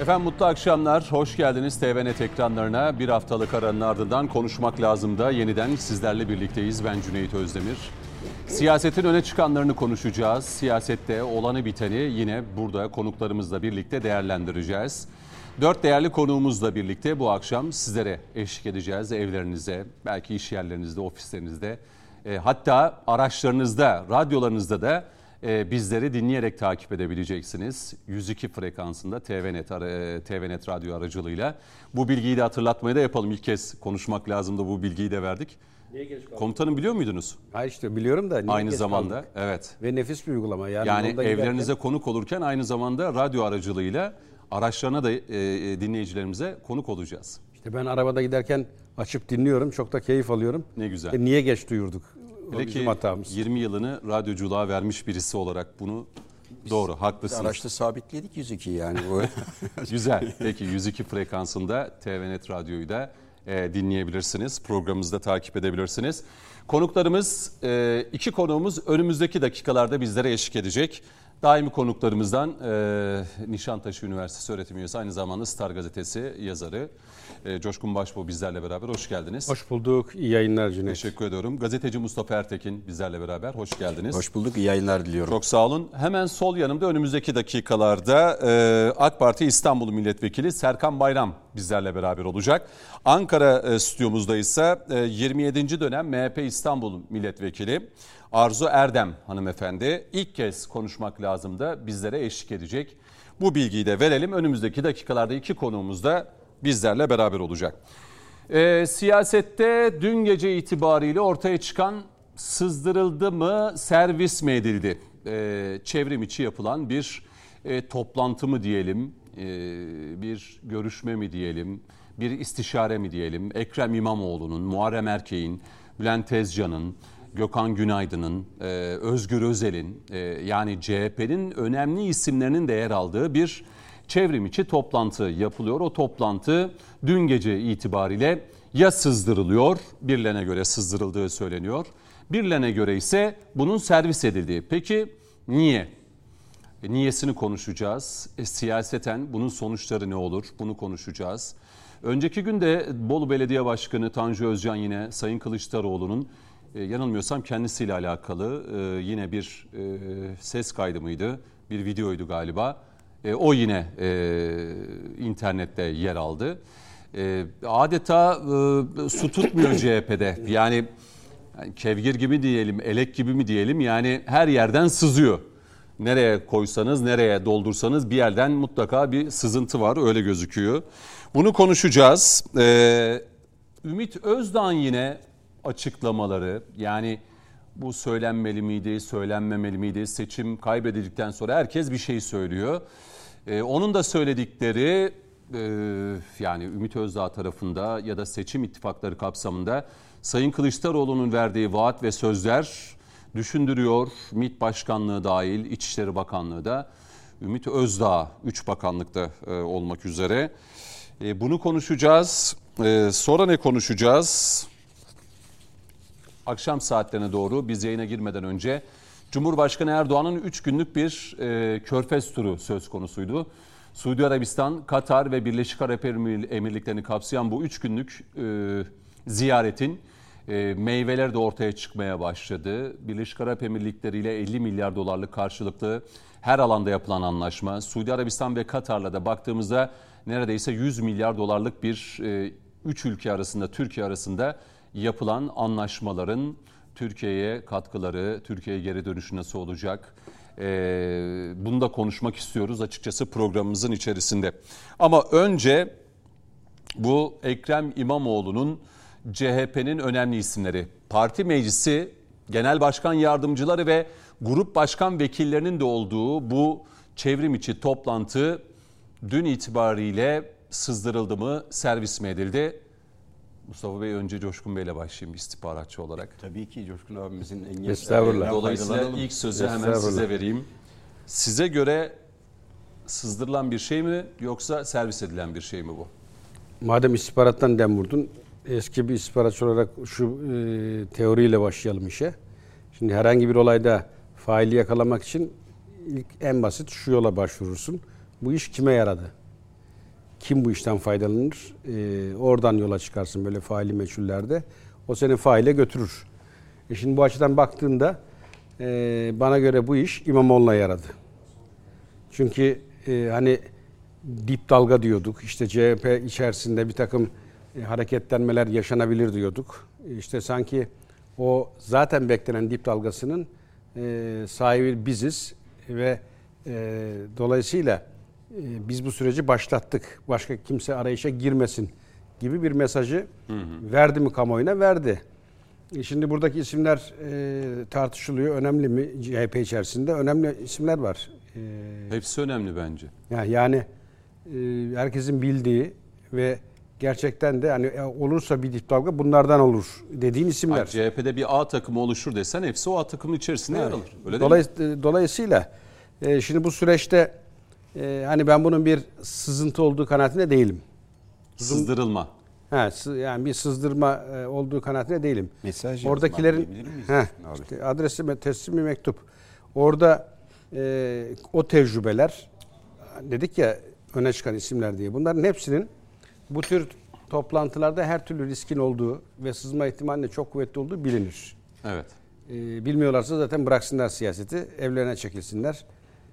Efendim mutlu akşamlar, hoş geldiniz TVNet ekranlarına. Bir haftalık aranın ardından Konuşmak Lazım'da yeniden sizlerle birlikteyiz. Ben Cüneyt Özdemir. Siyasetin öne çıkanlarını konuşacağız. Siyasette olanı biteni yine burada konuklarımızla birlikte değerlendireceğiz. 4 değerli konuğumuzla birlikte bu akşam sizlere eşlik edeceğiz. Evlerinize, belki iş yerlerinizde, ofislerinizde, hatta araçlarınızda, radyolarınızda da bizleri dinleyerek takip edebileceksiniz. 102 frekansında TVNet radyo aracılığıyla. Bu bilgiyi de hatırlatmayı da yapalım. İlk kez Konuşmak Lazım'da bu bilgiyi de verdik. Komutanım biliyor muydunuz? Hayır işte biliyorum da. Aynı zamanda kaldık? Evet. Ve nefis bir uygulama. Yani evlerinize giderken konuk olurken aynı zamanda radyo aracılığıyla araçlarına da dinleyicilerimize konuk olacağız. İşte ben arabada giderken açıp dinliyorum. Çok da keyif alıyorum. Ne güzel. Niye geç duyurduk? Peki 20 yılını radyoculuğa vermiş birisi olarak bunu doğru, haklısınız. Araçta sabitledik 102 yani. Güzel. Peki 102 frekansında TVNet Radyo'yu da dinleyebilirsiniz. Programımızda takip edebilirsiniz. Konuklarımız, 2 konuğumuz önümüzdeki dakikalarda bizlere eşlik edecek. Daimi konuklarımızdan Nişantaşı Üniversitesi öğretim üyesi, aynı zamanda Star Gazetesi yazarı Coşkun Başbuğ bizlerle beraber. Hoş geldiniz. Hoş bulduk. İyi yayınlar Cüneyt. Teşekkür ediyorum. Gazeteci Mustafa Ertekin bizlerle beraber. Hoş geldiniz. Hoş bulduk. İyi yayınlar diliyorum. Çok sağ olun. Hemen sol yanımda önümüzdeki dakikalarda AK Parti İstanbul Milletvekili Serkan Bayram bizlerle beraber olacak. Ankara stüdyomuzda ise 27. dönem MHP İstanbul Milletvekili Arzu Erdem hanımefendi ilk kez Konuşmak Lazım'da bizlere eşlik edecek. Bu bilgiyi de verelim. Önümüzdeki dakikalarda 2 konuğumuz da bizlerle beraber olacak. Siyasette dün gece itibariyle ortaya çıkan sızdırıldı mı, servis mi edildi? Çevrim içi yapılan bir toplantı mı diyelim, bir görüşme mi diyelim, bir istişare mi diyelim? Ekrem İmamoğlu'nun, Muharrem Erkek'in, Bülent Tezcan'ın, Gökhan Günaydın'ın, Özgür Özel'in yani CHP'nin önemli isimlerinin de yer aldığı bir çevrim içi toplantı yapılıyor. O toplantı dün gece itibariyle ya sızdırılıyor, birilerine göre sızdırıldığı söyleniyor. Birilerine göre ise bunun servis edildiği. Peki niye? Niyesini konuşacağız. Siyaseten bunun sonuçları ne olur? Bunu konuşacağız. Önceki günde Bolu Belediye Başkanı Tanju Özcan yine Sayın Kılıçdaroğlu'nun yanılmıyorsam kendisiyle alakalı yine bir ses kaydı mıydı? Bir videoydu galiba. O yine internette yer aldı. Adeta su tutmuyor CHP'de. Yani kevgir gibi diyelim, elek gibi mi diyelim? Yani her yerden sızıyor. Nereye koysanız, nereye doldursanız bir yerden mutlaka bir sızıntı var. Öyle gözüküyor. Bunu konuşacağız. Ümit Özdağ'ın yine açıklamaları, yani bu söylenmeli miydi, söylenmemeli miydi? Seçim kaybedildikten sonra herkes bir şey söylüyor. Onun da söyledikleri yani Ümit Özdağ tarafında ya da seçim ittifakları kapsamında Sayın Kılıçdaroğlu'nun verdiği vaat ve sözler düşündürüyor. MİT Başkanlığı dahil, İçişleri Bakanlığı da, Ümit Özdağ 3 bakanlıkta olmak üzere. Bunu konuşacağız. Sonra ne konuşacağız? Akşam saatlerine doğru biz yayına girmeden önce Cumhurbaşkanı Erdoğan'ın 3 günlük bir Körfez turu söz konusuydu. Suudi Arabistan, Katar ve Birleşik Arap Emirlikleri'ni kapsayan bu 3 günlük ziyaretin meyveleri de ortaya çıkmaya başladı. Birleşik Arap Emirlikleri ile 50 milyar dolarlık karşılıklı her alanda yapılan anlaşma. Suudi Arabistan ve Katar'la da baktığımızda neredeyse 100 milyar dolarlık bir 3 ülke arasında, Türkiye arasında yapılan anlaşmaların Türkiye'ye katkıları, Türkiye'ye geri dönüşü nasıl olacak? Bunu da konuşmak istiyoruz açıkçası programımızın içerisinde. Ama önce bu Ekrem İmamoğlu'nun CHP'nin önemli isimleri, parti meclisi, genel başkan yardımcıları ve grup başkan vekillerinin de olduğu bu çevrim içi toplantı dün itibariyle sızdırıldı mı, servis mi edildi? Mustafa Bey, önce Coşkun Bey'le başlayayım istihbaratçı olarak. Tabii ki Coşkun abimizin en Estağfurullah. Dolayısıyla ilk sözü hemen size vereyim. Size göre sızdırılan bir şey mi yoksa servis edilen bir şey mi bu? Madem istihbarattan dem vurdun, eski bir istihbaratçı olarak şu teoriyle başlayalım işe. Şimdi herhangi bir olayda faili yakalamak için ilk en basit şu yola başvurursun. Bu iş kime yaradı? kim bu işten faydalanır? Oradan yola çıkarsın böyle faili meçhullerde. O seni faile götürür. Şimdi bu açıdan baktığında bana göre bu iş İmamoğlu'na yaradı. Çünkü hani dip dalga diyorduk. İşte CHP içerisinde bir takım hareketlenmeler yaşanabilir diyorduk. İşte sanki o zaten beklenen dip dalgasının sahibi biziz ve dolayısıyla biz bu süreci başlattık. Başka kimse arayışa girmesin gibi bir mesajı verdi mi kamuoyuna? Verdi. Şimdi buradaki isimler tartışılıyor. Önemli mi CHP içerisinde? Önemli isimler var. Hepsi önemli bence. Yani herkesin bildiği ve gerçekten de hani olursa bir dip dalga bunlardan olur dediğin isimler. Yani CHP'de bir A takımı oluşur desen hepsi o A takımının içerisinde yer alır. Öyle değil mi? Dolayısıyla şimdi bu süreçte hani ben bunun bir sızıntı olduğu kanaatinde değilim. Sızdırılma. Yani bir sızdırma olduğu kanaatinde değilim. Mesaj oradakilerin işte adresi teslim bir mektup. Orada o tecrübeler dedik ya öne çıkan isimler diye. Bunların hepsinin bu tür toplantılarda her türlü riskin olduğu ve sızma ihtimalinin çok kuvvetli olduğu bilinir. Evet. Bilmiyorlarsa zaten bıraksınlar siyaseti, evlerine çekilsinler.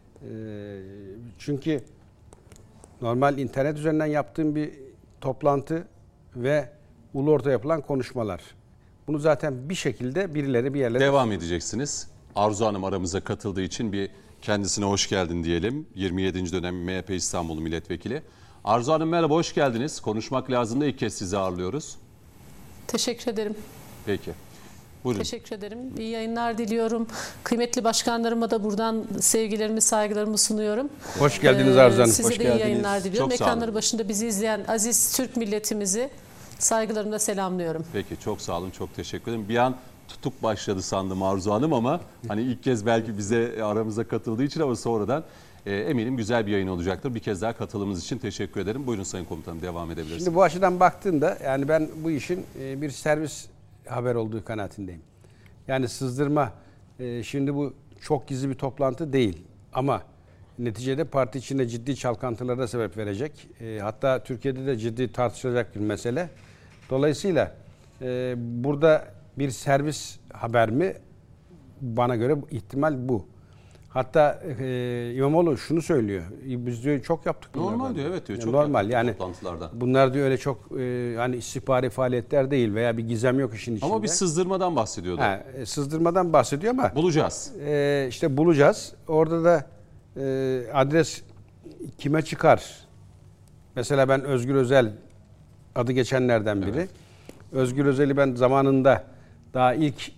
Çünkü normal internet üzerinden yaptığım bir toplantı ve ulu orta yapılan konuşmalar. Bunu zaten bir şekilde birileri bir yerlere... Devam edeceksiniz. Arzu Hanım aramıza katıldığı için bir kendisine hoş geldin diyelim. 27. dönem MHP İstanbul Milletvekili. Arzu Hanım merhaba, hoş geldiniz. Konuşmak lazım da ilk kez sizi ağırlıyoruz. Teşekkür ederim. Peki. Buyurun. Teşekkür ederim. İyi yayınlar diliyorum. Kıymetli başkanlarıma da buradan sevgilerimi, saygılarımı sunuyorum. Hoş geldiniz Arzu Hanım. Size hoş de geldiniz. iyi yayınlar diliyorum. Çok sağ olun. Ekranları başında bizi izleyen aziz Türk milletimizi saygılarımla selamlıyorum. Peki, çok sağ olun, çok teşekkür ederim. Bir an tutuk başladı sandım Arzu Hanım ama hani ilk kez belki bize aramıza katıldığı için ama sonradan eminim güzel bir yayın olacaktır. Bir kez daha katılımınız için teşekkür ederim. Buyurun Sayın Komutanım, devam edebilirsiniz. Şimdi bu açıdan baktığında yani ben bu işin bir servis haber olduğu kanaatindeyim. Yani sızdırma şimdi bu çok gizli bir toplantı değil ama neticede parti içinde ciddi çalkantılara sebep verecek. Hatta Türkiye'de de ciddi tartışılacak bir mesele. Dolayısıyla burada bir servis haber mi? Bana göre ihtimal bu. Hatta İmamoğlu şunu söylüyor. Biz diyor çok yaptık. Normal diyor, evet diyor. Yani çok normal yani toplantılarda. bunlar diyor öyle çok hani istihbari faaliyetler değil veya bir gizem yok işin içinde. Ama bir sızdırmadan bahsediyordu. Sızdırmadan bahsediyor ama Bulacağız. işte bulacağız. Orada da adres kime çıkar? Mesela ben Özgür Özel adı geçenlerden biri. Evet. Özgür Özel'i ben zamanında daha ilk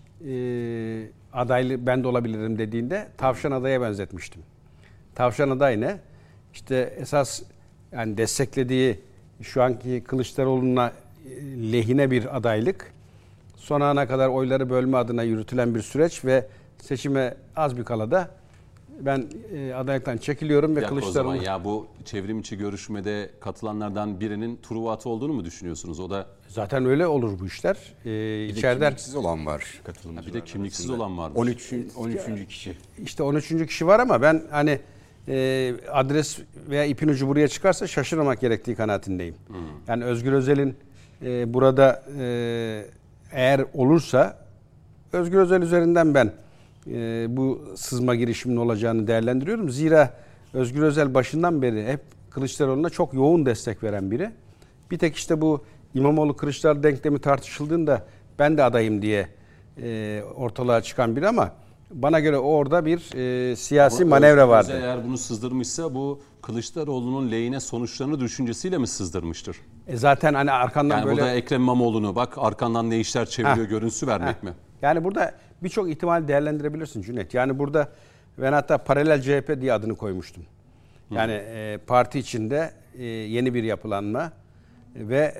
adaylı ben de olabilirim dediğinde Tavşan Aday'a benzetmiştim. Tavşan Aday ne? İşte esas yani desteklediği şu anki Kılıçdaroğlu'na lehine bir adaylık. Son ana kadar oyları bölme adına yürütülen bir süreç ve seçime az bir kala da ben adaylıktan çekiliyorum ve Kılıçdaroğlu... Ya bu çevrim içi görüşmede katılanlardan birinin Truvat'ı olduğunu mu düşünüyorsunuz? O da Zaten öyle olur bu işler. Bir İçeriden de kimliksiz olan var katılımcılar. bir de kimliksiz arasında. olan vardır. 13. kişi. işte 13. kişi var ama ben hani adres veya ipin ucu buraya çıkarsa şaşırmamak gerektiği kanaatindeyim. Yani Özgür Özel'in burada eğer olursa Özgür Özel üzerinden ben bu sızma girişiminin olacağını değerlendiriyorum. Zira Özgür Özel başından beri hep Kılıçdaroğlu'na çok yoğun destek veren biri. Bir tek işte bu İmamoğlu-Kılıçdaroğlu denklemi tartışıldığında ben de adayım diye ortalığa çıkan biri ama bana göre orada bir siyasi manevra vardı. Eğer bunu sızdırmışsa bu Kılıçdaroğlu'nun lehine sonuçlarını düşüncesiyle mi sızdırmıştır? Zaten hani arkandan Yani böyle... burada Ekrem İmamoğlu'nu bak arkandan ne işler çeviriyor görüntüsü vermek mi? Yani burada birçok ihtimal değerlendirebilirsin Cüneyt. Yani burada ben hatta paralel CHP diye adını koymuştum. Yani parti içinde yeni bir yapılanma ve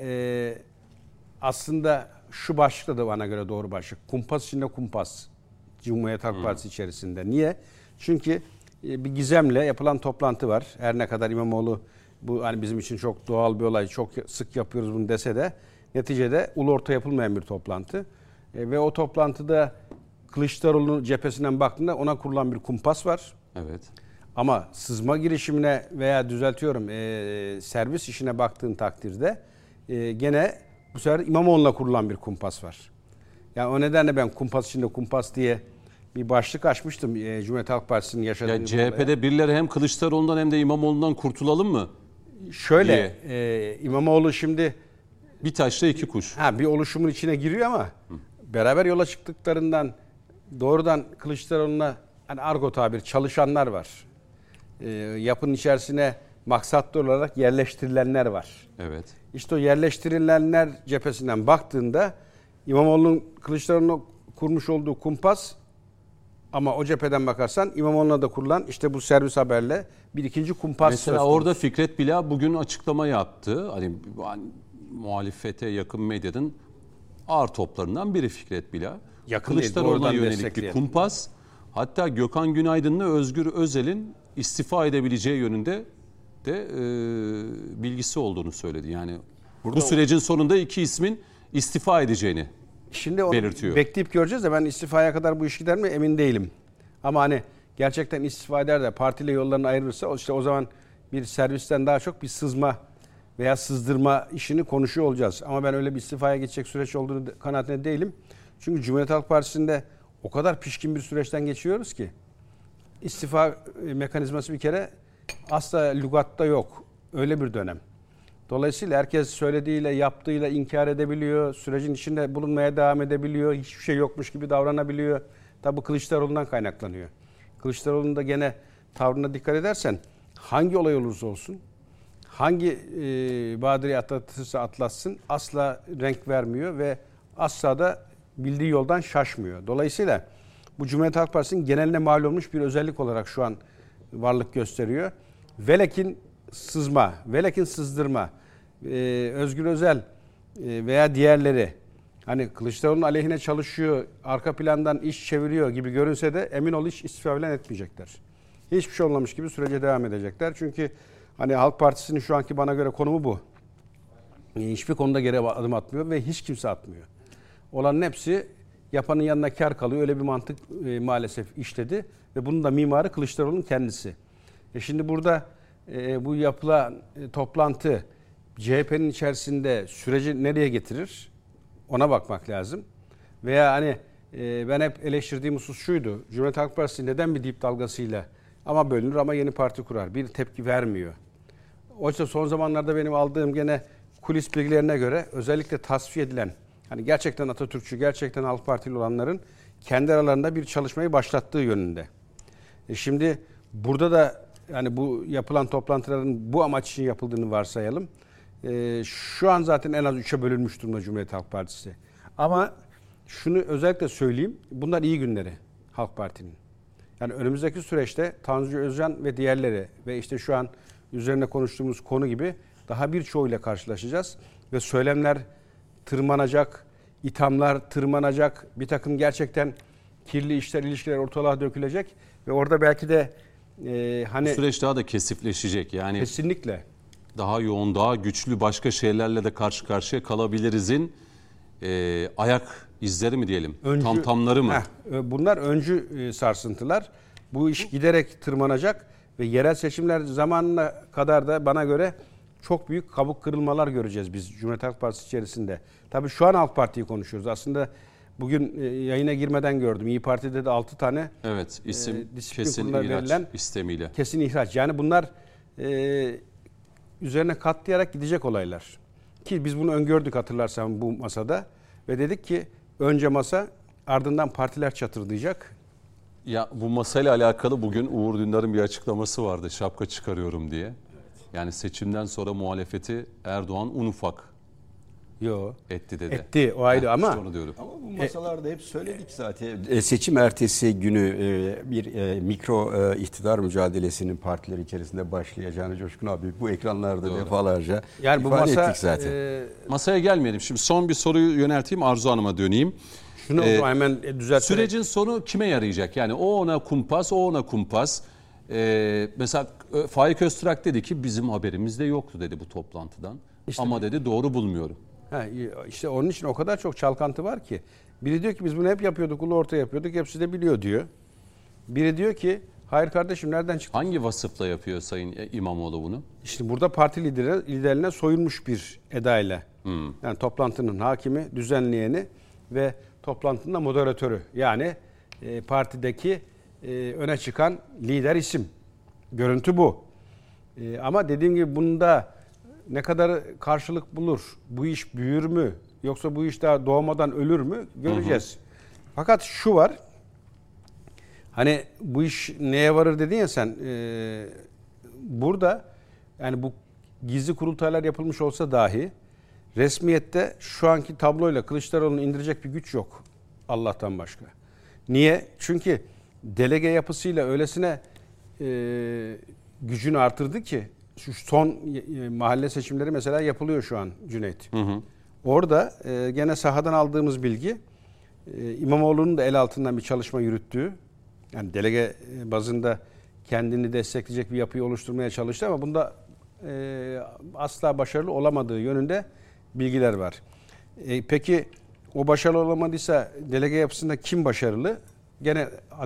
aslında şu başlık da bana göre doğru başlık. Kumpas içinde kumpas. Cumhuriyet Halk Partisi içerisinde. Niye? Çünkü bir gizemle yapılan toplantı var. Her ne kadar İmamoğlu bu hani bizim için çok doğal bir olay, çok sık yapıyoruz bunu dese de neticede ulu orta yapılmayan bir toplantı. Ve o toplantıda Kılıçdaroğlu cephesinden baktığında ona kurulan bir kumpas var. Evet. Ama sızma girişimine veya düzeltiyorum servis işine baktığın takdirde gene bu sefer İmamoğlu'na kurulan bir kumpas var. Yani o nedenle ben kumpas içinde kumpas diye bir başlık açmıştım Cumhuriyet Halk Partisi'nin yaşadığı Ya bu olaya. CHP'de birileri hem Kılıçdaroğlu'ndan hem de İmamoğlu'ndan kurtulalım mı? Şöyle İmamoğlu şimdi Bir taşla iki kuş. bir oluşumun içine giriyor ama beraber yola çıktıklarından doğrudan Kılıçdaroğlu'na hani argo tabir çalışanlar var. Yapının içerisine maksatlı olarak yerleştirilenler var. Evet. İşte o yerleştirilenler cephesinden baktığında İmamoğlu'nun Kılıçdaroğlu'na kurmuş olduğu kumpas, ama o cepheden bakarsan İmamoğlu'na da kurulan işte bu servis haberle bir ikinci kumpas. Mesela söz konusu. orada Fikret Bila bugün açıklama yaptı. Hani muhalefete yakın medyanın ağır toplarından biri Fikret Bila. Yakın değil, Kılıçdaroğlu'na doğrudan yönelik bir destekleyen. kumpas. Hatta Gökhan Günaydın'la Özgür Özel'in istifa edebileceği yönünde de bilgisi olduğunu söyledi. Yani bu sürecin sonunda iki ismin istifa edeceğini Şimdi onu belirtiyor. bekleyip göreceğiz de ben istifaya kadar bu iş gider mi emin değilim. Ama hani gerçekten istifa eder de partiyle yollarını ayırırsa işte o zaman bir servisten daha çok bir sızma veya sızdırma işini konuşuyor olacağız. Ama ben öyle bir istifaya geçecek süreç olduğunu kanaatinde değilim. Çünkü Cumhuriyet Halk Partisi'nde o kadar pişkin bir süreçten geçiyoruz ki istifa mekanizması bir kere asla lügatta yok. Öyle bir dönem. Dolayısıyla herkes söylediğiyle, yaptığıyla inkar edebiliyor. Sürecin içinde bulunmaya devam edebiliyor. Hiçbir şey yokmuş gibi davranabiliyor. Tabi bu Kılıçdaroğlu'ndan kaynaklanıyor. Kılıçdaroğlu'nun da gene tavrına dikkat edersen hangi olay olursa olsun, hangi badireyi atlatırsa atlatsın asla renk vermiyor ve asla da bildiği yoldan şaşmıyor. Dolayısıyla bu Cumhuriyet Halk Partisi'nin geneline mal olmuş bir özellik olarak şu an varlık gösteriyor. Velekin sızma, velekin sızdırma, Özgür Özel veya diğerleri hani Kılıçdaroğlu'nun aleyhine çalışıyor, arka plandan iş çeviriyor gibi görünse de emin ol hiç istifa falan etmeyecekler. Hiçbir şey olmamış gibi sürece devam edecekler. Çünkü hani Halk Partisi'nin şu anki bana göre konumu bu. Hiçbir konuda geri adım atmıyor ve hiç kimse atmıyor. Olanın hepsi yapanın yanına kar kalıyor. Öyle bir mantık maalesef işledi ve bunun da mimarı Kılıçdaroğlu'nun kendisi. Şimdi burada bu yapılan toplantı CHP'nin içerisinde süreci nereye getirir? Ona bakmak lazım. Veya hani ben hep eleştirdiğim husus şuydu. Cumhuriyet Halk Partisi neden bir dip dalgasıyla ama bölünür ama yeni parti kurar? Bir tepki vermiyor. Oysa son zamanlarda benim aldığım gene kulis bilgilerine göre özellikle tasfiye edilen hani gerçekten Atatürkçü, gerçekten Halk Partili olanların kendi aralarında bir çalışmayı başlattığı yönünde. Şimdi burada da yani bu yapılan toplantıların bu amaç için yapıldığını varsayalım. Şu an zaten en az 3'e bölünmüş durumda Cumhuriyet Halk Partisi. Ama şunu özellikle söyleyeyim. Bunlar iyi günleri Halk Parti'nin. Yani önümüzdeki süreçte Tanju Özcan ve diğerleri ve işte şu an üzerine konuştuğumuz konu gibi daha birçoğuyla karşılaşacağız. Ve söylemler tırmanacak, ithamlar tırmanacak, bir takım gerçekten kirli işler, ilişkiler ortalığa dökülecek. Ve orada belki de hani... Bu süreç daha da kesifleşecek. Yani kesinlikle. Daha yoğun, daha güçlü başka şeylerle de karşı karşıya kalabilirizin ayak izleri mi diyelim? Tamtamları mı? Bunlar öncü sarsıntılar. Bu iş giderek tırmanacak ve yerel seçimler zamanına kadar da bana göre çok büyük kabuk kırılmalar göreceğiz biz Cumhuriyet Halk Partisi içerisinde. Tabii şu an Halk Parti'yi konuşuyoruz. Aslında bugün yayına girmeden gördüm. İYİ Parti'de de 6 tane evet, isim disiplin kesin kuruluna ihraç verilen istemiyle. Kesin ihraç. Yani bunlar üzerine katlayarak gidecek olaylar. Ki biz bunu öngördük hatırlarsan bu masada ve dedik ki önce masa ardından partiler çatırdayacak. Ya bu masayla alakalı bugün Uğur Dündar'ın bir açıklaması vardı. Şapka çıkarıyorum diye. Evet. Yani seçimden sonra muhalefeti Erdoğan un ufak etti dedi. Etti o ayrı ama. İşte onu diyorum. Ama bu masalarda hep söyledik zaten. Seçim ertesi günü bir mikro iktidar mücadelesinin partiler içerisinde başlayacağını Coşkun abi bu ekranlarda defalarca yani bu ifade masa, ettik zaten. Masaya gelmeyelim. Şimdi son bir soruyu yönelteyim. Arzu Hanım'a döneyim. Şunu hemen düzelterek. Sürecin sonu kime yarayacak? Yani o ona kumpas, o ona kumpas. Mesela Faik Öztürk dedi ki bizim haberimiz de yoktu dedi bu toplantıdan. İşte, ama dedi doğru bulmuyorum. İşte onun için o kadar çok çalkantı var ki. Biri diyor ki biz bunu hep yapıyorduk, ulu orta yapıyorduk, hepsi de biliyor diyor. Biri diyor ki Hayır kardeşim, nereden çıktı? Hangi vasıfla yapıyor Sayın İmamoğlu bunu? İşte burada parti liderine soyulmuş bir edayla. Yani toplantının hakimi, düzenleyeni ve toplantının da moderatörü. Yani partideki öne çıkan lider isim. Görüntü bu. Ama dediğim gibi bunda ne kadar karşılık bulur? Bu iş büyür mü? Yoksa bu iş daha doğmadan ölür mü? Göreceğiz. Fakat şu var. Hani bu iş neye varır dedin ya sen. Burada yani bu gizli kurultaylar yapılmış olsa dahi resmiyette şu anki tabloyla Kılıçdaroğlu'nu indirecek bir güç yok. Allah'tan başka. Niye? Çünkü delege yapısıyla öylesine gücünü artırdı ki şu son mahalle seçimleri mesela yapılıyor şu an Cüneyt. Orada gene sahadan aldığımız bilgi İmamoğlu'nun da el altından bir çalışma yürüttüğü, yani delege bazında kendini destekleyecek bir yapıyı oluşturmaya çalıştı ama bunda asla başarılı olamadığı yönünde bilgiler var. Peki o başarılı olamadıysa delege yapısında kim başarılı? Gene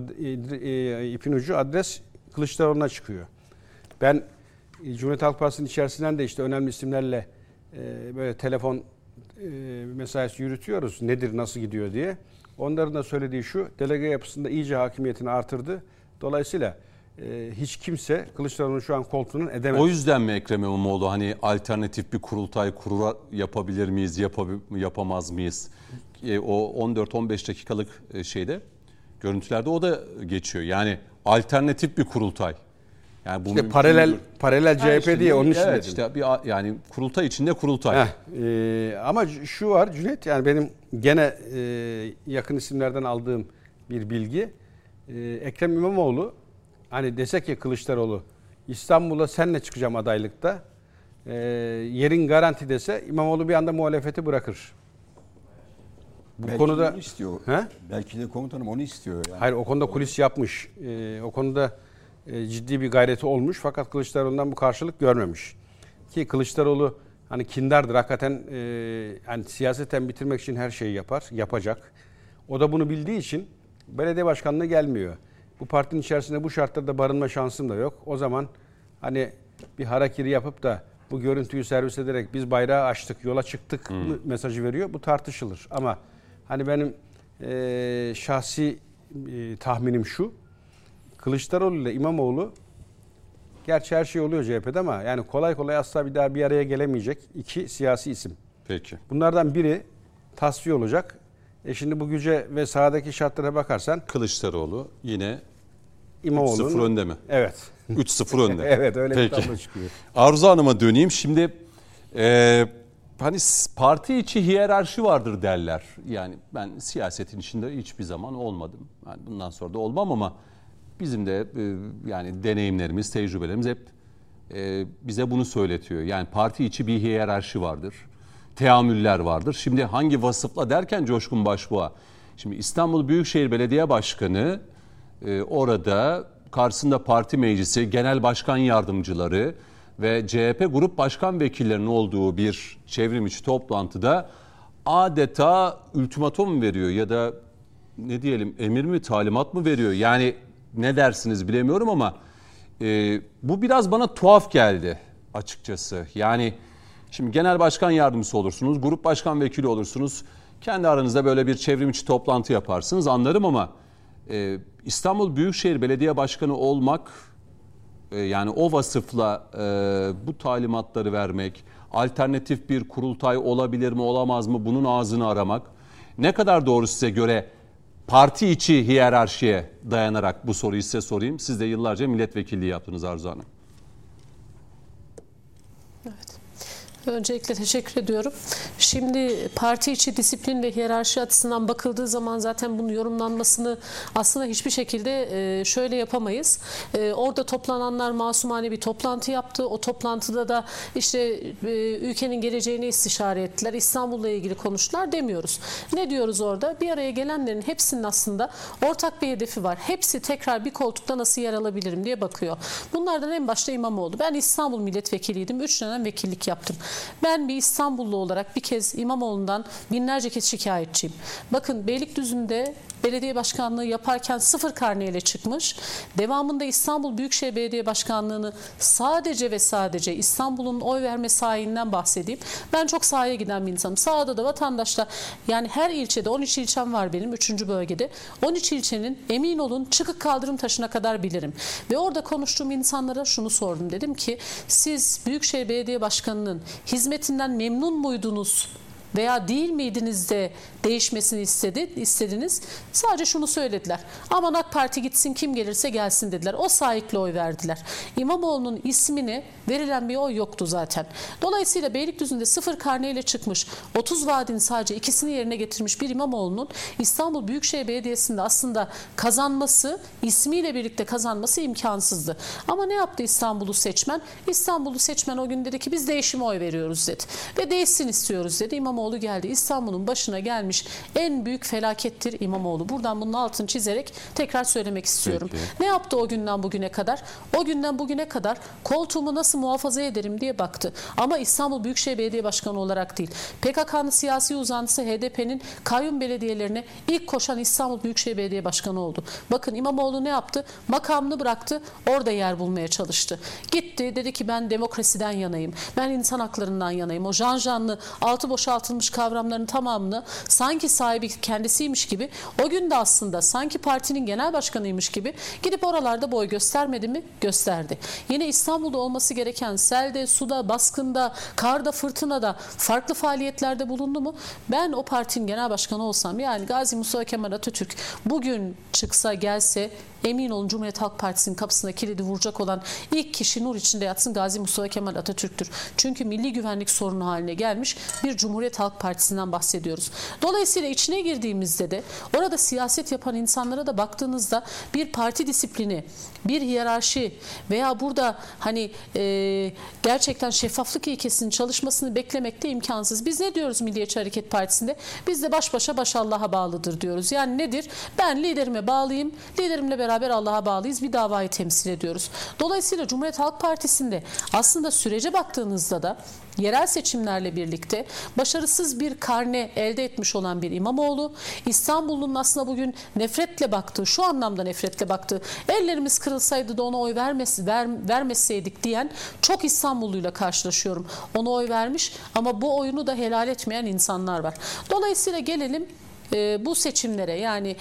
ipin ucu adres Kılıçdaroğlu'na çıkıyor. Ben Cumhuriyet Halk Partisi'nin içerisinden de işte önemli isimlerle böyle telefon mesaisi yürütüyoruz. Nedir, nasıl gidiyor diye. Onların da söylediği şu, delege yapısında iyice hakimiyetini artırdı. Dolayısıyla hiç kimse Kılıçdaroğlu'nun şu an koltuğunun edemez. O yüzden mi Ekrem İmamoğlu hani alternatif bir kurultay yapabilir miyiz, yapamaz mıyız? O 14-15 dakikalık şeyde, görüntülerde o da geçiyor. Yani alternatif bir kurultay. Yani bu işte paralel CHP işte, diye onun için evet, dedim. işte yani kurultay içinde kurultay. Ama şu var Cüneyt, yani benim gene yakın isimlerden aldığım bir bilgi. Ekrem İmamoğlu hani desek ya Kılıçdaroğlu İstanbul'a senle çıkacağım adaylıkta, yerin garanti dese İmamoğlu bir anda muhalefeti bırakır. Bu belki konuda onu istiyor. He? Belki de komutanım onu istiyor. Yani. Hayır, o konuda kulis yapmış. O konuda ciddi bir gayreti olmuş fakat Kılıçdaroğlu'ndan bu karşılık görmemiş. Ki Kılıçdaroğlu hani kindardır hakikaten, yani siyaseten bitirmek için her şeyi yapacak. O da bunu bildiği için belediye başkanlığına gelmiyor. Bu partinin içerisinde bu şartlarda barınma şansım da yok. O zaman hani bir harakiri yapıp da bu görüntüyü servis ederek biz bayrağı açtık, yola çıktık mesajı veriyor. Bu tartışılır. Ama hani benim şahsi tahminim şu. Kılıçdaroğlu ile İmamoğlu, gerçi her şey oluyor CHP'de ama yani kolay kolay asla bir daha bir araya gelemeyecek iki siyasi isim. Peki. Bunlardan biri tasfiye olacak. Şimdi bu güce ve sahadaki şartlara bakarsan Kılıçdaroğlu yine İmamoğlu'nun 3-0 önde mi? Evet. 3-0 önde. Evet, öyle Peki. bir tablo çıkıyor. Arzu Hanım'a döneyim. Şimdi hani parti içi hiyerarşi vardır derler. Yani ben siyasetin içinde hiçbir zaman olmadım. Yani bundan sonra da olmam ama bizim de yani deneyimlerimiz, tecrübelerimiz hep bize bunu söyletiyor. Yani parti içi bir hiyerarşi vardır. Teamüller vardır. Şimdi hangi vasıfla derken Coşkun Başbuğ'a. Şimdi İstanbul Büyükşehir Belediye Başkanı orada karşısında parti meclisi, genel başkan yardımcıları ve CHP grup başkan vekillerinin olduğu bir çevrim içi toplantıda adeta ultimatom veriyor ya da ne diyelim, emir mi talimat mı veriyor? Yani ne dersiniz bilemiyorum ama bu biraz bana tuhaf geldi açıkçası. Yani şimdi genel başkan yardımcısı olursunuz, grup başkan vekili olursunuz, kendi aranızda böyle bir çevrim içi toplantı yaparsınız, anlarım ama İstanbul Büyükşehir Belediye Başkanı olmak, yani o vasıfla bu talimatları vermek, alternatif bir kurultay olabilir mi olamaz mı bunun ağzını aramak ne kadar doğru size göre? Parti içi hiyerarşiye dayanarak bu soruyu size sorayım. Siz de yıllarca milletvekilliği yaptınız Arzu Hanım. Evet. Öncelikle teşekkür ediyorum. Şimdi parti içi disiplin ve hiyerarşi açısından bakıldığı zaman zaten bunun yorumlanmasını aslında hiçbir şekilde şöyle yapamayız. Orada toplananlar masumane bir toplantı yaptı. O toplantıda da işte ülkenin geleceğini istişare ettiler. İstanbul'la ilgili konuştular demiyoruz. Ne diyoruz orada? Bir araya gelenlerin hepsinin aslında ortak bir hedefi var. Hepsi tekrar bir koltukta nasıl yer alabilirim diye bakıyor. Bunlardan en başta İmamoğlu. Ben İstanbul milletvekiliydim. 3 dönem vekillik yaptım. Ben bir İstanbullu olarak bir kez İmamoğlu'ndan binlerce kez şikayetçiyim. Bakın Beylikdüzü'nde belediye başkanlığı yaparken 0 karneyle çıkmış. Devamında İstanbul Büyükşehir Belediye Başkanlığı'nı sadece ve sadece İstanbul'un oy verme sahinden bahsedeyim. Ben çok sahaya giden bir insanım. Sahada da vatandaşlar, yani her ilçede, 13 ilçem var benim 3. bölgede. 13 ilçenin emin olun çıkık kaldırım taşına kadar bilirim. Ve orada konuştuğum insanlara şunu sordum. Dedim ki siz Büyükşehir Belediye Başkanı'nın hizmetinden memnun muydunuz veya değil miydiniz de değişmesini istediniz? Sadece şunu söylediler. Aman AK Parti gitsin, kim gelirse gelsin dediler. O sahiple oy verdiler. İmamoğlu'nun ismine verilen bir oy yoktu zaten. Dolayısıyla Beylikdüzü'nde 0 karneyle çıkmış, 30 vaadin sadece 2'sini yerine getirmiş bir İmamoğlu'nun İstanbul Büyükşehir Belediyesi'nde aslında kazanması, ismiyle birlikte kazanması imkansızdı. Ama ne yaptı İstanbul'u seçmen? İstanbul'u seçmen o gün dedi ki biz değişime oy veriyoruz dedi. Ve değişsin istiyoruz dedi. İmamoğlu geldi. İstanbul'un başına gelmiş en büyük felakettir İmamoğlu. Buradan bunun altını çizerek tekrar söylemek istiyorum. Peki. Ne yaptı o günden bugüne kadar? O günden bugüne kadar koltuğumu nasıl muhafaza ederim diye baktı. Ama İstanbul Büyükşehir Belediye Başkanı olarak değil. PKK'nın siyasi uzantısı HDP'nin kayyum belediyelerine ilk koşan İstanbul Büyükşehir Belediye Başkanı oldu. Bakın İmamoğlu ne yaptı? Makamını bıraktı. Orada yer bulmaya çalıştı. Gitti dedi ki ben demokrasiden yanayım. Ben insan haklarından yanayım. O janjanlı altı boşaltılmış kavramların tamamını sanki sahibi kendisiymiş gibi, o gün de aslında sanki partinin genel başkanıymış gibi gidip oralarda boy göstermedi mi? Gösterdi. Yine İstanbul'da olması gereken selde, suda, baskında, karda, fırtınada farklı faaliyetlerde bulundu mu? Ben o partinin genel başkanı olsam, yani Gazi Mustafa Kemal Atatürk bugün çıksa gelse, emin olun Cumhuriyet Halk Partisi'nin kapısına kilidi vuracak olan ilk kişi nur içinde yatsın Gazi Mustafa Kemal Atatürk'tür. Çünkü milli güvenlik sorunu haline gelmiş bir Cumhuriyet Halk Partisi'nden bahsediyoruz. Dolayısıyla içine girdiğimizde de orada siyaset yapan insanlara da baktığınızda bir parti disiplini, bir hiyerarşi veya burada hani gerçekten şeffaflık ilkesinin çalışmasını beklemek de imkansız. Biz ne diyoruz Milliyetçi Hareket Partisi'nde? Biz de baş başa baş Allah'a bağlıdır diyoruz. Yani nedir? Ben liderime bağlıyım, liderimle beraber Allah'a bağlıyız, bir davayı temsil ediyoruz. Dolayısıyla Cumhuriyet Halk Partisi'nde aslında sürece baktığınızda da yerel seçimlerle birlikte başarısız bir karne elde etmiş olan bir İmamoğlu, İstanbul'un aslında bugün nefretle baktığı, şu anlamda nefretle baktığı, ellerimiz kırılsaydı da ona oy vermeseydik diyen çok İstanbulluyla karşılaşıyorum. Ona oy vermiş ama bu oyunu da helal etmeyen insanlar var. Dolayısıyla gelelim bu seçimlere, yani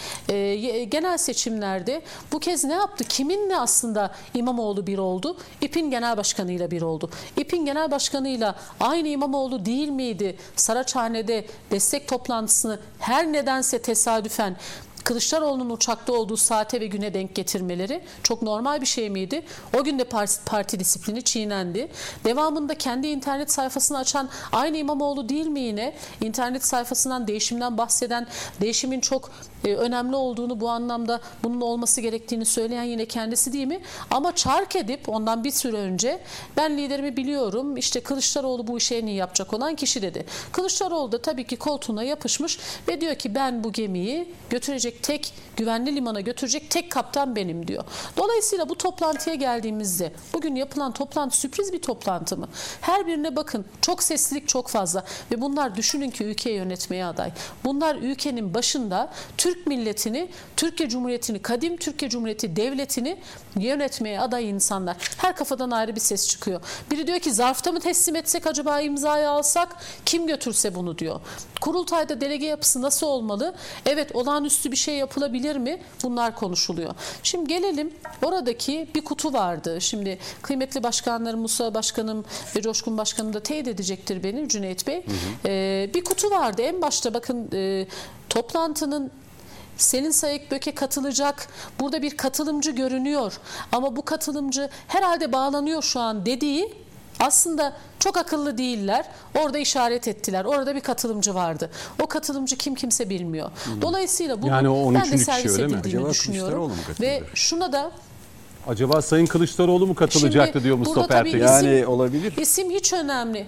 genel seçimlerde bu kez ne yaptı? Kiminle aslında İmamoğlu bir oldu? İP'in genel başkanıyla bir oldu. İP'in genel başkanıyla aynı İmamoğlu değil miydi? Saraçhane'de destek toplantısını her nedense tesadüfen Kılıçdaroğlu'nun uçakta olduğu saate ve güne denk getirmeleri çok normal bir şey miydi? O gün de parti disiplini çiğnendi. Devamında kendi internet sayfasını açan aynı İmamoğlu değil mi yine? İnternet sayfasından, değişimden bahseden, değişimin çok önemli olduğunu, bu anlamda bunun olması gerektiğini söyleyen yine kendisi değil mi? Ama çark edip ondan bir süre önce ben liderimi biliyorum, işte Kılıçdaroğlu bu işi en iyi yapacak olan kişi dedi. Kılıçdaroğlu da tabii ki koltuğuna yapışmış ve diyor ki ben bu gemiyi götürecek tek, güvenli limana götürecek tek kaptan benim diyor. Dolayısıyla bu toplantıya geldiğimizde, bugün yapılan toplantı sürpriz bir toplantı mı? Her birine bakın, çok seslilik çok fazla ve bunlar düşünün ki ülkeyi yönetmeye aday. Bunlar ülkenin başında Türk milletini, Türkiye Cumhuriyeti'ni, kadim Türkiye Cumhuriyeti devletini yönetmeye aday insanlar. Her kafadan ayrı bir ses çıkıyor. Biri diyor ki zarfta mı teslim etsek acaba, imzayı alsak, kim götürse bunu diyor. Kurultayda delege yapısı nasıl olmalı? Evet, olağanüstü bir şey yapılabilir mi? Bunlar konuşuluyor. Şimdi gelelim, oradaki bir kutu vardı. Şimdi kıymetli başkanlarım Musa Başkanım ve Coşkun Başkanım da teyit edecektir beni, Cüneyt Bey. Bir kutu vardı. En başta bakın toplantının Selin Sayıkböke katılacak. Burada bir katılımcı görünüyor. Ama bu katılımcı herhalde bağlanıyor şu an dediği, aslında çok akıllı değiller. Orada işaret ettiler. Orada bir katılımcı vardı. O katılımcı kim, kimse bilmiyor. Dolayısıyla bugün yani o ben de 13. servis kişi, öyle mi? edildiğini Acaba düşünüyorum. Kılıçdaroğlu mu Ve şuna da Acaba Sayın Kılıçdaroğlu mu katılacaktı Şimdi diyor burada Mustafa tabii Ertekin. Yani olabilir. İsim hiç önemli.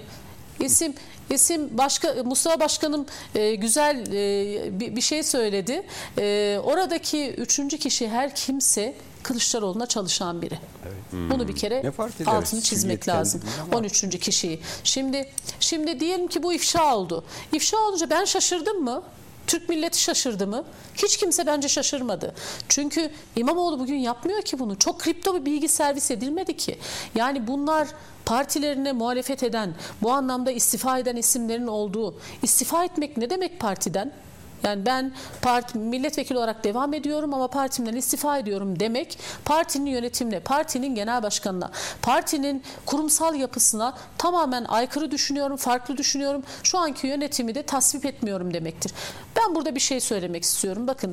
İsim Mustafa Başkanım güzel bir şey söyledi. Oradaki üçüncü kişi her kimse Kılıçdaroğlu'na çalışan biri. Bunu bir kere Ne fark eder? altını çizmek Sivriyetten lazım. değil ama. 13. kişiyi. Şimdi diyelim ki bu ifşa oldu. İfşa olunca ben şaşırdım mı? Türk milleti şaşırdı mı? Hiç kimse bence şaşırmadı. Çünkü İmamoğlu bugün yapmıyor ki bunu. Çok kripto bir bilgi servis edilmedi ki. Yani bunlar partilerine muhalefet eden, bu anlamda istifa eden isimlerin olduğu. İstifa etmek ne demek partiden? Yani ben milletvekili olarak devam ediyorum ama partimden istifa ediyorum demek, partinin yönetimine, partinin genel başkanına, partinin kurumsal yapısına tamamen aykırı düşünüyorum, farklı düşünüyorum. Şu anki yönetimi de tasvip etmiyorum demektir. Ben burada bir şey söylemek istiyorum. Bakın,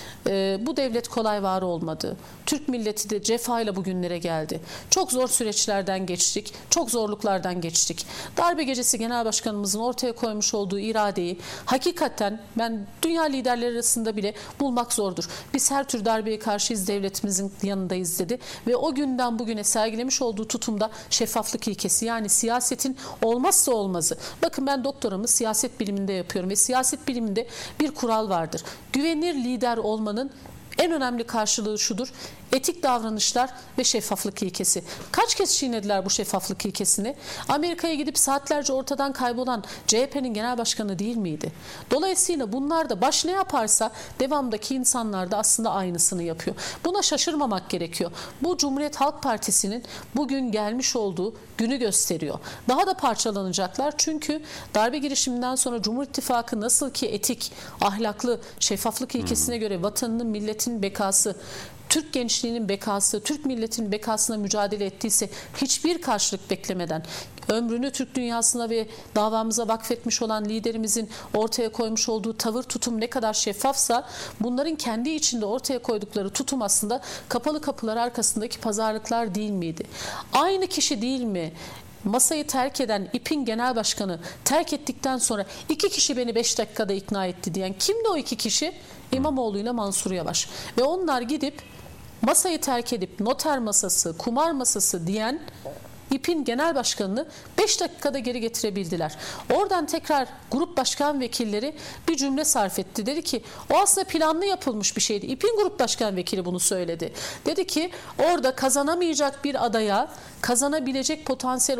bu devlet kolay var olmadı. Türk milleti de cefayla bugünlere geldi. Çok zor süreçlerden geçtik. Çok zorluklardan geçtik. Darbe gecesi Genel Başkanımızın ortaya koymuş olduğu iradeyi hakikaten ben dünya liderleri arasında bile bulmak zordur. Biz her tür darbeye karşıyız, devletimizin yanındayız dedi. Ve o günden bugüne sergilemiş olduğu tutumda şeffaflık ilkesi, yani siyasetin olmazsa olmazı. Bakın, ben doktoramı siyaset biliminde yapıyorum ve siyaset biliminde bir kural vardır. Güvenilir lider olmanın en önemli karşılığı şudur: etik davranışlar ve şeffaflık ilkesi. Kaç kez çiğnediler bu şeffaflık ilkesini? Amerika'ya gidip saatlerce ortadan kaybolan CHP'nin genel başkanı değil miydi? Dolayısıyla bunlar da baş ne yaparsa devamdaki insanlar da aslında aynısını yapıyor. Buna şaşırmamak gerekiyor. Bu Cumhuriyet Halk Partisi'nin bugün gelmiş olduğu günü gösteriyor. Daha da parçalanacaklar çünkü darbe girişiminden sonra Cumhur İttifakı nasıl ki etik, ahlaklı, şeffaflık ilkesine göre vatanının, milletin bekası, Türk gençliğinin bekası, Türk milletinin bekasına mücadele ettiyse, hiçbir karşılık beklemeden ömrünü Türk dünyasına ve davamıza vakfetmiş olan liderimizin ortaya koymuş olduğu tavır, tutum ne kadar şeffafsa, bunların kendi içinde ortaya koydukları tutum aslında kapalı kapılar arkasındaki pazarlıklar değil miydi? Aynı kişi değil mi? Masayı terk eden İP'in genel başkanı terk ettikten sonra 2 kişi beni 5 dakikada ikna etti diyen kimdi o 2 kişi? İmamoğlu ile Mansur Yavaş. Ve onlar gidip masayı terk edip noter masası, kumar masası diyen İP'in genel başkanını 5 dakikada geri getirebildiler. Oradan tekrar grup başkan vekilleri bir cümle sarf etti. Dedi ki o aslında planlı yapılmış bir şeydi. İP'in grup başkan vekili bunu söyledi. Dedi ki orada kazanamayacak bir adaya kazanabilecek potansiyel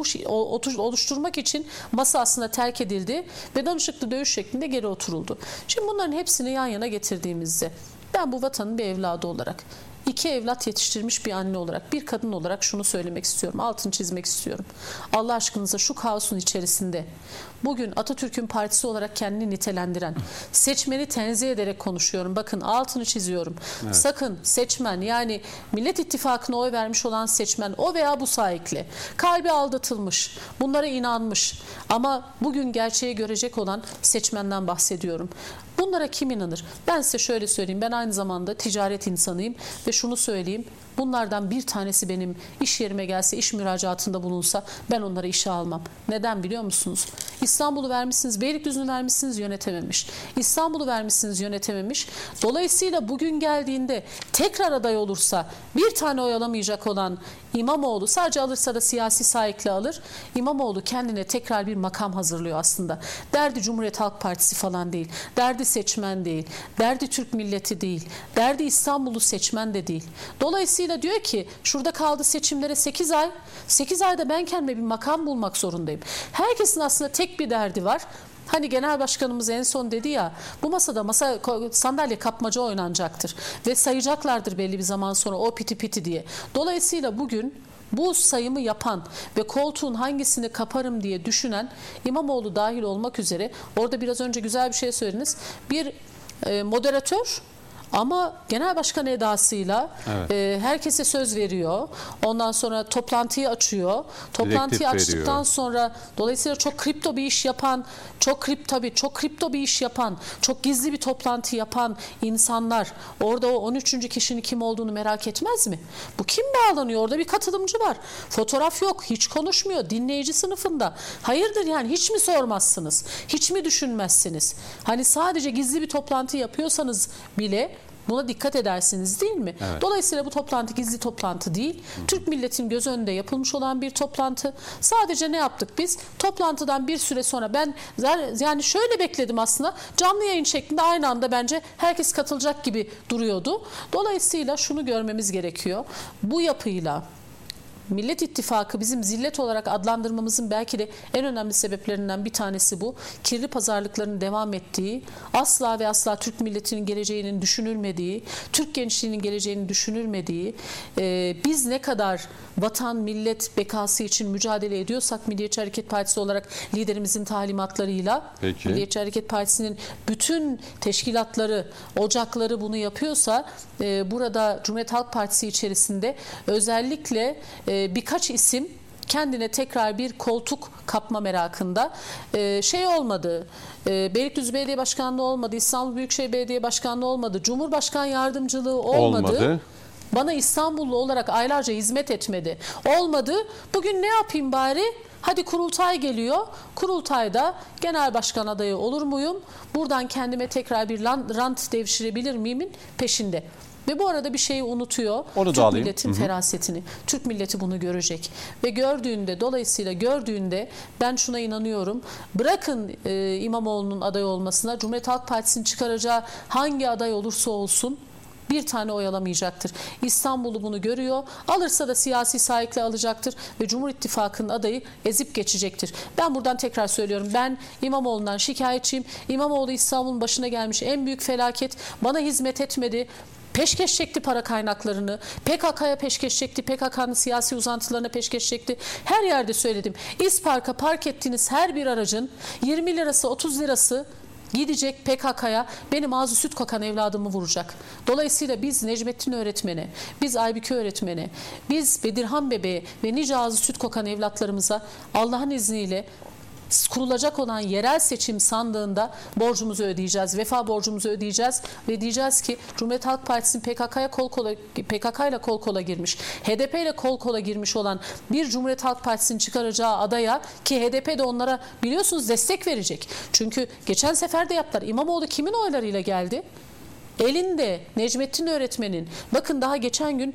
oluşturmak için masa aslında terk edildi ve danışıklı dövüş şeklinde geri oturuldu. Şimdi bunların hepsini yan yana getirdiğimizde ben bu vatanın bir evladı olarak, 2 evlat yetiştirmiş bir anne olarak, bir kadın olarak şunu söylemek istiyorum, altını çizmek istiyorum. Allah aşkınıza şu kaosun içerisinde bugün Atatürk'ün partisi olarak kendini nitelendiren, seçmeni tenzih ederek konuşuyorum. Bakın, altını çiziyorum. Evet. Sakın seçmen, yani Millet İttifakı'na oy vermiş olan seçmen, o veya bu sahikle kalbi aldatılmış, bunlara inanmış ama bugün gerçeği görecek olan seçmenden bahsediyorum. Bunlara kim inanır? Ben size şöyle söyleyeyim. Ben aynı zamanda ticaret insanıyım ve şunu söyleyeyim. Bunlardan bir tanesi benim iş yerime gelse, iş müracaatında bulunsa ben onları işe almam. Neden biliyor musunuz? İstanbul'u vermişsiniz, Beylikdüzü'nü vermişsiniz, yönetememiş. İstanbul'u vermişsiniz, yönetememiş. Dolayısıyla bugün geldiğinde tekrar aday olursa bir tane oy alamayacak olan İmamoğlu, sadece alırsa da siyasi sahikle alır. İmamoğlu kendine tekrar bir makam hazırlıyor aslında. Derdi Cumhuriyet Halk Partisi falan değil. Derdi seçmen değil. Derdi Türk milleti değil. Derdi İstanbul'u seçmen de değil. Dolayısıyla diyor ki şurada kaldı seçimlere 8 ay. 8 ayda ben kendime bir makam bulmak zorundayım. Herkesin aslında tek bir derdi var. Hani genel başkanımız en son dedi ya, bu masada sandalye kapmaca oynanacaktır ve sayacaklardır belli bir zaman sonra o piti piti diye. Dolayısıyla bugün bu sayımı yapan ve koltuğun hangisini kaparım diye düşünen İmamoğlu dahil olmak üzere, orada biraz önce güzel bir şey söylediniz. Bir moderatör ama genel başkan edasıyla herkese söz veriyor. Ondan sonra toplantıyı açıyor. Toplantıyı açtıktan sonra dolayısıyla çok kripto bir iş yapan, çok kripto bir iş yapan, çok gizli bir toplantı yapan insanlar orada o 13. kişinin kim olduğunu merak etmez mi? Bu kim bağlanıyor? Orada bir katılımcı var. Fotoğraf yok, hiç konuşmuyor. Dinleyici sınıfında. Hayırdır yani, hiç mi sormazsınız? Hiç mi düşünmezsiniz? Hani sadece gizli bir toplantı yapıyorsanız bile Buna dikkat edersiniz değil mi? Evet. Dolayısıyla bu toplantı gizli toplantı değil. Türk milletinin göz önünde yapılmış olan bir toplantı. Sadece ne yaptık biz? Toplantıdan bir süre sonra ben yani şöyle bekledim aslında. Canlı yayın şeklinde aynı anda bence herkes katılacak gibi duruyordu. Dolayısıyla şunu görmemiz gerekiyor. Bu yapıyla Millet İttifakı bizim zillet olarak adlandırmamızın belki de en önemli sebeplerinden bir tanesi bu. Kirli pazarlıkların devam ettiği, asla ve asla Türk milletinin geleceğinin düşünülmediği, Türk gençliğinin geleceğinin düşünülmediği, biz ne kadar vatan, millet bekası için mücadele ediyorsak Milliyetçi Hareket Partisi olarak liderimizin talimatlarıyla, Peki. Milliyetçi Hareket Partisi'nin bütün teşkilatları, ocakları bunu yapıyorsa burada Cumhuriyet Halk Partisi içerisinde özellikle birkaç isim kendine tekrar bir koltuk kapma merakında. Şey olmadı, Beylikdüzü Belediye Başkanlığı olmadı, İstanbul Büyükşehir Belediye Başkanlığı olmadı, Cumhurbaşkanı Yardımcılığı olmadı. Bana İstanbullu olarak aylarca hizmet etmedi. Olmadı. Bugün ne yapayım bari? Hadi kurultay geliyor. Kurultayda genel başkan adayı olur muyum? Buradan kendime tekrar bir rant devşirebilir miyimin peşinde. Ve bu arada bir şeyi unutuyor. Onu Türk milletin ferasetini. Türk milleti bunu görecek. Ve dolayısıyla gördüğünde ben şuna inanıyorum. Bırakın İmamoğlu'nun aday olmasına, Cumhuriyet Halk Partisi'nin çıkaracağı hangi aday olursa olsun bir tane oy alamayacaktır. İstanbul'u bunu görüyor. Alırsa da siyasi sahikle alacaktır ve Cumhur İttifakı'nın adayı ezip geçecektir. Ben buradan tekrar söylüyorum. Ben İmamoğlu'ndan şikayetçiyim. İmamoğlu İstanbul'un başına gelmiş en büyük felaket. Bana hizmet etmedi. Peşkeş çekti para kaynaklarını. PKK'ya peşkeş çekti. PKK'nın siyasi uzantılarına peşkeş çekti. Her yerde söyledim. İspark'a park ettiğiniz her bir aracın 20 lirası 30 lirası gidecek PKK'ya, benim ağzı süt kokan evladımı vuracak. Dolayısıyla biz Necmettin öğretmene, biz Aybüke öğretmene, biz Bedirhan bebeğe ve nice ağzı süt kokan evlatlarımıza Allah'ın izniyle kurulacak olan yerel seçim sandığında borcumuzu ödeyeceğiz. Vefa borcumuzu ödeyeceğiz ve diyeceğiz ki Cumhuriyet Halk Partisi'nin PKK ile kol kola girmiş, HDP ile kol kola girmiş olan bir Cumhuriyet Halk Partisi'nin çıkaracağı adaya, ki HDP de onlara biliyorsunuz destek verecek. Çünkü geçen sefer de yaptılar. İmamoğlu kimin oylarıyla geldi? Elinde Necmettin öğretmenin, bakın daha geçen gün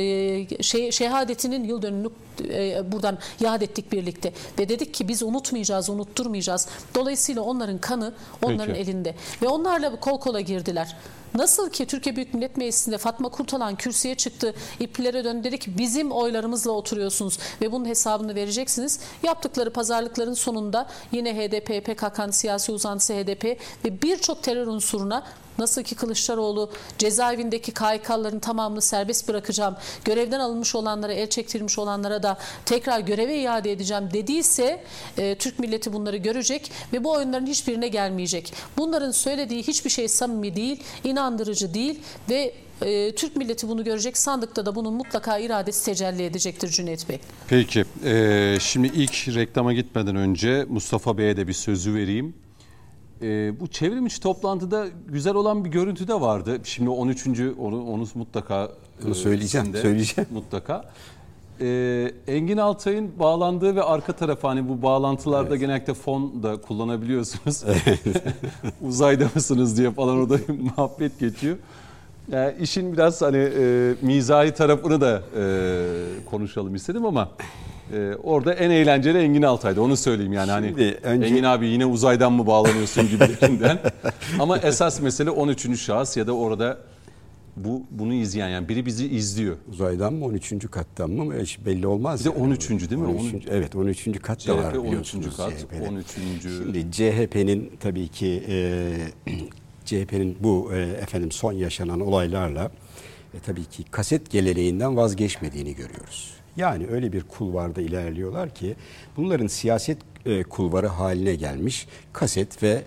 şehadetinin yıl dönümünü buradan yad ettik birlikte ve dedik ki biz unutmayacağız, unutturmayacağız. Dolayısıyla onların kanı onların elinde ve onlarla kol kola girdiler. Nasıl ki Türkiye Büyük Millet Meclisi'nde Fatma Kurtalan kürsüye çıktı, iplere döndü, dedi ki bizim oylarımızla oturuyorsunuz ve bunun hesabını vereceksiniz. Yaptıkları pazarlıkların sonunda yine HDP, PKK'nın siyasi uzantısı HDP ve birçok terör unsuruna, nasıl ki Kılıçdaroğlu cezaevindeki KHK'ların tamamını serbest bırakacağım, görevden alınmış olanlara, el çektirilmiş olanlara da tekrar göreve iade edeceğim dediyse Türk milleti bunları görecek ve bu oyunların hiçbirine gelmeyecek. Bunların söylediği hiçbir şey samimi değil, inandırıcı değil ve Türk milleti bunu görecek. Sandıkta da bunun mutlaka iradesi tecelli edecektir Cüneyt Bey. Peki. Şimdi ilk reklama gitmeden önce Mustafa Bey'e de bir sözü vereyim. Bu çevrim içi toplantıda güzel olan bir görüntü de vardı. Şimdi 13. onu mutlaka söyleyeceğim. Mutlaka. Engin Altay'ın bağlandığı ve arka tarafı, hani bu bağlantılarda genellikle fon da kullanabiliyorsunuz. Uzayda mısınız diye falan orada muhabbet geçiyor. Yani işin biraz hani mizahi tarafını da konuşalım istedim ama orada en eğlenceli Engin Altay'dı, onu söyleyeyim yani. Şimdi, hani Engin abi yine uzaydan mı bağlanıyorsun gibilerinden. Ama esas mesele 13. şahıs ya da orada bunu izleyen, yani biri bizi izliyor. Uzaydan mı 13. kattan mı hiç belli olmaz. Bir de 13. değil mi? 13. Evet, 13. kat da var biliyorsunuz. 13. kat, 13. Şimdi CHP'nin tabii ki CHP'nin bu son yaşanan olaylarla tabii ki kaset geleneğinden vazgeçmediğini görüyoruz. Yani öyle bir kulvarda ilerliyorlar ki bunların siyaset kulvarı haline gelmiş kaset ve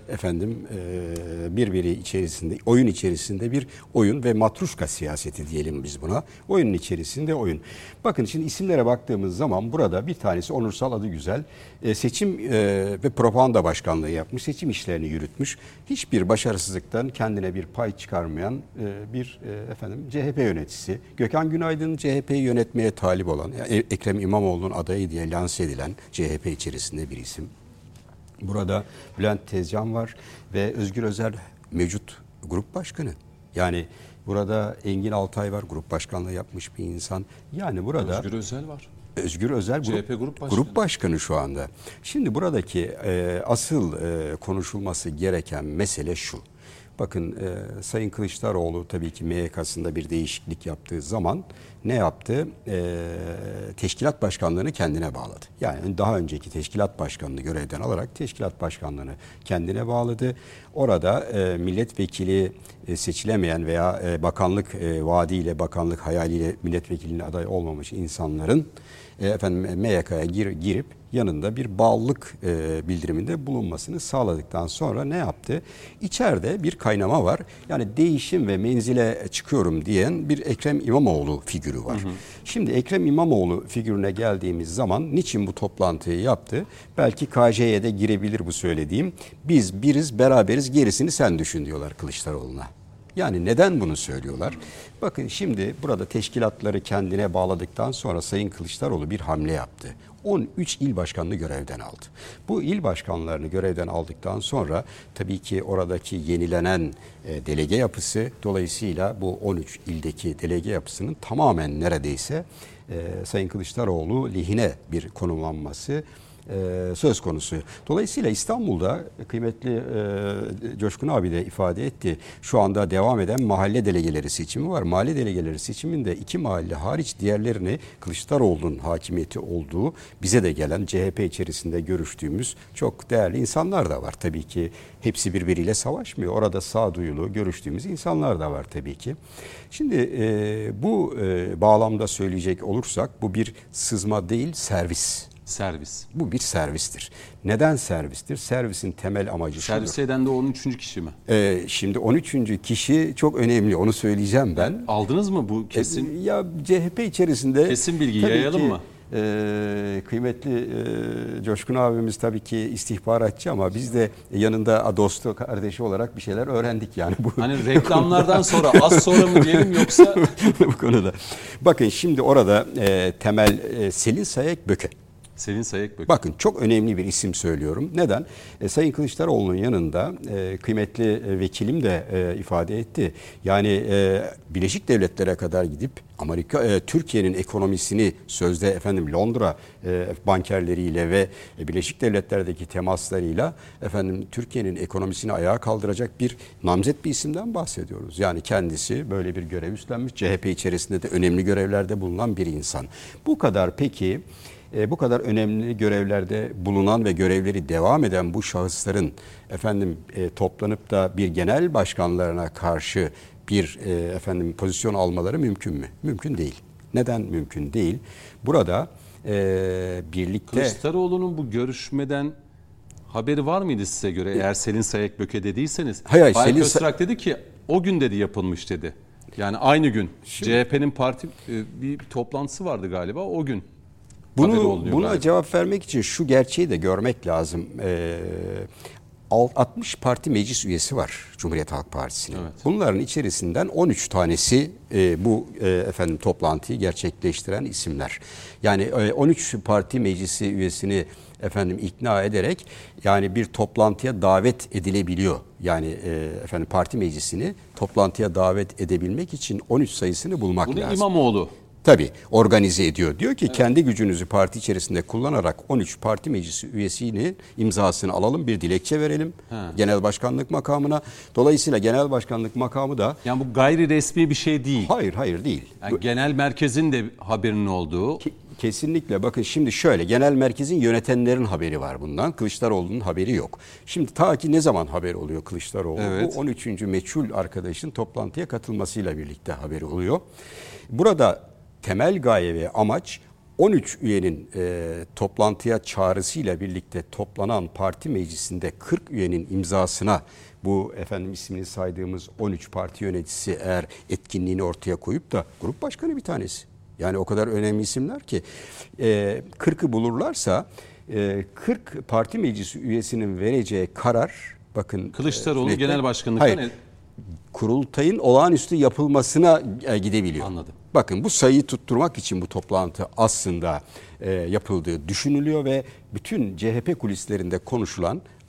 birbiri içerisinde, oyun içerisinde bir oyun ve matruşka siyaseti diyelim biz buna. Oyunun içerisinde oyun. Bakın şimdi isimlere baktığımız zaman burada bir tanesi Onursal Adıgüzel, seçim ve propaganda başkanlığı yapmış, seçim işlerini yürütmüş. Hiçbir başarısızlıktan kendine bir pay çıkarmayan bir CHP yöneticisi. Gökhan Günaydın CHP'yi yönetmeye talip olan, Ekrem İmamoğlu'nun adayı diye lanse edilen CHP içerisinde bir isim. Burada Bülent Tezcan var ve Özgür Özel mevcut grup başkanı. Yani Burada Engin Altay var, grup başkanlığı yapmış bir insan. Yani burada Özgür Özel var. Özgür Özel CHP grup başkanı şu anda. Şimdi buradaki asıl konuşulması gereken mesele şu. Bakın Sayın Kılıçdaroğlu tabii ki MYK'sında bir değişiklik yaptığı zaman ne yaptı? Teşkilat başkanlığını kendine bağladı. Yani daha önceki teşkilat başkanını görevden alarak teşkilat başkanlığını kendine bağladı. Orada milletvekili seçilemeyen veya bakanlık vaadiyle, bakanlık hayaliyle milletvekiline aday olmamış insanların MYK'ya girip yanında bir bağlılık bildiriminde bulunmasını sağladıktan sonra ne yaptı? İçeride bir kaynama var. Yani değişim ve menzile çıkıyorum diyen bir Ekrem İmamoğlu figürü var. Hı hı. Şimdi Ekrem İmamoğlu figürüne geldiğimiz zaman niçin bu toplantıyı yaptı? Belki KJ'ye de girebilir bu söylediğim. Biz biriz, beraberiz, gerisini sen düşün diyorlar Kılıçdaroğlu'na. Yani neden bunu söylüyorlar? Bakın şimdi burada teşkilatları kendine bağladıktan sonra Sayın Kılıçdaroğlu bir hamle yaptı. 13 il başkanını görevden aldı. Bu il başkanlarını görevden aldıktan sonra tabii ki oradaki yenilenen delege yapısı, dolayısıyla bu 13 ildeki delege yapısının tamamen neredeyse Sayın Kılıçdaroğlu lehine bir konumlanması söz konusu. Dolayısıyla İstanbul'da kıymetli Coşkun abi de ifade etti. Şu anda devam eden mahalle delegeleri seçimi var. Mahalle delegeleri seçiminde 2 mahalle hariç diğerlerini Kılıçdaroğlu'nun hakimiyeti olduğu bize de gelen CHP içerisinde görüştüğümüz çok değerli insanlar da var. Tabii ki hepsi birbiriyle savaşmıyor. Orada sağduyulu görüştüğümüz insanlar da var tabii ki. Şimdi bu bağlamda söyleyecek olursak bu bir sızma değil, servis. Bu bir servistir. Neden servistir? Servisin temel amacı şudur. Servis eden de 13. kişi mi? Şimdi 13. kişi çok önemli. Onu söyleyeceğim ben. Aldınız mı bu kesin? Ya CHP içerisinde... Kesin bilgi yayalım mı? Kıymetli Coşkun abimiz tabii ki istihbaratçı ama biz de yanında dostu, kardeşi olarak bir şeyler öğrendik yani. Hani reklamlardan sonra, az sonra mı diyelim yoksa? Bu konuda. Bakın şimdi orada temel Selin Sayek Böke. Selin Sayek Böke. Bakın çok önemli bir isim söylüyorum. Neden? Sayın Kılıçdaroğlu'nun yanında kıymetli vekilim de ifade etti. Yani Birleşik Devletlere kadar gidip Türkiye'nin ekonomisini sözde Londra bankerleriyle ve Birleşik Devletler'deki temaslarıyla Türkiye'nin ekonomisini ayağa kaldıracak bir namzet bir isimden bahsediyoruz. Yani kendisi böyle bir görev üstlenmiş. CHP içerisinde de önemli görevlerde bulunan bir insan. Bu kadar peki... Bu kadar önemli görevlerde bulunan ve görevleri devam eden bu şahısların toplanıp da bir genel başkanlarına karşı bir pozisyon almaları mümkün mü? Mümkün değil. Neden mümkün değil? Burada birlikte... Kılıçdaroğlu'nun bu görüşmeden haberi var mıydı size göre? Eğer Selin Sayek Böke dediyseniz. Hayır, Faik Öztrak dedi ki o gün dedi yapılmış dedi. Yani aynı gün. CHP'nin parti bir toplantısı vardı galiba o gün. Buna cevap vermek için şu gerçeği de görmek lazım. 60 parti meclis üyesi var Cumhuriyet Halk Partisi'nin. Evet. Bunların içerisinden 13 tanesi bu toplantıyı gerçekleştiren isimler. Yani 13 parti meclisi üyesini ikna ederek yani bir toplantıya davet edilebiliyor. Yani parti meclisini toplantıya davet edebilmek için 13 sayısını bulmak lazım. Bunu İmamoğlu tabii organize ediyor. Diyor ki kendi gücünüzü parti içerisinde kullanarak 13 parti meclisi üyesinin imzasını alalım, bir dilekçe verelim genel başkanlık makamına. Dolayısıyla genel başkanlık makamı da... Yani bu gayri resmi bir şey değil. Hayır değil. Yani genel merkezin de haberinin olduğu... Kesinlikle. Bakın şimdi şöyle, genel merkezin yönetenlerin haberi var bundan. Kılıçdaroğlu'nun haberi yok. Şimdi ta ki ne zaman haber oluyor Kılıçdaroğlu? Evet. Bu 13. meçhul arkadaşın toplantıya katılmasıyla birlikte haberi oluyor. Burada temel gaye ve amaç 13 üyenin toplantıya çağrısıyla birlikte toplanan parti meclisinde 40 üyenin imzasına bu ismini saydığımız 13 parti yöneticisi eğer etkinliğini ortaya koyup da grup başkanı bir tanesi. Yani o kadar önemli isimler ki 40'ı bulurlarsa 40 parti meclisi üyesinin vereceği karar bakın Kılıçdaroğlu genel başkanlıktan kurultayın olağanüstü yapılmasına gidebiliyor. Anladım. Bakın bu sayıyı tutturmak için bu toplantı aslında yapıldığı düşünülüyor ve bütün CHP kulislerinde konuşulan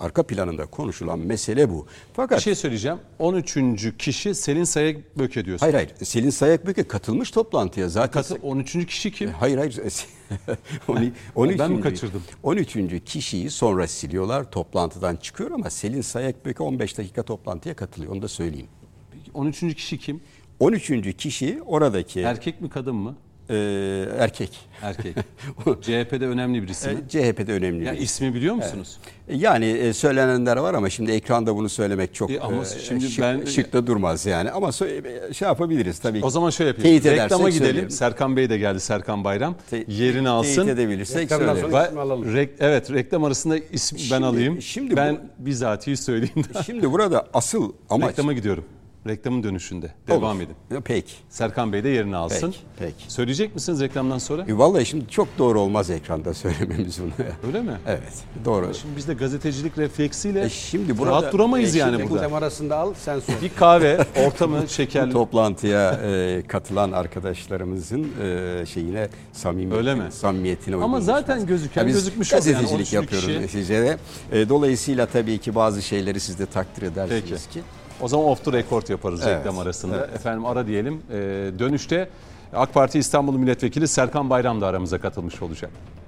arka planında konuşulan mesele bu. Fakat Bir şey söyleyeceğim. 13. kişi Selin Sayıkböke diyorsun. hayır Selin Sayıkböke katılmış toplantıya zaten. 13. kişi kim? Hayır. Ben mi kaçırdım? 13. kişiyi sonra siliyorlar, toplantıdan çıkıyor ama Selin Sayıkböke 15 dakika toplantıya katılıyor. Onu da söyleyeyim. 13. kişi kim? 13. kişi oradaki Erkek mi kadın mı? Erkek. Erkek. CHP'de önemli birisi mi? CHP'de önemli. Yani ismi biliyor musunuz? Yani söylenenler var ama şimdi ekranda bunu söylemek çok Ama şimdi şık da durmaz yani. Ama şey yapabiliriz tabii ki. O zaman şöyle yapayım. Teyit edersek Reklama gidelim. söyleyelim. Serkan Bey de geldi, Serkan Bayram. Yerini alsın. Teyit edebilirsek Reklamdan söyleyelim. sonra ismi alalım. Evet, reklam arasında ismi ben alayım. şimdi ben bizatihi söyleyeyim. Şimdi burada asıl amaç... Reklama gidiyorum. Reklamın dönüşünde. Devam edin. Peki. Serkan Bey de yerini alsın. Peki. Söyleyecek misiniz reklamdan sonra? Vallahi şimdi çok doğru olmaz ekranda söylememiz bunu. Öyle mi? Evet, doğru. Şimdi biz de gazetecilik refleksiyle şimdi burada rahat duramayız yani Şimdi burada. reklam arasında al sen söyle. Bir kahve, ortamı şekerli. Toplantıya katılan arkadaşlarımızın şeyine Öyle mi? samimiyetine Ama uygun zaten olmaz. gözüken Biz gözükmüş oldu yani, gazetecilik 13 yapıyoruz kişi. neticede. Dolayısıyla tabii ki bazı şeyleri siz de takdir edersiniz Peki. ki. O zaman off the record yaparız Evet, reklam arasında. Efendim ara diyelim. Dönüşte AK Parti İstanbul Milletvekili Serkan Bayram da aramıza katılmış olacak.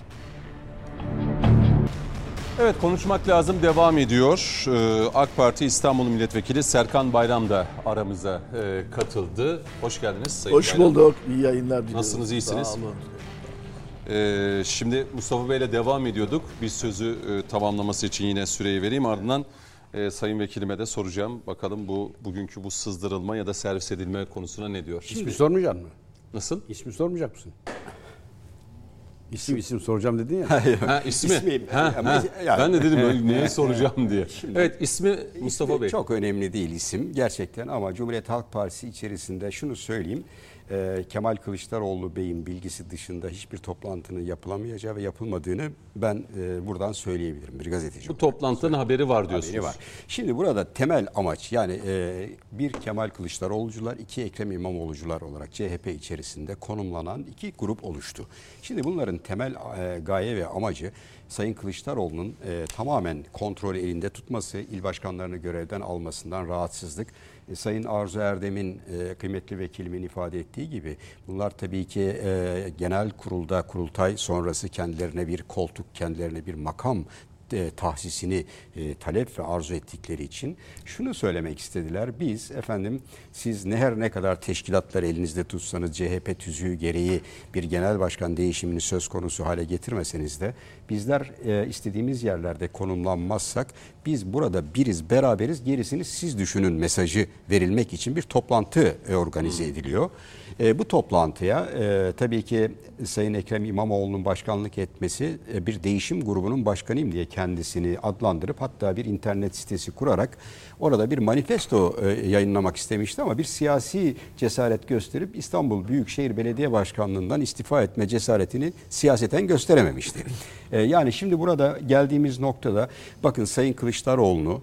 Evet, konuşmak lazım devam ediyor. AK Parti İstanbul Milletvekili Serkan Bayram da aramıza katıldı. Hoş geldiniz Sayın Hoş Bayram. bulduk. İyi yayınlar diliyorum. Nasılsınız, iyisiniz? Sağ olun. Şimdi Mustafa Bey'le devam ediyorduk. Bir sözü tamamlaması için yine süreyi vereyim. Ardından Sayın Vekilime de soracağım. Bakalım bugünkü bu sızdırılma ya da servis edilme konusuna ne diyor? İsmi sormayacak mısın? Nasıl? İsmi sormayacak mısın? İsim soracağım dedin ya. Ha, ismi. İsmi- Ha, ama ha. yani- Ben de dedim neye soracağım diye. Evet, ismi Mustafa Bey. Çok önemli değil isim gerçekten ama Cumhuriyet Halk Partisi içerisinde şunu söyleyeyim. Kemal Kılıçdaroğlu Bey'in bilgisi dışında hiçbir toplantının yapılamayacağı ve yapılmadığını ben buradan söyleyebilirim bir gazeteci Bu olarak. toplantının haberi var diyorsunuz. Haberi var. Şimdi burada temel amaç yani bir Kemal Kılıçdaroğlucular, iki Ekrem İmamoğlucular olarak CHP içerisinde konumlanan iki grup oluştu. Şimdi bunların temel gaye ve amacı Sayın Kılıçdaroğlu'nun tamamen kontrolü elinde tutması, il başkanlarını görevden almasından rahatsızlık. Sayın Arzu Erdem'in kıymetli vekilimin ifade ettiği gibi bunlar tabii ki genel kurulda kurultay sonrası kendilerine bir koltuk, kendilerine bir makam tahsisini talep ve arzu ettikleri için şunu söylemek istediler. Biz efendim siz her ne kadar teşkilatları elinizde tutsanız CHP tüzüğü gereği bir genel başkan değişimini söz konusu hale getirmeseniz de bizler istediğimiz yerlerde konumlanmazsak biz burada biriz, beraberiz, gerisini siz düşünün mesajı verilmek için bir toplantı organize ediliyor. Bu toplantıya tabii ki Sayın Ekrem İmamoğlu'nun başkanlık etmesi bir değişim grubunun başkanıyım diye kendisini adlandırıp hatta bir internet sitesi kurarak orada bir manifesto yayınlamak istemişti ama bir siyasi cesaret gösterip İstanbul Büyükşehir Belediye Başkanlığı'ndan istifa etme cesaretini siyaseten gösterememişti. Yani şimdi burada geldiğimiz noktada bakın Sayın Kılıçdaroğlu'nu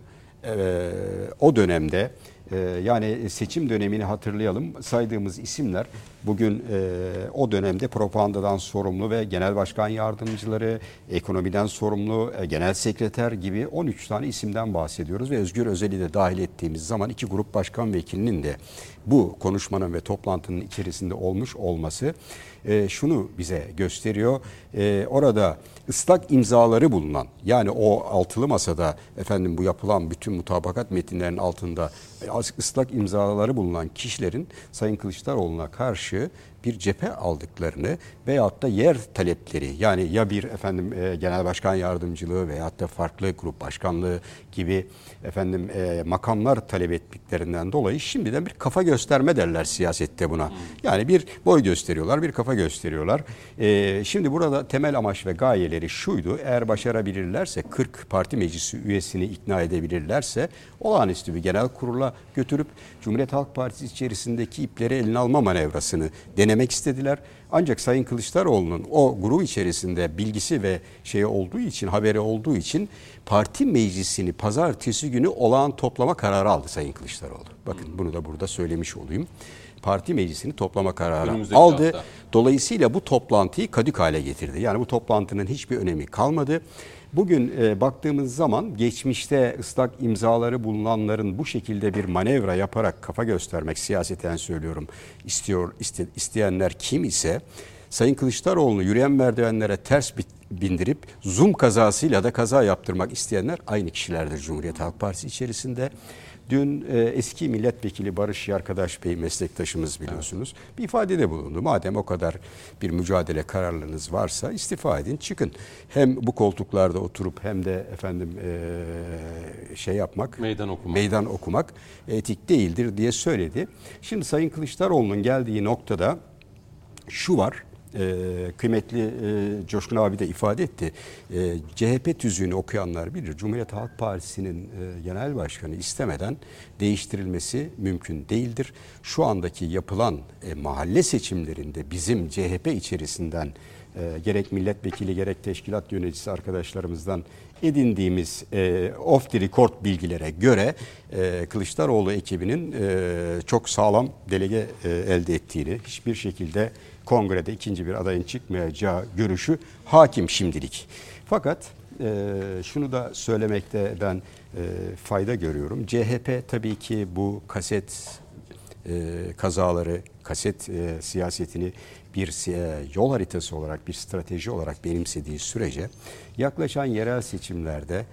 o dönemde yani seçim dönemini hatırlayalım. Saydığımız isimler bugün o dönemde propagandadan sorumlu ve genel başkan yardımcıları, ekonomiden sorumlu, genel sekreter gibi 13 tane isimden bahsediyoruz ve Özgür Özel'i de dahil ettiğimiz zaman iki grup başkan vekilinin de bu konuşmanın ve toplantının içerisinde olmuş olması şunu bize gösteriyor. Orada ıslak imzaları bulunan yani o altılı masada efendim bu yapılan bütün mutabakat metinlerinin altında ıslak imzaları bulunan kişilerin Sayın Kılıçdaroğlu'na karşı bir cephe aldıklarını veyahut da yer talepleri yani ya bir efendim genel başkan yardımcılığı veyahut da farklı grup başkanlığı gibi efendim makamlar talep ettiklerinden dolayı şimdiden bir kafa gösterme derler siyasette buna. Yani bir boy gösteriyorlar, bir kafa gösteriyorlar. Şimdi burada temel amaç ve gayeleri şuydu. Eğer başarabilirlerse 40 parti meclisi üyesini ikna edebilirlerse olağanüstü bir genel kurula götürüp Cumhuriyet Halk Partisi içerisindeki ipleri eline alma manevrasını denemek istediler. Ancak Sayın Kılıçdaroğlu'nun o grup içerisinde bilgisi ve olduğu için, haberi olduğu için parti meclisini pazartesi günü olağan toplama kararı aldı Sayın Kılıçdaroğlu. Bakın bunu da burada söylemiş olayım. Parti meclisini toplama kararı aldı. Dolayısıyla bu toplantıyı kadük hale getirdi. Yani bu toplantının hiçbir önemi kalmadı. Bugün baktığımız zaman geçmişte ıslak imzaları bulunanların bu şekilde bir manevra yaparak kafa göstermek, siyaseten söylüyorum, isteyenler kim ise Sayın Kılıçdaroğlu'nu yürüyen merdivenlere ters bindirip Zoom kazasıyla da kaza yaptırmak isteyenler aynı kişilerdir Cumhuriyet Halk Partisi içerisinde. Dün eski milletvekili Barış Yarkadaş Bey, meslektaşımız biliyorsunuz, bir ifadede bulundu. Madem o kadar bir mücadele kararlılığınız varsa istifa edin, çıkın. Hem bu koltuklarda oturup hem de meydan okumak etik değildir diye söyledi. Şimdi Sayın Kılıçdaroğlu'nun geldiği noktada şu var. Kıymetli Coşkun abi de ifade etti. CHP tüzüğünü okuyanlar bilir. Cumhuriyet Halk Partisi'nin genel başkanı istemeden değiştirilmesi mümkün değildir. Şu andaki yapılan mahalle seçimlerinde bizim CHP içerisinden gerek milletvekili gerek teşkilat yöneticisi arkadaşlarımızdan edindiğimiz off the record bilgilere göre Kılıçdaroğlu ekibinin çok sağlam delege elde ettiğini, hiçbir şekilde kongrede ikinci bir adayın çıkmayacağı görüşü hakim şimdilik. Fakat şunu da söylemekte ben fayda görüyorum. CHP tabii ki bu kaset kazaları, kaset siyasetini bir yol haritası olarak, bir strateji olarak benimsediği sürece yaklaşan yerel seçimlerde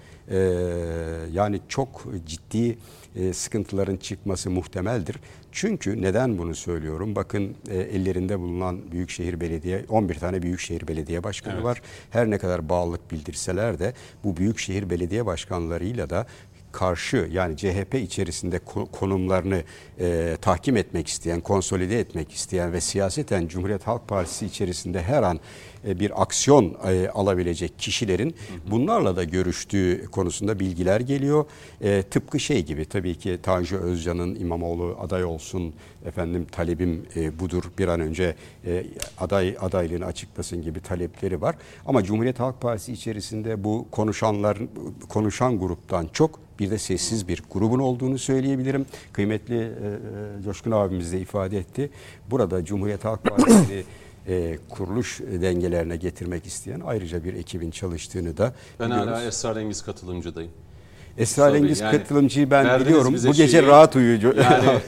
yani çok ciddi sıkıntıların çıkması muhtemeldir. Çünkü neden bunu söylüyorum? Bakın ellerinde bulunan Büyükşehir Belediye, 11 tane Büyükşehir Belediye Başkanı var. Her ne kadar bağlılık bildirseler de bu Büyükşehir Belediye Başkanlarıyla da karşı, yani CHP içerisinde konumlarını tahkim etmek isteyen, konsolide etmek isteyen ve siyaseten Cumhuriyet Halk Partisi içerisinde her an bir aksiyon alabilecek kişilerin bunlarla da görüştüğü konusunda bilgiler geliyor. Tıpkı şey gibi, tabii ki Tanju Özcan'ın İmamoğlu aday olsun, efendim talebim budur, bir an önce adaylığını açıklasın gibi talepleri var. Ama Cumhuriyet Halk Partisi içerisinde bu konuşan gruptan çok bir de sessiz bir grubun olduğunu söyleyebilirim. Kıymetli Coşkun abimiz de ifade etti. Burada Cumhuriyet Halk Partisi'ni kuruluş dengelerine getirmek isteyen ayrıca bir ekibin çalıştığını da ben biliyoruz. hala esrarengiz katılımcıdayım. Esrarengiz Yani katılımcıyı ben biliyorum. Bu gece şeyi, rahat uyuyor. Yani,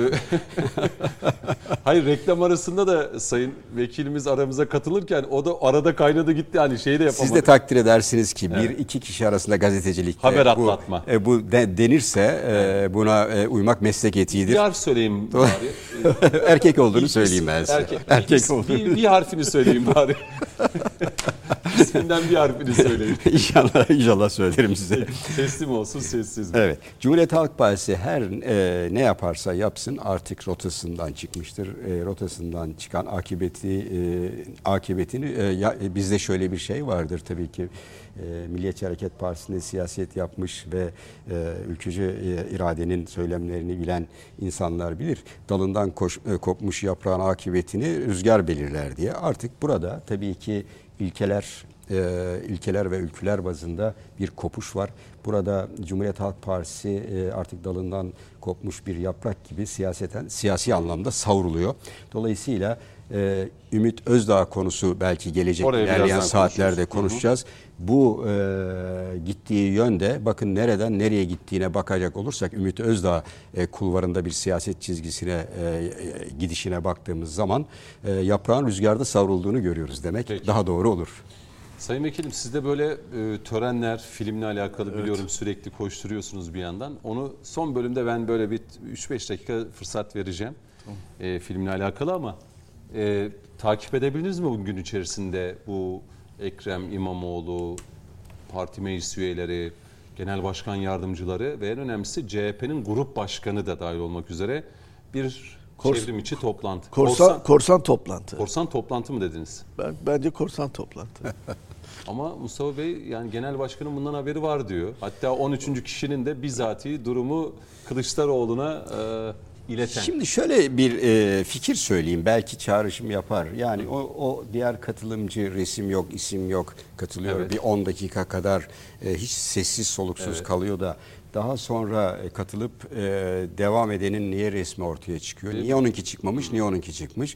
hayır, reklam arasında da sayın vekilimiz aramıza katılırken o da arada kaynadı gitti. Hani şeyi de yapamadı. Siz de takdir edersiniz ki bir iki kişi arasında gazetecilikte haber atlatma. Bu denirse buna uymak meslek etiğidir. Bir harf söyleyeyim bari. Erkek olduğunu söyleyeyim ben size. Erkek olduğunu. Bir harfini söyleyeyim bari. İsminden bir harfini söyleyeyim. İnşallah söylerim size. Teslim olsun, sessiz mi? Evet. Cumhuriyet Halk Partisi her ne yaparsa yapsın artık rotasından çıkmıştır. Rotasından çıkan akıbetini bizde şöyle bir şey vardır tabii ki. Milliyetçi Hareket Partisi'nde siyaset yapmış ve ülkücü iradenin söylemlerini bilen insanlar bilir. Dalından kopmuş yaprağın akıbetini rüzgar belirler diye. Artık burada tabii ki ilkeler ve ülküler bazında bir kopuş var. Burada Cumhuriyet Halk Partisi artık dalından kopmuş bir yaprak gibi siyasi anlamda savruluyor. Dolayısıyla Ümit Özdağ konusu belki gelecek ilerleyen saatlerde konuşacağız. Bu gittiği yönde, bakın nereden nereye gittiğine bakacak olursak Ümit Özdağ kulvarında bir siyaset çizgisine gidişine baktığımız zaman yaprağın rüzgarda savrulduğunu görüyoruz demek. Peki. Daha doğru olur. Sayın Vekilim, sizde böyle törenler, filmle alakalı biliyorum sürekli koşturuyorsunuz bir yandan. Onu son bölümde ben böyle bir 3-5 dakika fırsat vereceğim filmle alakalı ama takip edebildiniz mi bugün içerisinde bu Ekrem İmamoğlu, parti meclis üyeleri, genel başkan yardımcıları ve en önemlisi CHP'nin grup başkanı da dahil olmak üzere bir çevrim içi toplantı. Korsan toplantı. Korsan toplantı mı dediniz? Bence korsan toplantı. Ama Mustafa Bey, yani genel başkanın bundan haberi var diyor. Hatta 13. kişinin de bizatihi durumu Kılıçdaroğlu'na ileten. Şimdi şöyle bir fikir söyleyeyim. Belki çağrışım yapar. Yani o diğer katılımcı resim yok, isim yok katılıyor. Evet. Bir 10 dakika kadar hiç sessiz soluksuz kalıyor da daha sonra katılıp devam edenin niye resmi ortaya çıkıyor? Niye onunki çıkmamış, niye onunki çıkmış?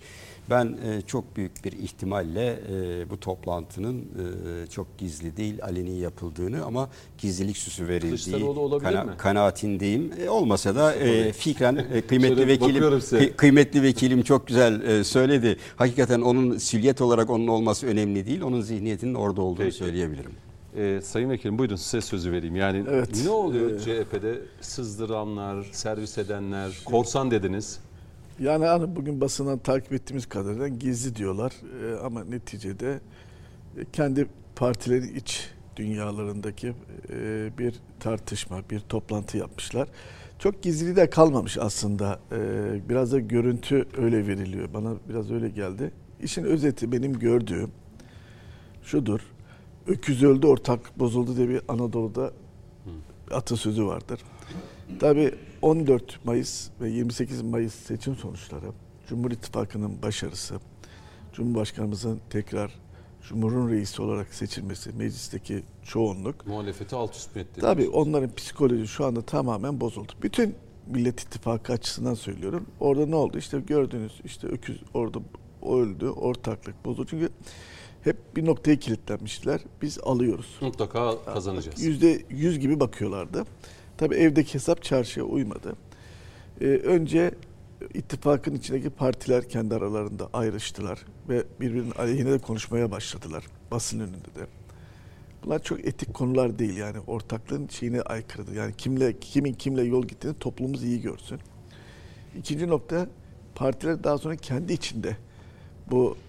Ben çok büyük bir ihtimalle bu toplantının çok gizli değil, aleni yapıldığını ama gizlilik süsü verildiği Kılıçdaroğlu olabilir mi? kanaatindeyim. Olmasa da fikren Şöyle bakıyorum size. kıymetli vekilim çok güzel söyledi. Hakikaten onun silüet olarak onun olması önemli değil. Onun zihniyetinin orada olduğunu Peki. söyleyebilirim. Sayın Vekilim buyurun size sözü vereyim. Yani Evet. ne oluyor CHP'de sızdıranlar, servis edenler, korsan dediniz. Yani hani bugün basından takip ettiğimiz kadarıyla gizli diyorlar. Ama neticede kendi partilerin iç dünyalarındaki bir tartışma, bir toplantı yapmışlar. Çok gizli de kalmamış aslında. Biraz da görüntü öyle veriliyor. Bana biraz öyle geldi. İşin özeti benim gördüğüm şudur. Öküz öldü, ortaklık bozuldu diye bir Anadolu'da atasözü vardır. Tabii 14 Mayıs ve 28 Mayıs seçim sonuçları, Cumhur İttifakı'nın başarısı, Cumhurbaşkanımızın tekrar Cumhur'un reisi olarak seçilmesi, meclisteki çoğunluk. Muhalefeti alt üst mü etti? Tabii onların psikoloji şu anda tamamen bozuldu. Bütün Millet İttifakı açısından söylüyorum. Orada ne oldu? İşte gördüğünüz işte öküz orada öldü, ortaklık bozuldu. Çünkü hep bir noktaya kilitlenmişler. Biz alıyoruz. Mutlaka kazanacağız. %100 gibi bakıyorlardı. Tabii evdeki hesap çarşıya uymadı. Önce ittifakın içindeki partiler kendi aralarında ayrıştılar ve birbirinin aleyhine de konuşmaya başladılar basın önünde de. Bunlar çok etik konular değil yani ortaklığın şeyine aykırıdır. Yani kimin kimle yol gittiğini toplumumuz iyi görsün. İkinci nokta partiler daha sonra kendi içinde bu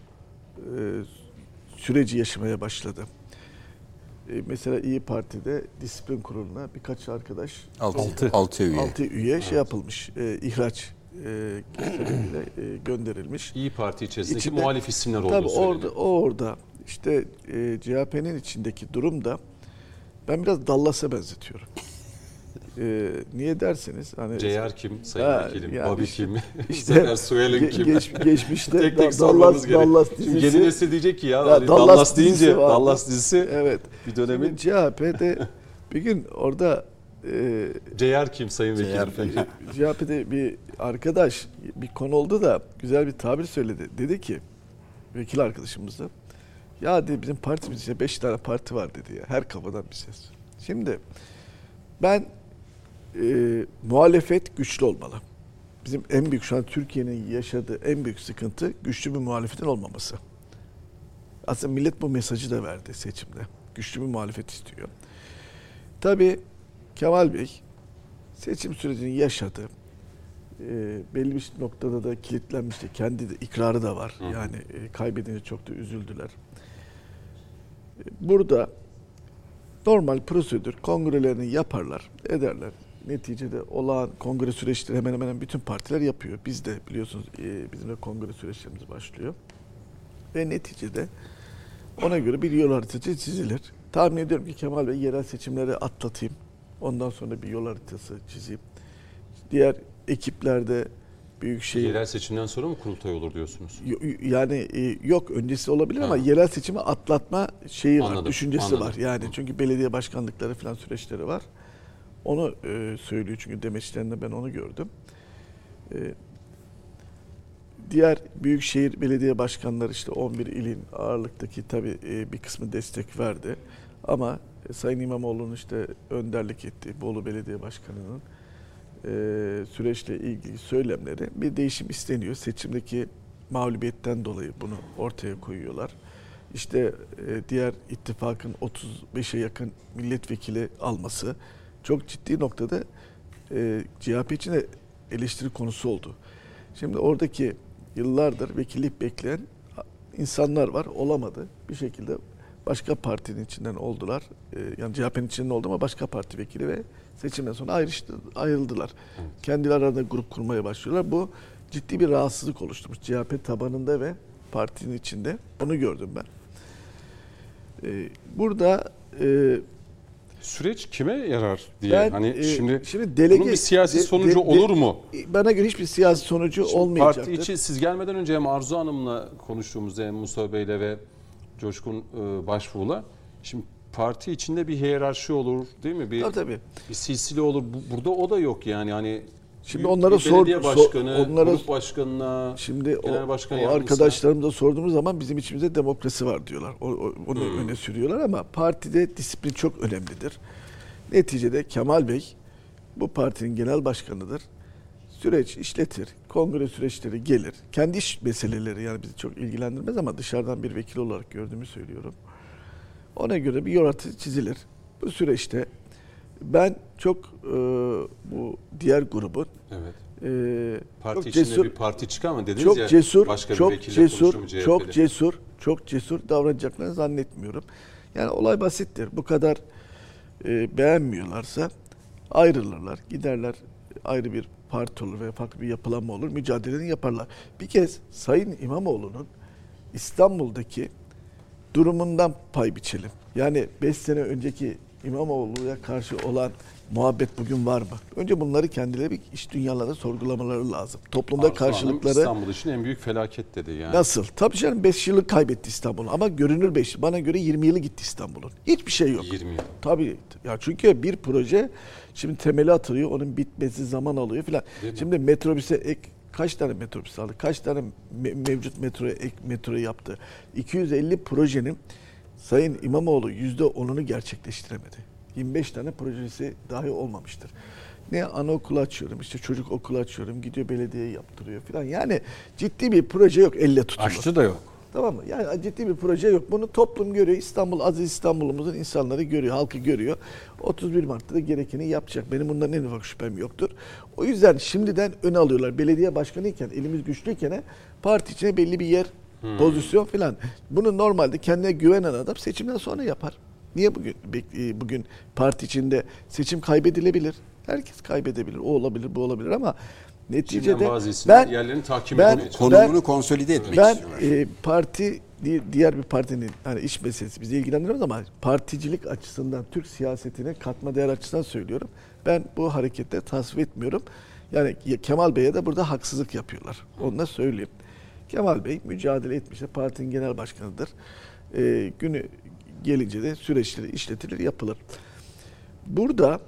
süreci yaşamaya başladı. Mesela İyi Parti'de disiplin kuruluna birkaç arkadaş 6 üye şey yapılmış, ihraç sebebiyle gönderilmiş. İyi Parti içerisindeki İçinde, muhalif isimler olduğu tabii söyleniyor. orada işte CHP'nin içindeki durum da ben biraz Dallas'a benzetiyorum. Niye derseniz hani Ceyar kim? Sayın Vekilim. yani Bobby işte- kim? işte Sefer Suel'in kim? geçmişte Tek tek sormamız gerekiyor. Dallas Şimdi dizisi. yeni nesil diyecek ki ya, Ya hani Dallas Dallas dizisi deyince vardı. Dallas dizisi Evet. bir dönemin. Şimdi CHP'de bir gün orada Ceyar kim Sayın Vekilim? CHP'de bir arkadaş bir konu oldu da güzel bir tabir söyledi. Dedi ki vekil arkadaşımız da ya dedi bizim partimiz içinde 5 tane parti var dedi ya. Her kafadan bir ses. Şimdi ben muhalefet güçlü olmalı. Bizim en büyük şu an Türkiye'nin yaşadığı en büyük sıkıntı güçlü bir muhalefetin olmaması. Aslında millet bu mesajı da verdi seçimde. Güçlü bir muhalefet istiyor. Tabii Kemal Bey seçim sürecini yaşadı. Belli bir noktada da kilitlenmişti. Kendi de ikrarı da var. Yani kaybedince çok da üzüldüler. Burada normal prosedür kongrelerini yaparlar, ederler. Neticede olağan kongre süreçleri hemen hemen bütün partiler yapıyor. Biz de biliyorsunuz bizim de kongre süreçlerimiz başlıyor. Ve neticede ona göre bir yol haritası çizilir. Tahmin ediyorum ki Kemal Bey yerel seçimleri atlatayım. Ondan sonra bir yol haritası çizeyim. Diğer ekiplerde büyükşehir... Yerel seçimden sonra mı kurultay olur diyorsunuz? Yani yok öncesi olabilir ama yerel seçimi atlatma şeyi var, düşüncesi var. Yani çünkü belediye başkanlıkları falan süreçleri var. Onu söylüyor çünkü demeçlerinde ben onu gördüm. Diğer büyükşehir belediye başkanları işte 11 ilin ağırlıktaki tabii bir kısmı destek verdi. Ama Sayın İmamoğlu'nun işte önderlik ettiği Bolu Belediye Başkanı'nın süreçle ilgili söylemleri bir değişim isteniyor. Seçimdeki mağlubiyetten dolayı bunu ortaya koyuyorlar. İşte diğer ittifakın 35'e yakın milletvekili alması çok ciddi noktada CHP için de eleştiri konusu oldu. Şimdi oradaki yıllardır vekillik bekleyen insanlar var. Olamadı. Bir şekilde başka partinin içinden oldular. Yani CHP'nin içinden oldu ama başka parti vekili ve seçimden sonra ayrıldılar. Evet. Kendileri arasında grup kurmaya başlıyorlar. Bu ciddi bir rahatsızlık oluşturmuş. CHP tabanında ve partinin içinde. Onu gördüm ben. Burada süreç kime yarar diye şimdi delege, bunun bir siyasi sonucu olur mu? Bana göre hiçbir siyasi sonucu olmayacaktır. Parti içi siz gelmeden önce hem Arzu Hanım'la konuştuğumuzda hem Mustafa Bey'le ve Coşkun Başbuğ'la şimdi parti içinde bir hiyerarşi olur değil mi? Tabii. Bir silsile olur. Burada o da yok yani hani Şimdi Büyük onlara bir belediye başkanı, onlara grup başkanına, şimdi genel başkan o yardımcısına. arkadaşlarımıza sorduğumuz zaman bizim içimizde demokrasi var diyorlar. Onu öne sürüyorlar ama partide disiplin çok önemlidir. Neticede Kemal Bey bu partinin genel başkanıdır. Süreç işletir, kongre süreçleri gelir. Kendi iş meseleleri yani bizi çok ilgilendirmez ama dışarıdan bir vekil olarak gördüğümü söylüyorum. Ona göre bir yol haritası çizilir. Bu süreçte ben çok bu diğer grubun Evet. çok Parti içinde cesur, bir parti çıkar mı dediniz çok ya. cesur, Başka bir çok vekille cesur, konuştum CHP'de. çok cesur davranacaklarını zannetmiyorum. Yani olay basittir. Bu kadar beğenmiyorlarsa ayrılırlar, giderler, ayrı bir parti olur veya farklı bir yapılanma olur, mücadeleni yaparlar. Bir kez Sayın İmamoğlu'nun İstanbul'daki durumundan pay biçelim. Yani 5 sene önceki İmamoğlu'ya karşı olan muhabbet bugün var mı? Önce bunları kendileri bir iş dünyalarında sorgulamaları lazım. Toplumda Arzu Hanım karşılıkları İstanbul için en büyük felaket dedi yani. nasıl? Tabii canım 5 yıllık kaybetti İstanbul ama görünür 5. Bana göre 20 yılı gitti İstanbul'un. Hiçbir şey yok. 20 yıl. Tabii. Ya çünkü bir proje şimdi temeli atılıyor, onun bitmesi zaman alıyor filan. Değil mi? Şimdi metrobüse ek kaç tane metrobüs aldı? Kaç tane mevcut metroya ek metro yaptı? 250 projenin Sayın İmamoğlu %10'unu gerçekleştiremedi. 25 tane projesi dahi olmamıştır. Ne anaokulu açıyorum, işte çocuk okulu açıyorum, gidiyor belediyeye yaptırıyor filan. Yani ciddi bir proje yok, elle tutulur. Aşçı da yok. Tamam mı? Yani ciddi bir proje yok. Bunu toplum görüyor. İstanbul, aziz İstanbul'umuzun insanları görüyor, halkı görüyor. 31 Mart'ta da gerekeni yapacak. Benim bundan en ufak şüphem yoktur. O yüzden şimdiden öne alıyorlar. Belediye başkanıyken, elimiz güçlüyken parti içine belli bir yer, pozisyon filan. Bunu normalde kendine güvenen adam seçimden sonra yapar. Niye bugün parti içinde seçim kaybedilebilir? Herkes kaybedebilir. O olabilir, bu olabilir ama neticede bazı isimler yerlerini tahkim etmeye çalışıyor. Konumunu konsolide etmek istiyorlar. Parti diğer bir partinin hani iş meselesi bizi ilgilendirmez ama particilik açısından Türk siyasetine katma değer açısından söylüyorum. Ben bu harekette tasvip etmiyorum. Yani Kemal Bey'e de burada haksızlık yapıyorlar. Onu da söyleyeyim. Kemal Bey mücadele etmiştir. Partinin genel başkanıdır. Günü gelince de süreçleri işletilir, yapılır. Burada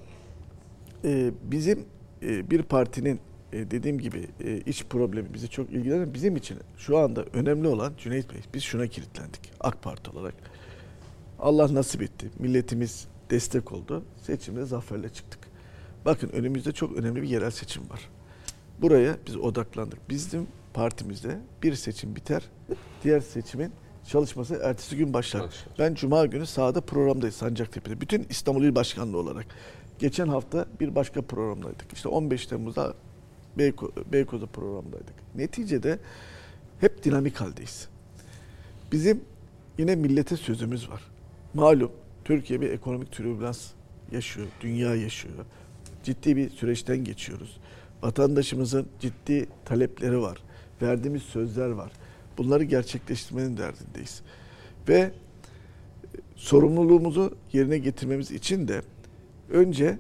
bizim bir partinin dediğim gibi iç problemi bizi çok ilgilenir. Bizim için şu anda önemli olan Cüneyt Bey, biz şuna kilitlendik AK Parti olarak. Allah nasip etti. Milletimiz destek oldu. Seçimde zaferle çıktık. Bakın önümüzde çok önemli bir yerel seçim var. Buraya biz odaklandık. Bizim partimizde bir seçim biter, diğer seçimin çalışması ertesi gün başlar. Ben Cuma günü sahada programdayız Sancaktepe'de. Bütün İstanbul İl Başkanlığı olarak. Geçen hafta bir başka programdaydık. İşte 15 Temmuz'da Beykoz'da programdaydık. Neticede hep dinamik haldeyiz. Bizim yine millete sözümüz var. Malum Türkiye bir ekonomik türbülans yaşıyor, dünya yaşıyor. Ciddi bir süreçten geçiyoruz. Vatandaşımızın ciddi talepleri var. Verdiğimiz sözler var. Bunları gerçekleştirmenin derdindeyiz. Ve sorumluluğumuzu yerine getirmemiz için de önce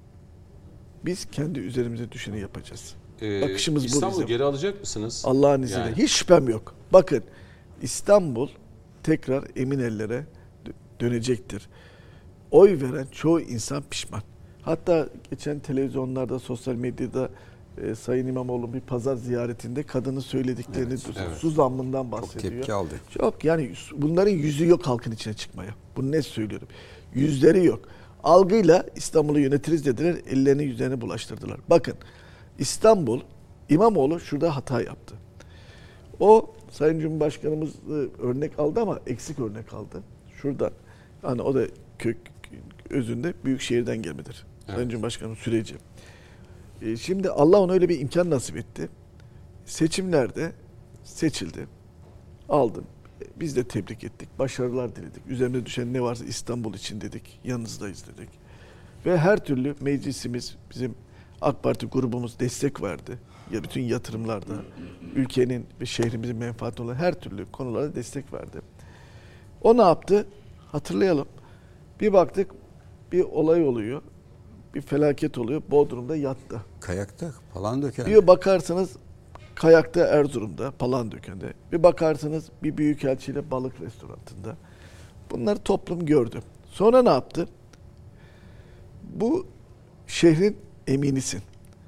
biz kendi üzerimize düşeni yapacağız. Bakışımız bu bizim. İstanbul'u geri alacak mısınız? Allah'ın izniyle. Yani. Hiç şüphem yok. Bakın İstanbul tekrar emin ellere dönecektir. Oy veren çoğu insan pişman. Hatta geçen televizyonlarda, sosyal medyada Sayın İmamoğlu bir pazar ziyaretinde kadının söylediklerini, su zammından bahsediyor. Çok tepki aldı. Çok yani bunların yüzü yok halkın içine çıkmaya. Bunu net söylüyorum. Yüzleri yok. Algıyla İstanbul'u yönetiriz dediler, ellerini yüzlerini bulaştırdılar. Bakın İstanbul, İmamoğlu şurada hata yaptı. O Sayın Cumhurbaşkanımız örnek aldı ama eksik örnek aldı. Şuradan. Hani o da özünde büyük şehirden gelmedir. Evet. Sayın Cumhurbaşkanımız süreci. Şimdi Allah ona öyle bir imkan nasip etti. Seçimlerde seçildi. Aldın. Biz de tebrik ettik. Başarılar diledik. Üzerine düşen ne varsa İstanbul için dedik. Yanınızdayız dedik. Ve her türlü meclisimiz, bizim AK Parti grubumuz destek verdi. Ya bütün yatırımlarda, ülkenin ve şehrimizin menfaati olan her türlü konularda destek verdi. O ne yaptı? Hatırlayalım. Bir baktık bir olay oluyor. Bir felaket oluyor. Bodrum'da yattı. Kayakta, Palandöken'de. Bir bakarsanız Kayak'ta, Erzurum'da, Palandöken'de. Bir bakarsınız bir büyükelçiyle balık restoranında. Bunları toplum gördü. Sonra ne yaptı? Bu şehrin eminisin.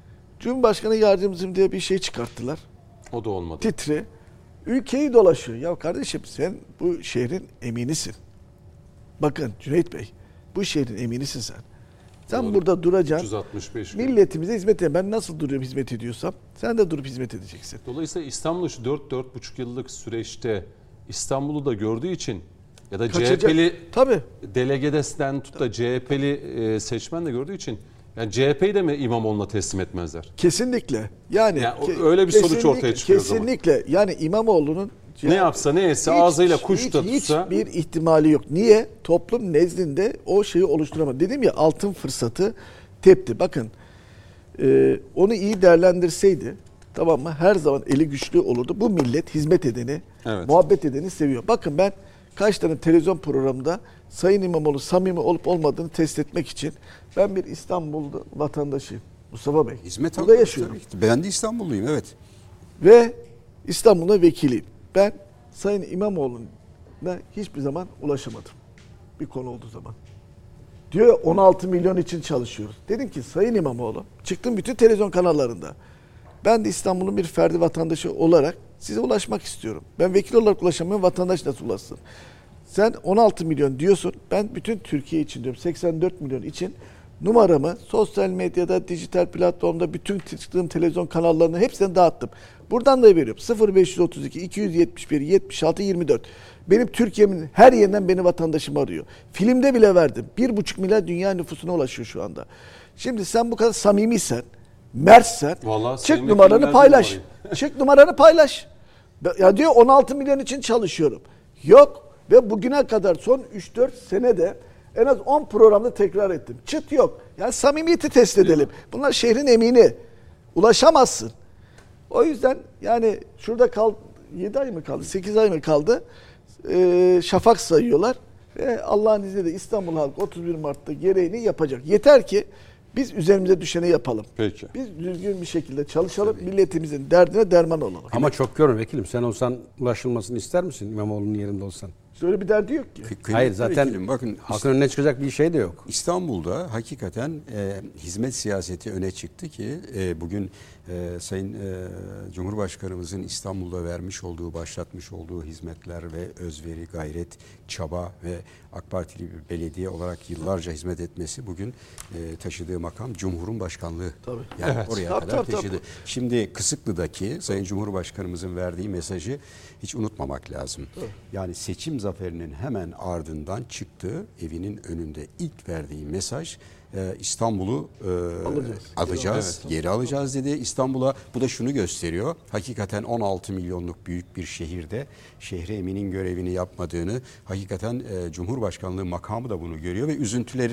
Cumhurbaşkanı yardımcım diye bir şey çıkarttılar. O da olmadı. Titre. Ülkeyi dolaşıyor. Ya kardeşim sen bu şehrin eminisin. Bakın Cüneyt Bey, bu şehrin eminisin sen. Sen Doğru. burada duracaksın. 365 gün. Milletimize hizmet et. Ben nasıl duruyorum hizmet ediyorsam sen de durup hizmet edeceksin. Dolayısıyla İstanbul'u şu 4-4,5 yıllık süreçte İstanbul'u da gördüğü için ya da Kaçacak. CHP'li Tabii. delegeden tut da CHP'li seçmen de gördüğü için yani CHP'yi de mi İmamoğlu'na teslim etmezler? Kesinlikle. Yani öyle bir sonuç ortaya çıkıyor o zaman. Kesinlikle. Yani İmamoğlu'nun Ne yapsa ne etse ağzıyla kuş da tutsa. Hiçbir ihtimali yok. Niye? Toplum nezdinde o şeyi oluşturamadı. Dedim ya altın fırsatı tepti. Bakın onu iyi değerlendirseydi, tamam mı? Her zaman eli güçlü olurdu. Bu millet hizmet edeni, Evet. muhabbet edeni seviyor. Bakın ben kaç tane televizyon programında Sayın İmamoğlu samimi olup olmadığını test etmek için ben bir İstanbul'da vatandaşıyım. Mustafa Bey. Hizmet Burada alıyoruz yaşıyorum. tabii ki. Ben de İstanbulluyum, evet. Ve İstanbul'da vekiliyim. Ben Sayın İmamoğlu'na hiçbir zaman ulaşamadım. Bir konu olduğu zaman. Diyor ya 16 milyon için çalışıyoruz. Dedim ki Sayın İmamoğlu, çıktım bütün televizyon kanallarında. Ben de İstanbul'un bir ferdi vatandaşı olarak size ulaşmak istiyorum. Ben vekil olarak ulaşamıyorum, vatandaş nasıl ulaşsın? Sen 16 milyon diyorsun, ben bütün Türkiye için diyorum, 84 milyon için numaramı sosyal medyada, dijital platformda bütün çıktığım televizyon kanallarını hepsini dağıttım. Buradan da veriyorum. 0532 271 76 24. Benim Türkiye'min her yerinden beni vatandaşım arıyor. Filmde bile verdim. 1,5 milyar dünya nüfusuna ulaşıyor şu anda. Şimdi sen bu kadar samimiysen, mertsen, Vallahi çık Sayın numaranı Vekilim paylaş. verdi Çık numaranı paylaş. Ya diyor 16 milyon için çalışıyorum. Yok. Ve bugüne kadar son 3-4 senede en az 10 programda tekrar ettim. Çıt yok. Yani samimiyeti test edelim. Bunlar şehrin emini. Ulaşamazsın. O yüzden yani şurada 7 ay mı kaldı? 8 ay mı kaldı? Şafak sayıyorlar. Ve Allah'ın izniyle İstanbul halkı 31 Mart'ta gereğini yapacak. Yeter ki biz üzerimize düşeni yapalım. Peki. Biz düzgün bir şekilde çalışalım. Milletimizin derdine derman olalım. Ama çok görün vekilim. Sen olsan ulaşılmasını ister misin İmamoğlu'nun yerinde olsan? İşte öyle bir derdi yok ki. Hayır zaten Vekilim, bakın halkın önüne çıkacak bir şey de yok. İstanbul'da hakikaten hizmet siyaseti öne çıktı ki bugün Sayın Cumhurbaşkanımızın İstanbul'da vermiş olduğu, başlatmış olduğu hizmetler ve özveri, gayret, çaba ve AK Partili bir belediye olarak yıllarca hizmet etmesi bugün taşıdığı makam Cumhur'un başkanlığı. Tabii. Yani Evet. oraya Tabii, kadar tabii, taşıdı. tabii. Şimdi Kısıklı'daki Sayın Cumhurbaşkanımızın verdiği mesajı hiç unutmamak lazım. Yani seçim zaferinin hemen ardından çıktığı evinin önünde ilk verdiği mesaj İstanbul'u alacağız, geri alacağız dedi. İstanbul'a bu da şunu gösteriyor. Hakikaten 16 milyonluk büyük bir şehirde şehre eminin görevini yapmadığını, hakikaten Cumhurbaşkanlığı makamı da bunu görüyor ve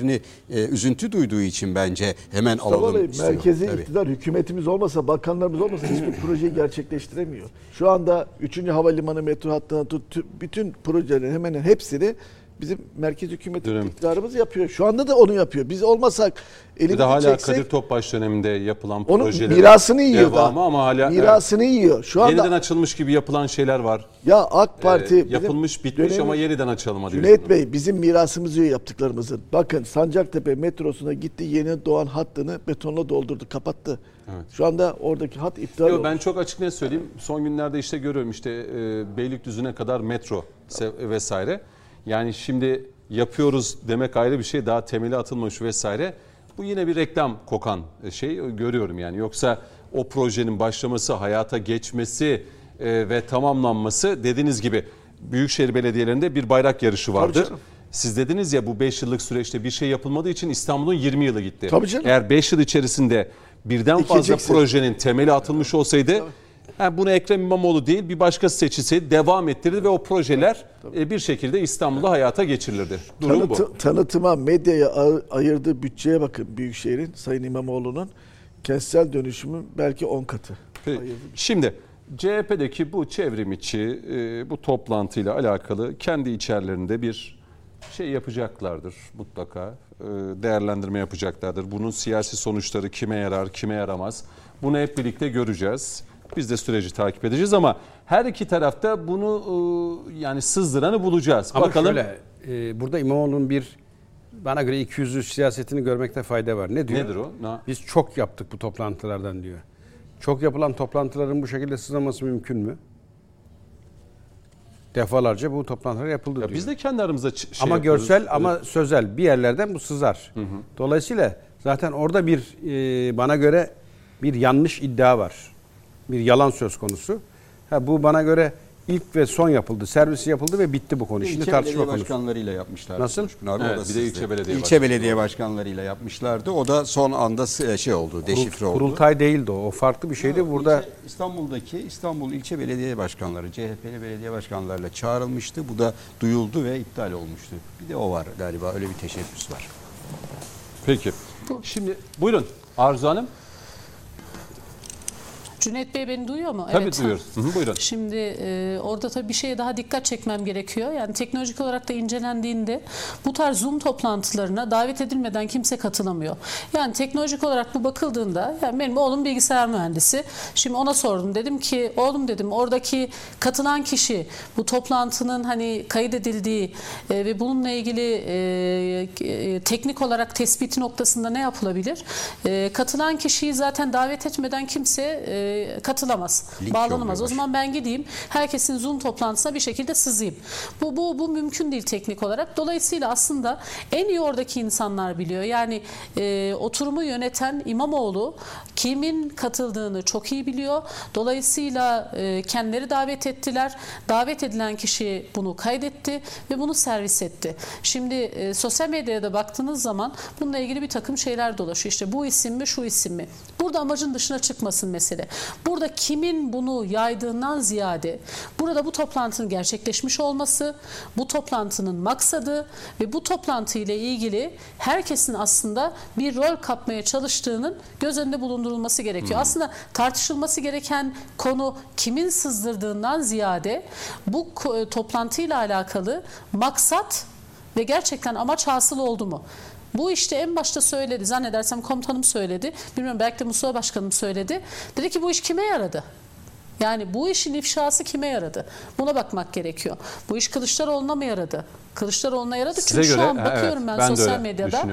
üzüntü duyduğu için bence hemen alalım Bey, istiyor. merkezi Tabii. iktidar, hükümetimiz olmasa, bakanlarımız olmasa hiçbir projeyi gerçekleştiremiyor. Şu anda 3. Havalimanı metro hattına tut, bütün projelerin hemen hepsini bizim merkez hükümet iktidarımız yapıyor. Şu anda da onu yapıyor. Biz olmasak Bir de elimizi hala çeksek Kadir Topbaş döneminde yapılan onun projelerin mirasını yiyor devamı da. ama hala Mirasını yiyor. Şu anda yeniden açılmış gibi yapılan şeyler var. ya AK Parti bizim Yapılmış, bitmiş dönemi- ama yeniden açılmadı. Cüneyt Bey bizim mirasımızı yiyor yaptıklarımızın. Bakın Sancaktepe metrosuna gitti, yeni doğan hattını betonla doldurdu, kapattı. Evet. Şu anda oradaki hat iptal oldu. Ben çok açık net söyleyeyim. Son günlerde işte görüyorum Beylikdüzü'ne kadar metro vesaire. Yani şimdi yapıyoruz demek ayrı bir şey. Daha temeli atılmamış vesaire. Bu yine bir reklam kokan şey görüyorum yani. Yoksa o projenin başlaması, hayata geçmesi ve tamamlanması dediğiniz gibi büyükşehir belediyelerinde bir bayrak yarışı vardır. canım. Siz dediniz ya bu 5 yıllık süreçte bir şey yapılmadığı için İstanbul'un 20 yılı gitti. Tabii canım. Eğer 5 yıl içerisinde birden fazla Ekeceksin. projenin temeli atılmış olsaydı bunu Ekrem İmamoğlu değil bir başkası seçilseydi devam ettirirdi ve o projeler bir şekilde İstanbul'da hayata geçirilirdi. Durum bu. Tanıtıma, medyaya ayırdığı bütçeye bakın Büyükşehir'in, Sayın İmamoğlu'nun kentsel dönüşümün belki 10 katı. Şimdi CHP'deki bu çevrim içi bu toplantıyla alakalı kendi içerilerinde bir şey yapacaklardır mutlaka. Değerlendirme yapacaklardır. Bunun siyasi sonuçları kime yarar, kime yaramaz. Bunu hep birlikte göreceğiz. Biz de süreci takip edeceğiz ama her iki tarafta bunu yani sızdıranı bulacağız. Ama Bakalım. şöyle burada İmamoğlu'nun bir bana göre 200'lü siyasetini görmekte fayda var. Ne diyor? Nedir o? Biz çok yaptık bu toplantılardan diyor. Çok yapılan toplantıların bu şekilde sızlaması mümkün mü? Defalarca bu toplantılar yapıldı diyor. Biz de kendi aramızda ama yapıyoruz. görsel ama sözel bir yerlerden bu sızar. Dolayısıyla zaten orada bir bana göre bir yanlış iddia var. Bir yalan söz konusu. Bu bana göre ilk ve son yapıldı. Servisi yapıldı ve bitti bu konu. Şimdi İlçe tartışma belediye konusu. başkanlarıyla yapmışlar. Nasıl? Abi, Evet, o da bir de ilçe belediye İlçe belediye başkanlarıyla yapmışlardı. O da son anda şey oldu, deşifre oldu. Kurultay değildi o. O farklı bir şeydi. Burada İstanbul ilçe belediye başkanları, CHP'li belediye başkanlarıyla çağrılmıştı. Bu da duyuldu ve iptal olmuştu. Bir de o var galiba, öyle bir teşebbüs var. Peki. Şimdi buyurun Arzu Hanım. Cüneyt Bey beni duyuyor mu? Tabii Evet. duyuyoruz. Buyurun. Şimdi orada tabii bir şeye daha dikkat çekmem gerekiyor. Yani teknolojik olarak da incelendiğinde bu tarz Zoom toplantılarına davet edilmeden kimse katılamıyor. Yani teknolojik olarak bu bakıldığında, yani benim oğlum bilgisayar mühendisi. Şimdi ona sordum. Dedim ki oğlum dedim, oradaki katılan kişi bu toplantının hani kaydedildiği ve bununla ilgili teknik olarak tespiti noktasında ne yapılabilir? Katılan kişiyi zaten davet etmeden kimse katılamaz, bağlanamaz. O zaman ben gideyim, herkesin Zoom toplantısına bir şekilde sızayım. Bu mümkün değil teknik olarak. Dolayısıyla aslında en iyi oradaki insanlar biliyor. Yani oturumu yöneten İmamoğlu kimin katıldığını çok iyi biliyor. Dolayısıyla kendileri davet ettiler. Davet edilen kişi bunu kaydetti ve bunu servis etti. Şimdi sosyal medyaya da baktığınız zaman bununla ilgili bir takım şeyler dolaşıyor. İşte bu isim mi, şu isim mi? Burada amacın dışına çıkmasın mesele. Burada kimin bunu yaydığından ziyade burada bu toplantının gerçekleşmiş olması, bu toplantının maksadı ve bu toplantı ile ilgili herkesin aslında bir rol kapmaya çalıştığının göz önünde bulundurulması gerekiyor. Aslında tartışılması gereken konu kimin sızdırdığından ziyade bu toplantıyla alakalı maksat ve gerçekten amaç hasıl oldu mu? Bu işte en başta söyledi. Zannedersem komutanım söyledi. Bilmiyorum, belki de Mustafa Başkanım söyledi. Dedi ki bu iş kime yaradı? Yani bu işin ifşası kime yaradı? Buna bakmak gerekiyor. Bu iş Kılıçdaroğlu'na mı yaradı? Kılıçdaroğlu'na yaradı. Size Çünkü göre, şu an bakıyorum evet, ben ben sosyal medyada.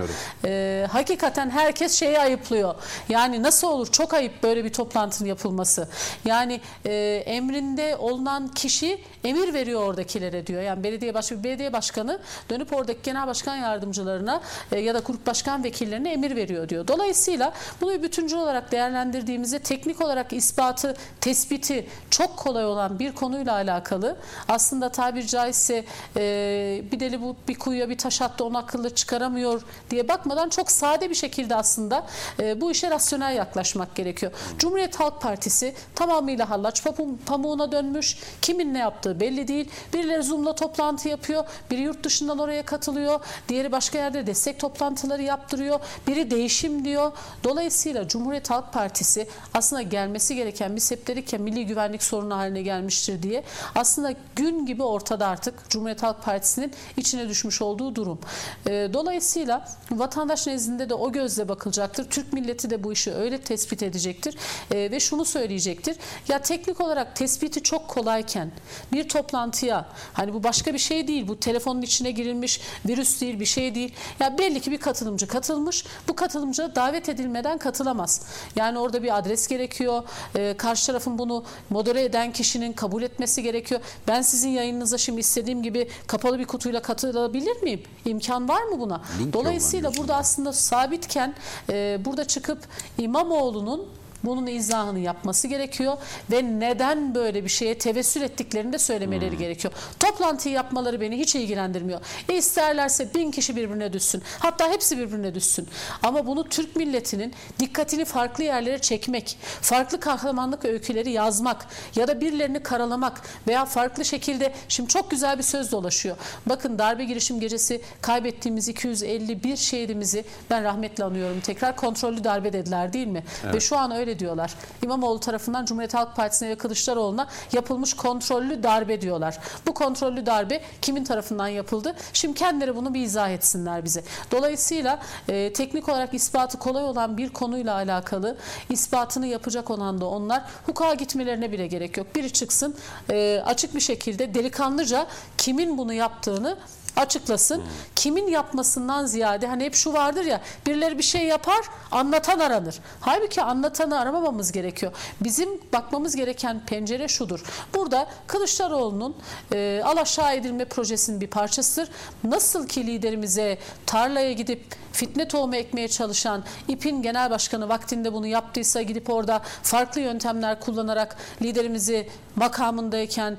Hakikaten herkes şeyi ayıplıyor. Yani nasıl olur? Çok ayıp böyle bir toplantının yapılması. Yani emrinde olunan kişi emir veriyor oradakilere diyor. Yani belediye başkanı dönüp oradaki genel başkan yardımcılarına ya da grup başkan vekillerine emir veriyor diyor. Dolayısıyla bunu bütüncül olarak değerlendirdiğimizde teknik olarak ispatı, tespiti çok kolay olan bir konuyla alakalı aslında tabiri caizse bir deli bir kuyuya bir taş attı, onu akıllı çıkaramıyor diye bakmadan çok sade bir şekilde aslında bu işe rasyonel yaklaşmak gerekiyor. Cumhuriyet Halk Partisi tamamıyla hallaç pamuğuna dönmüş. Kimin ne yaptığı belli değil. Birileri Zoom'la toplantı yapıyor. Biri yurt dışından oraya katılıyor. Diğeri başka yerde destek toplantıları yaptırıyor. Biri değişim diyor. Dolayısıyla Cumhuriyet Halk Partisi aslında gelmesi gereken, biz hep dedik ya milli güvenlik sorunu haline gelmiştir diye. Aslında gün gibi ortada artık Cumhuriyet Halk Partisi'nin içine düşmüş olduğu durum. Dolayısıyla vatandaş nezdinde de o gözle bakılacaktır. Türk milleti de bu işi öyle tespit edecektir. Ve şunu söyleyecektir. Ya teknik olarak tespiti çok kolayken bir toplantıya, hani bu başka bir şey değil. Bu telefonun içine girilmiş virüs değil, bir şey değil. Ya belli ki bir katılımcı katılmış. Bu katılımcı davet edilmeden katılamaz. Yani orada bir adres gerekiyor. Karşı tarafın bunu modere eden kişinin kabul etmesi gerekiyor. Ben sizin yayınınıza şimdi istediğim gibi kapalı bir kutuyla katılabilir miyim? İmkan var mı buna? Dolayısıyla burada aslında sabitken burada çıkıp İmamoğlu'nun bunun izahını yapması gerekiyor ve neden böyle bir şeye tevessül ettiklerini de söylemeleri gerekiyor. Toplantıyı yapmaları beni hiç ilgilendirmiyor. İsterlerse 1000 kişi birbirine düşsün. Hatta hepsi birbirine düşsün. Ama bunu Türk milletinin dikkatini farklı yerlere çekmek, farklı kahramanlık öyküleri yazmak ya da birilerini karalamak veya farklı şekilde, şimdi çok güzel bir söz dolaşıyor. Bakın darbe girişim gecesi kaybettiğimiz 251 şehidimizi ben rahmetle anıyorum. Tekrar kontrollü darbe dediler değil mi? Evet. Ve şu an öyle diyorlar. İmamoğlu tarafından Cumhuriyet Halk Partisi'ne ve Kılıçdaroğlu'na yapılmış kontrollü darbe diyorlar. Bu kontrollü darbe kimin tarafından yapıldı? Şimdi kendileri bunu bir izah etsinler bize. Dolayısıyla teknik olarak ispatı kolay olan bir konuyla alakalı ispatını yapacak olan da onlar, hukuka gitmelerine bile gerek yok. Biri çıksın açık bir şekilde delikanlıca kimin bunu yaptığını açıklasın. Kimin yapmasından ziyade hani hep şu vardır ya, birileri bir şey yapar, anlatan aranır. Halbuki anlatanı aramamamız gerekiyor. Bizim bakmamız gereken pencere şudur. Burada Kılıçdaroğlu'nun alaşağı edilme projesinin bir parçasıdır. Nasıl ki liderimize tarlaya gidip fitne tohumu ekmeye çalışan İP'in genel başkanı vaktinde bunu yaptıysa, gidip orada farklı yöntemler kullanarak liderimizi makamındayken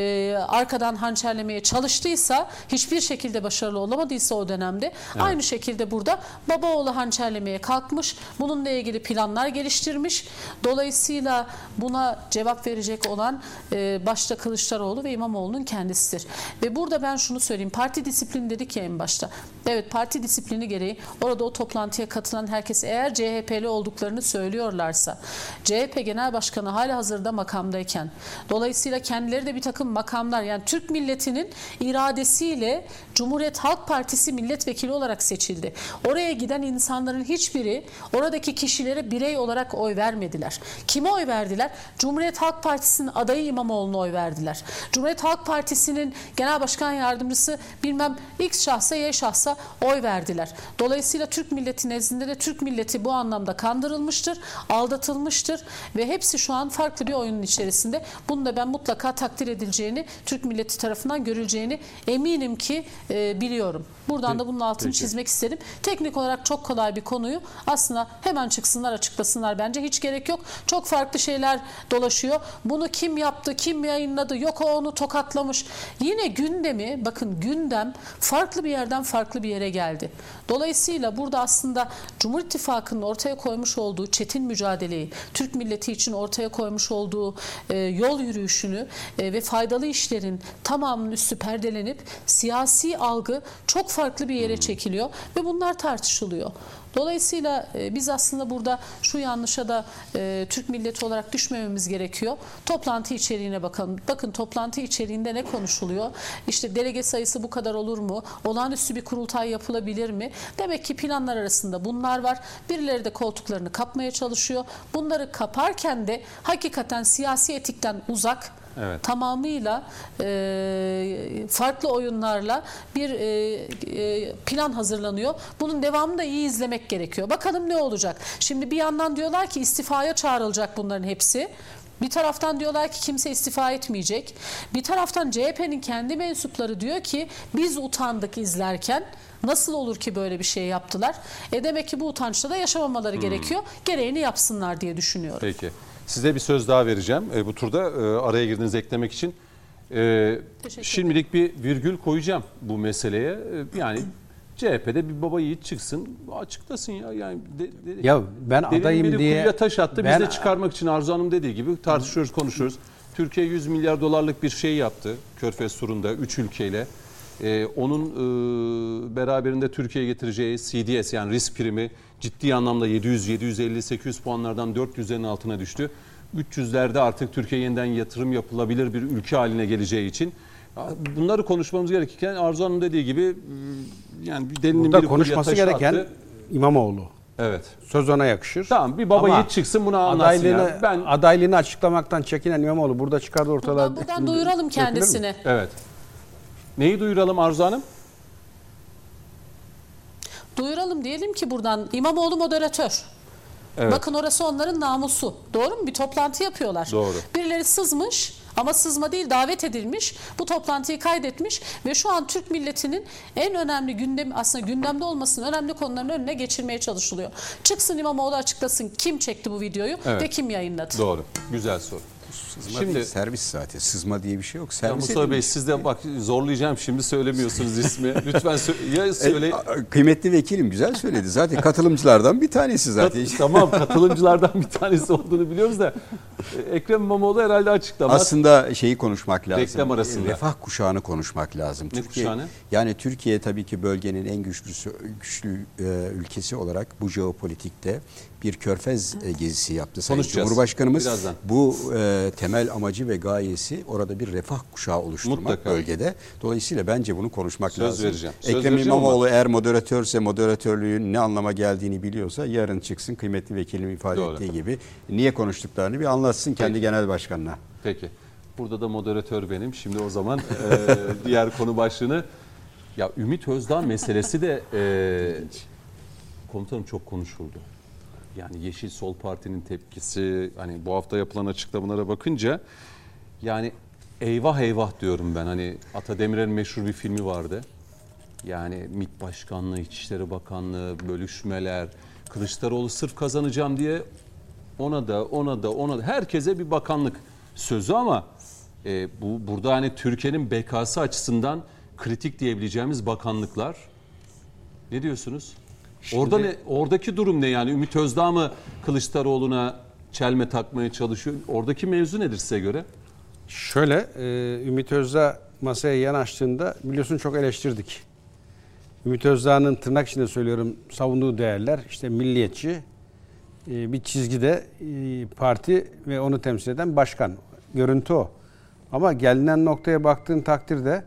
arkadan hançerlemeye çalıştıysa, hiçbir şekilde başarılı olamadıysa o dönemde, aynı şekilde burada baba oğlu hançerlemeye kalkmış, bununla ilgili planlar geliştirmiş. Dolayısıyla buna cevap verecek olan başta Kılıçdaroğlu ve İmamoğlu'nun kendisidir. Ve burada ben şunu söyleyeyim, parti disiplini dedik ya en başta. Evet, parti disiplini gereği orada o toplantıya katılan herkes eğer CHP'li olduklarını söylüyorlarsa, CHP Genel Başkanı halihazırda makamdayken, dolayısıyla kendileri de bir takım makamlar, yani Türk milletinin iradesiyle Cumhuriyet Halk Partisi milletvekili olarak seçildi. Oraya giden insanların hiçbiri oradaki kişilere birey olarak oy vermediler. Kime oy verdiler? Cumhuriyet Halk Partisi'nin adayı İmamoğlu'na oy verdiler. Cumhuriyet Halk Partisi'nin genel başkan yardımcısı bilmem X şahsa Y şahsa oy verdiler. Dolayısıyla Türk milleti nezdinde de Türk milleti bu anlamda kandırılmıştır, aldatılmıştır ve hepsi şu an farklı bir oyunun içerisinde. Bunu da ben mutlaka takdir edileceğini, Türk milleti tarafından görüleceğini eminim ki biliyorum. Buradan da bunun altını çizmek isterim. Teknik olarak çok kolay bir konuyu aslında hemen çıksınlar, açıklasınlar, bence hiç gerek yok. Çok farklı şeyler dolaşıyor. Bunu kim yaptı, kim yayınladı, yok o onu tokatlamış. Yine gündemi, bakın gündem farklı bir yerden farklı bir yere geldi. Dolayısıyla burada aslında Cumhur İttifakı'nın ortaya koymuş olduğu çetin mücadeleyi, Türk milleti için ortaya koymuş olduğu yol yürüyüşünü ve faydalı işlerin tamamının üstü perdelenip siyasi algı çok farklı bir yere çekiliyor ve bunlar tartışılıyor. Dolayısıyla biz aslında burada şu yanlışa da Türk milleti olarak düşmememiz gerekiyor. Toplantı içeriğine bakalım. Bakın toplantı içeriğinde ne konuşuluyor? İşte delege sayısı bu kadar olur mu? Olağanüstü bir kurultay yapılabilir mi? Demek ki planlar arasında bunlar var. Birileri de koltuklarını kapmaya çalışıyor. Bunları kaparken de hakikaten siyasi etikten uzak, tamamıyla farklı oyunlarla bir plan hazırlanıyor. Bunun devamını da iyi izlemek gerekiyor. Bakalım ne olacak? Şimdi bir yandan diyorlar ki istifaya çağrılacak bunların hepsi. Bir taraftan diyorlar ki kimse istifa etmeyecek. Bir taraftan CHP'nin kendi mensupları diyor ki biz utandık izlerken. Nasıl olur ki böyle bir şey yaptılar? Demek ki bu utançta da yaşamamaları gerekiyor. Gereğini yapsınlar diye düşünüyorum. Peki. Size bir söz daha vereceğim. Bu turda araya girdiğiniz eklemek için. Şimdilik bir virgül koyacağım bu meseleye. Yani CHP'de bir baba yiğit çıksın, açıklasın ya. Yani ya ben adayım diye kuyuya taş attı. Biz de çıkarmak için Arzu Hanım dediği gibi tartışıyoruz, konuşuyoruz. Türkiye 100 milyar dolarlık bir şey yaptı Körfez turunda 3 ülkeyle. Onun beraberinde Türkiye'ye getireceği CDS yani risk primi ciddi anlamda 700, 750, 800 puanlardan 400'lerin altına düştü. 300'lerde artık Türkiye yeniden yatırım yapılabilir bir ülke haline geleceği için bunları konuşmamız gerekirken Arzu Hanım dediği gibi yani bir delinin burada biri konuşması gereken attı. İmamoğlu. Evet. Söz ona yakışır. Tamam, bir baba yiğit çıksın bunu anlatsın ya. Adaylığını açıklamaktan çekinen İmamoğlu burada çıkardı ortalığa. Buradan duyuralım kendisini. Evet. Neyi duyuralım Arzu Hanım? Duyuralım diyelim ki buradan İmamoğlu moderatör. Evet. Bakın orası onların namusu. Doğru mu? Bir toplantı yapıyorlar. Doğru. Birileri sızmış ama sızma değil davet edilmiş. Bu toplantıyı kaydetmiş ve şu an Türk milletinin en önemli aslında gündemde olmasının önemli konuların önüne geçirmeye çalışılıyor. Çıksın İmamoğlu açıklasın kim çekti bu videoyu ve kim yayınladı. Doğru. Güzel soru. Sızma şimdi değil, servis zaten. Sızma diye bir şey yok. Servis Mustafa Bey siz de bak zorlayacağım şimdi söylemiyorsunuz ismi. Lütfen söyle. Kıymetli vekilim güzel söyledi. Zaten katılımcılardan bir tanesi zaten. Tamam katılımcılardan bir tanesi olduğunu biliyoruz da Ekrem İmamoğlu herhalde açıklamaz. Aslında şeyi konuşmak lazım. Reklam arasında. Refah kuşağını konuşmak lazım. Ne kuşağını? Yani Türkiye tabii ki bölgenin en güçlü ülkesi olarak bu jeopolitikte bir körfez gezisi yaptı. Sayın Cumhurbaşkanımız birazdan. Bu temel amacı ve gayesi orada bir refah kuşağı oluşturmak mutlaka bölgede. Dolayısıyla bence bunu konuşmak lazım. Söz vereceğim. Ekrem İmamoğlu eğer moderatörse moderatörlüğün ne anlama geldiğini biliyorsa yarın çıksın kıymetli vekilim ifade ettiği gibi niye konuştuklarını bir anlatsın kendi genel başkanına. Peki. Burada da moderatör benim. Şimdi o zaman diğer konu başlığını Ya Ümit Özdağ meselesi de komutanım çok konuşuldu. Yani Yeşil Sol Parti'nin tepkisi, hani bu hafta yapılan açıklamalara bakınca yani eyvah eyvah diyorum ben. Hani Ata Demirer'in meşhur bir filmi vardı. Yani MİT Başkanlığı, İçişleri Bakanlığı, bölüşmeler, Kılıçdaroğlu sırf kazanacağım diye ona da herkese bir bakanlık sözü ama bu burada hani Türkiye'nin bekası açısından kritik diyebileceğimiz bakanlıklar. Ne diyorsunuz? Şimdi, oradaki durum ne yani? Ümit Özdağ mı Kılıçdaroğlu'na çelme takmaya çalışıyor? Oradaki mevzu nedir size göre? Şöyle, Ümit Özdağ masaya yanaştığında biliyorsun çok eleştirdik. Ümit Özdağ'ın tırnak içinde söylüyorum savunduğu değerler işte milliyetçi bir çizgide parti ve onu temsil eden başkan. Görüntü o. Ama gelinen noktaya baktığın takdirde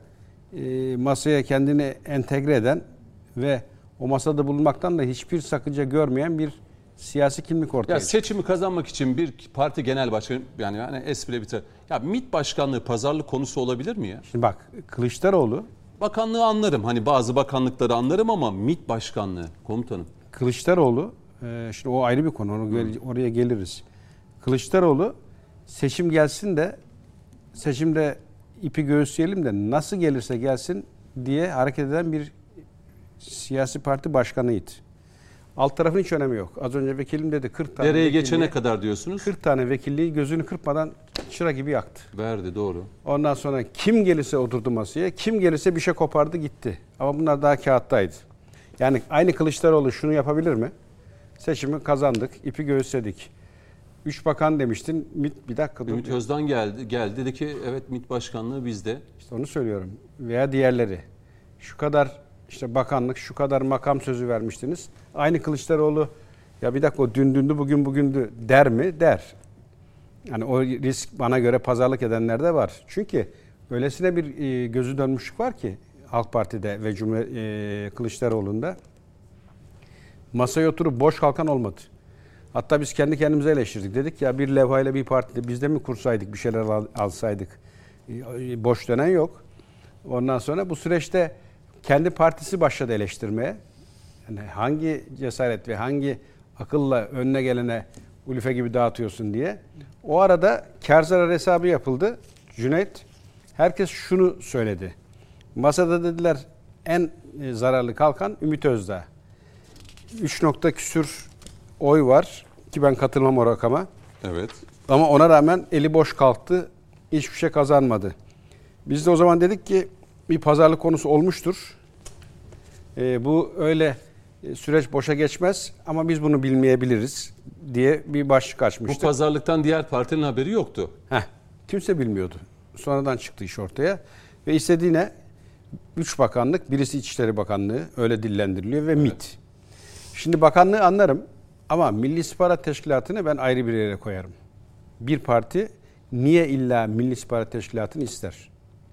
masaya kendini entegre eden ve o masada bulunmaktan da hiçbir sakınca görmeyen bir siyasi kimlik ortaya çıkıyor. Seçimi kazanmak için bir parti genel başkanı yani espri biter. Ya MİT başkanlığı pazarlık konusu olabilir mi ya? Şimdi bak Kılıçdaroğlu. Bakanlığı anlarım. Hani bazı bakanlıkları anlarım ama MİT başkanlığı komutanım. Kılıçdaroğlu şimdi o ayrı bir konu. Oraya geliriz. Kılıçdaroğlu seçim gelsin de seçimde ipi göğüsleyelim de nasıl gelirse gelsin diye hareket eden bir siyasi parti başkanıydı. Alt tarafın hiç önemi yok. Az önce vekilim dedi 40 tane dereye geçene kadar diyorsunuz. 40 tane vekilliği gözünü kırpmadan çıra gibi yaktı. Verdi doğru. Ondan sonra kim gelirse oturdu masaya, kim gelirse bir şey kopardı gitti. Ama bunlar daha kağıttaydı. Yani aynı Kılıçdaroğlu şunu yapabilir mi? Seçimi kazandık, ipi göğüsledik. 3 bakan demiştin. Bir dakika dur. Ümit Özdağ geldi dedi ki evet MİT başkanlığı bizde. İşte onu söylüyorum. Veya diğerleri. Şu kadar işte bakanlık, şu kadar makam sözü vermiştiniz. Aynı Kılıçdaroğlu ya bir dakika o dündü bugün bugündü der mi? Der. Yani o risk bana göre pazarlık edenler de var. Çünkü öylesine bir gözü dönmüşlük var ki Halk Parti'de ve Kılıçdaroğlu'nda masaya oturup boş kalkan olmadı. Hatta biz kendi kendimize eleştirdik. Dedik ya bir levhayla bir partide biz de mi kursaydık, bir şeyler alsaydık. Boş dönen yok. Ondan sonra bu süreçte kendi partisi başladı eleştirmeye. Yani hangi cesaret ve hangi akılla önüne gelene Ulufe gibi dağıtıyorsun diye. O arada kar zarar hesabı yapıldı. Cüneyt, herkes şunu söyledi. Masada dediler en zararlı kalkan Ümit Özdağ. 3 nokta küsür oy var ki ben katılmam o rakama. Evet. Ama ona rağmen eli boş kalktı. Hiçbir şey kazanmadı. Biz de o zaman dedik ki bir pazarlık konusu olmuştur. Bu öyle süreç boşa geçmez ama biz bunu bilmeyebiliriz diye bir başlık açmıştık. Bu pazarlıktan diğer partinin haberi yoktu. Kimse bilmiyordu. Sonradan çıktı iş ortaya. Ve istediğine 3 bakanlık, birisi İçişleri Bakanlığı öyle dillendiriliyor ve MİT. Şimdi bakanlığı anlarım ama Milli İstihbarat Teşkilatı'nı ben ayrı bir yere koyarım. Bir parti niye illa Milli İstihbarat Teşkilatı'nı ister?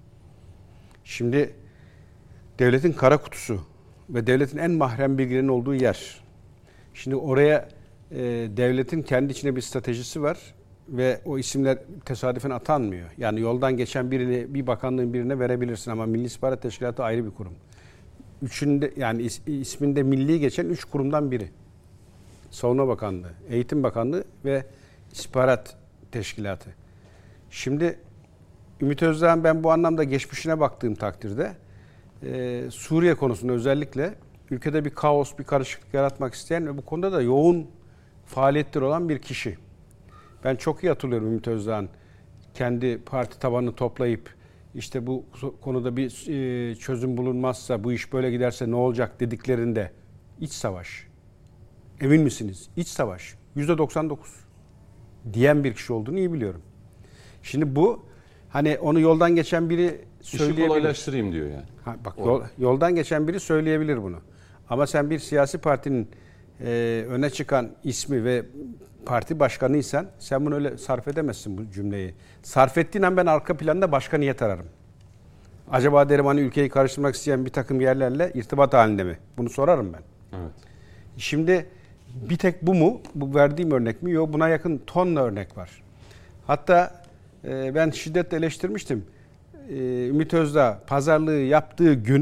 Şimdi devletin kara kutusu ve devletin en mahrem bilgilerinin olduğu yer. Şimdi oraya devletin kendi içinde bir stratejisi var ve o isimler tesadüfen atanmıyor. Yani yoldan geçen birini bir bakanlığın birine verebilirsin ama Milli İstihbarat Teşkilatı ayrı bir kurum. Üçünde yani isminde milli geçen 3 kurumdan biri. Savunma Bakanlığı, Eğitim Bakanlığı ve İstihbarat Teşkilatı. Şimdi Ümit Özdağ'ın ben bu anlamda geçmişine baktığım takdirde Suriye konusunda özellikle ülkede bir kaos, bir karışıklık yaratmak isteyen ve bu konuda da yoğun faaliyetleri olan bir kişi. Ben çok iyi hatırlıyorum Ümit Özdağ'ın kendi parti tabanını toplayıp işte bu konuda bir çözüm bulunmazsa, bu iş böyle giderse ne olacak dediklerinde iç savaş. Emin misiniz? İç savaş. %99 diyen bir kişi olduğunu iyi biliyorum. Şimdi bu hani onu yoldan geçen biri söyleyebilir. İşi kolaylaştırayım diyor yani. Yoldan geçen biri söyleyebilir bunu. Ama sen bir siyasi partinin öne çıkan ismi ve parti başkanıysan sen bunu öyle sarf edemezsin bu cümleyi. Sarf ettiğin an ben arka planda başka niyet ararım. Acaba derim hani ülkeyi karıştırmak isteyen bir takım yerlerle irtibat halinde mi? Bunu sorarım ben. Evet. Şimdi bir tek bu mu? Bu verdiğim örnek mi? Yok, buna yakın tonla örnek var. Hatta ben şiddetle eleştirmiştim. Ümit Özdağ pazarlığı yaptığı gün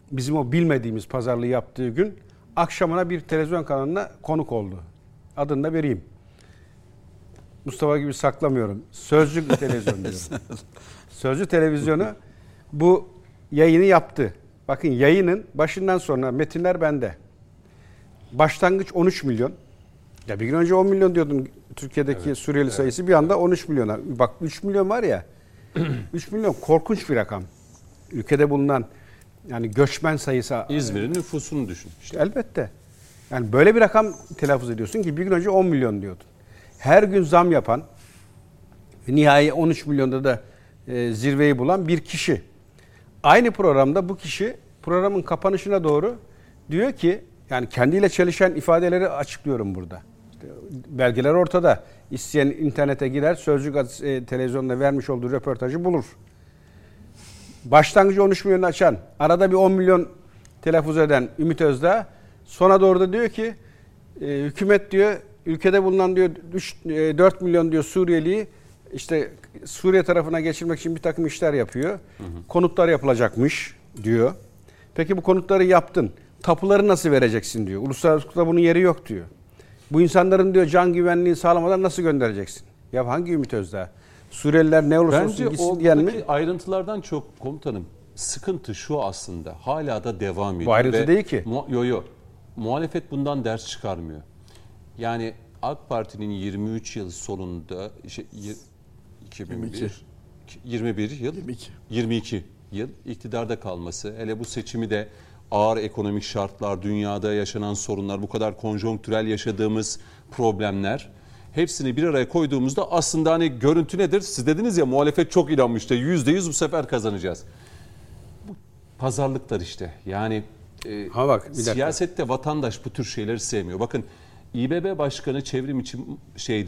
bizim o bilmediğimiz pazarlığı yaptığı gün akşamına bir televizyon kanalına konuk oldu. Adını da vereyim. Mustafa gibi saklamıyorum. Sözcü televizyon diyorum. Sözcü televizyonu bu yayını yaptı. Bakın yayının başından sonra metinler bende. Başlangıç 13 milyon. Ya bir gün önce 10 milyon diyordun Türkiye'deki Suriyeli sayısı bir anda 13 milyona. Bak 3 milyon var ya. 3 milyon korkunç bir rakam. Ülkede bulunan yani göçmen sayısı. İzmir'in nüfusunu düşün. İşte elbette. Yani böyle bir rakam telaffuz ediyorsun ki bir gün önce 10 milyon diyordun. Her gün zam yapan, nihai 13 milyonda da zirveyi bulan bir kişi. Aynı programda bu kişi programın kapanışına doğru diyor ki, yani kendiyle çelişen ifadeleri açıklıyorum burada. İşte belgeler ortada. İsteyen internete girer, Sözcü televizyonda vermiş olduğu röportajı bulur. Başlangıcı 13 milyon açan, arada bir 10 milyon telaffuz eden Ümit Özdağ, sona doğru da diyor ki hükümet diyor ülkede bulunan diyor 4 milyon diyor Suriyeliyi işte Suriye tarafına geçirmek için bir takım işler yapıyor. Konutlar yapılacakmış diyor. Peki bu konutları yaptın. Tapuları nasıl vereceksin diyor. Uluslararası hukukta bunun yeri yok diyor. Bu insanların diyor can güvenliğini sağlamadan nasıl göndereceksin? Ya hangi Ümit Özdağ? Suriyeliler ne olursa olsun Bence gitsin diyen mi? oradaki ayrıntılardan çok komutanım sıkıntı şu aslında. Hala da devam ediyor. Bu ayrıntı değil ki. Muhalefet bundan ders çıkarmıyor. Yani AK Parti'nin 23 yıl sonunda 22 yıl iktidarda kalması, hele bu seçimi de ağır ekonomik şartlar, dünyada yaşanan sorunlar, bu kadar konjonktürel yaşadığımız problemler hepsini bir araya koyduğumuzda aslında hani görüntü nedir? Siz dediniz ya muhalefet çok inanmıştı. %100 bu sefer kazanacağız. Bu pazarlıklar işte. Yani siyasette vatandaş bu tür şeyleri sevmiyor. Bakın İBB Başkanı çevrim için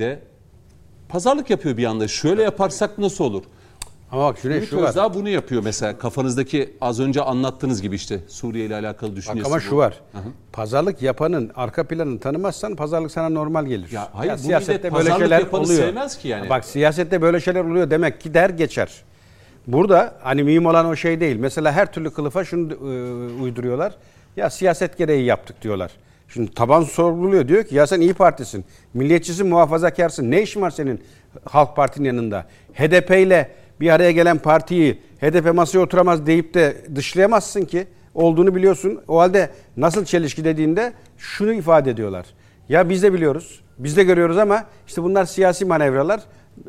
pazarlık yapıyor bir anda. Şöyle yaparsak nasıl olur? Ama bak Ümit Özdağ bunu yapıyor mesela. Kafanızdaki az önce anlattığınız gibi işte Suriye ile alakalı düşüncesi. Bak ama şu var. Pazarlık yapanın arka planını tanımazsan pazarlık sana normal gelir. Ya hayır, bu siyasette böyle şeyler yapanı oluyor. sevmez ki yani. Bak siyasette böyle şeyler oluyor demek ki der geçer. Burada hani mühim olan o şey değil. Mesela her türlü kılıfa şunu uyduruyorlar. Ya siyaset gereği yaptık diyorlar. Şimdi taban sorguluyor, diyor ki ya sen İYİ Partisin, milliyetçisin, muhafazakarsın. Ne işin var senin Halk Parti'nin yanında? HDP ile bir araya gelen partiyi HDP masaya oturamaz deyip de dışlayamazsın ki. Olduğunu biliyorsun. O halde nasıl çelişki dediğinde şunu ifade ediyorlar. Ya biz de biliyoruz, biz de görüyoruz ama işte bunlar siyasi manevralar.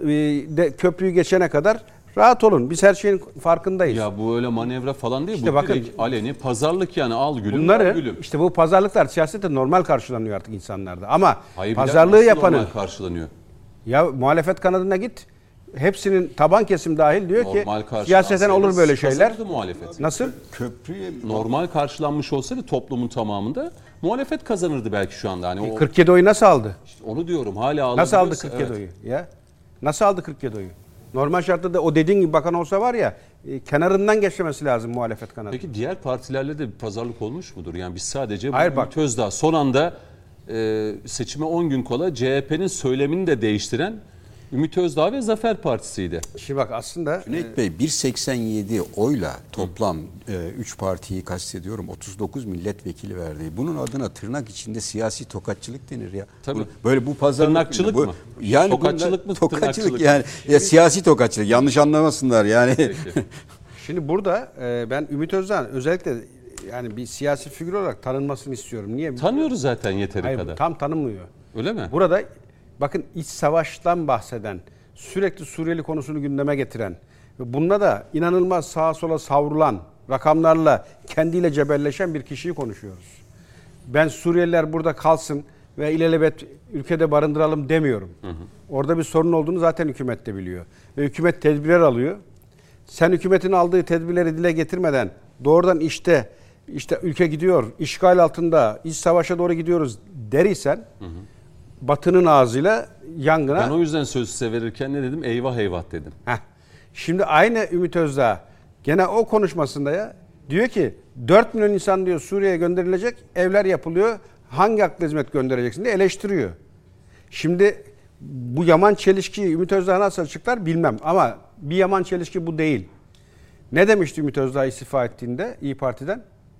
Köprüyü geçene kadar rahat olun. Biz her şeyin farkındayız. Ya bu öyle manevra falan değil. İşte bu bakın, direkt aleni pazarlık yani al gülüm bunları, al gülüm. İşte bu pazarlıklar siyasette normal karşılanıyor artık insanlarda. Ama Hayır, pazarlığı yapanın normal karşılanıyor. ya muhalefet kanadına git. Hepsinin taban kesim dahil diyor Normal ki siyaseten olur böyle şeyler. Kazanırdı muhalefet. Nasıl? Köprüye Normal karşılanmış olsaydı toplumun tamamında muhalefet kazanırdı belki şu anda. Hani 47 oyu nasıl aldı? onu diyorum hala Nasıl aldı alabiliyorsa, 47 evet. oyu? Ya nasıl aldı 47 oyu? Normal şartlarda o dediğin gibi bakan olsa var ya kenarından geçmesi lazım muhalefet kanadı. Peki diğer partilerle de bir pazarlık olmuş mudur? Yani biz sadece Hayır, Ümit Özdağ son anda seçime 10 gün kala CHP'nin söylemini de değiştiren Ümit Özdağ ve Zafer Partisi'ydi. Şimdi bak aslında Cüneyt Bey 1.87 oyla toplam 3 partiyi kastediyorum 39 milletvekili verdi. Bunun adına tırnak içinde siyasi tokatçılık denir ya. Tabii. Böyle bu pazarlık Tırnakçılık mı? Yani Tokatçılık mı? Tokatçılık Tırnakçılık yani. Ya, siyasi tokatçılık. Yanlış anlamasınlar yani. şimdi burada ben Ümit Özdağ'ın özellikle yani bir siyasi figür olarak tanınmasını istiyorum. Niye? Tanıyoruz zaten yeteri Hayır, kadar. tam tanınmıyor. Öyle mi? Burada bakın iç savaştan bahseden, sürekli Suriyeli konusunu gündeme getiren ve bununla da inanılmaz sağa sola savrulan, rakamlarla kendiyle cebelleşen bir kişiyi konuşuyoruz. Ben Suriyeliler burada kalsın ve ilelebet ülkede barındıralım demiyorum. Orada bir sorun olduğunu zaten hükümet de biliyor. Ve hükümet tedbirler alıyor. Sen hükümetin aldığı tedbirleri dile getirmeden doğrudan işte ülke gidiyor, işgal altında, iç savaşa doğru gidiyoruz derisen Batı'nın ağzıyla yangına... Ben o yüzden söz size verirken ne dedim? Eyvah eyvah dedim. Şimdi aynı Ümit Özdağ gene o konuşmasında ya diyor ki 4 milyon insan diyor Suriye'ye gönderilecek, evler yapılıyor. Hangi haklı hizmet göndereceksin diye eleştiriyor. Şimdi bu yaman çelişkiyi Ümit Özdağ nasıl açıklar bilmem ama bir yaman çelişki bu değil. Ne demişti Ümit Özdağ istifa ettiğinde İYİ Parti'den?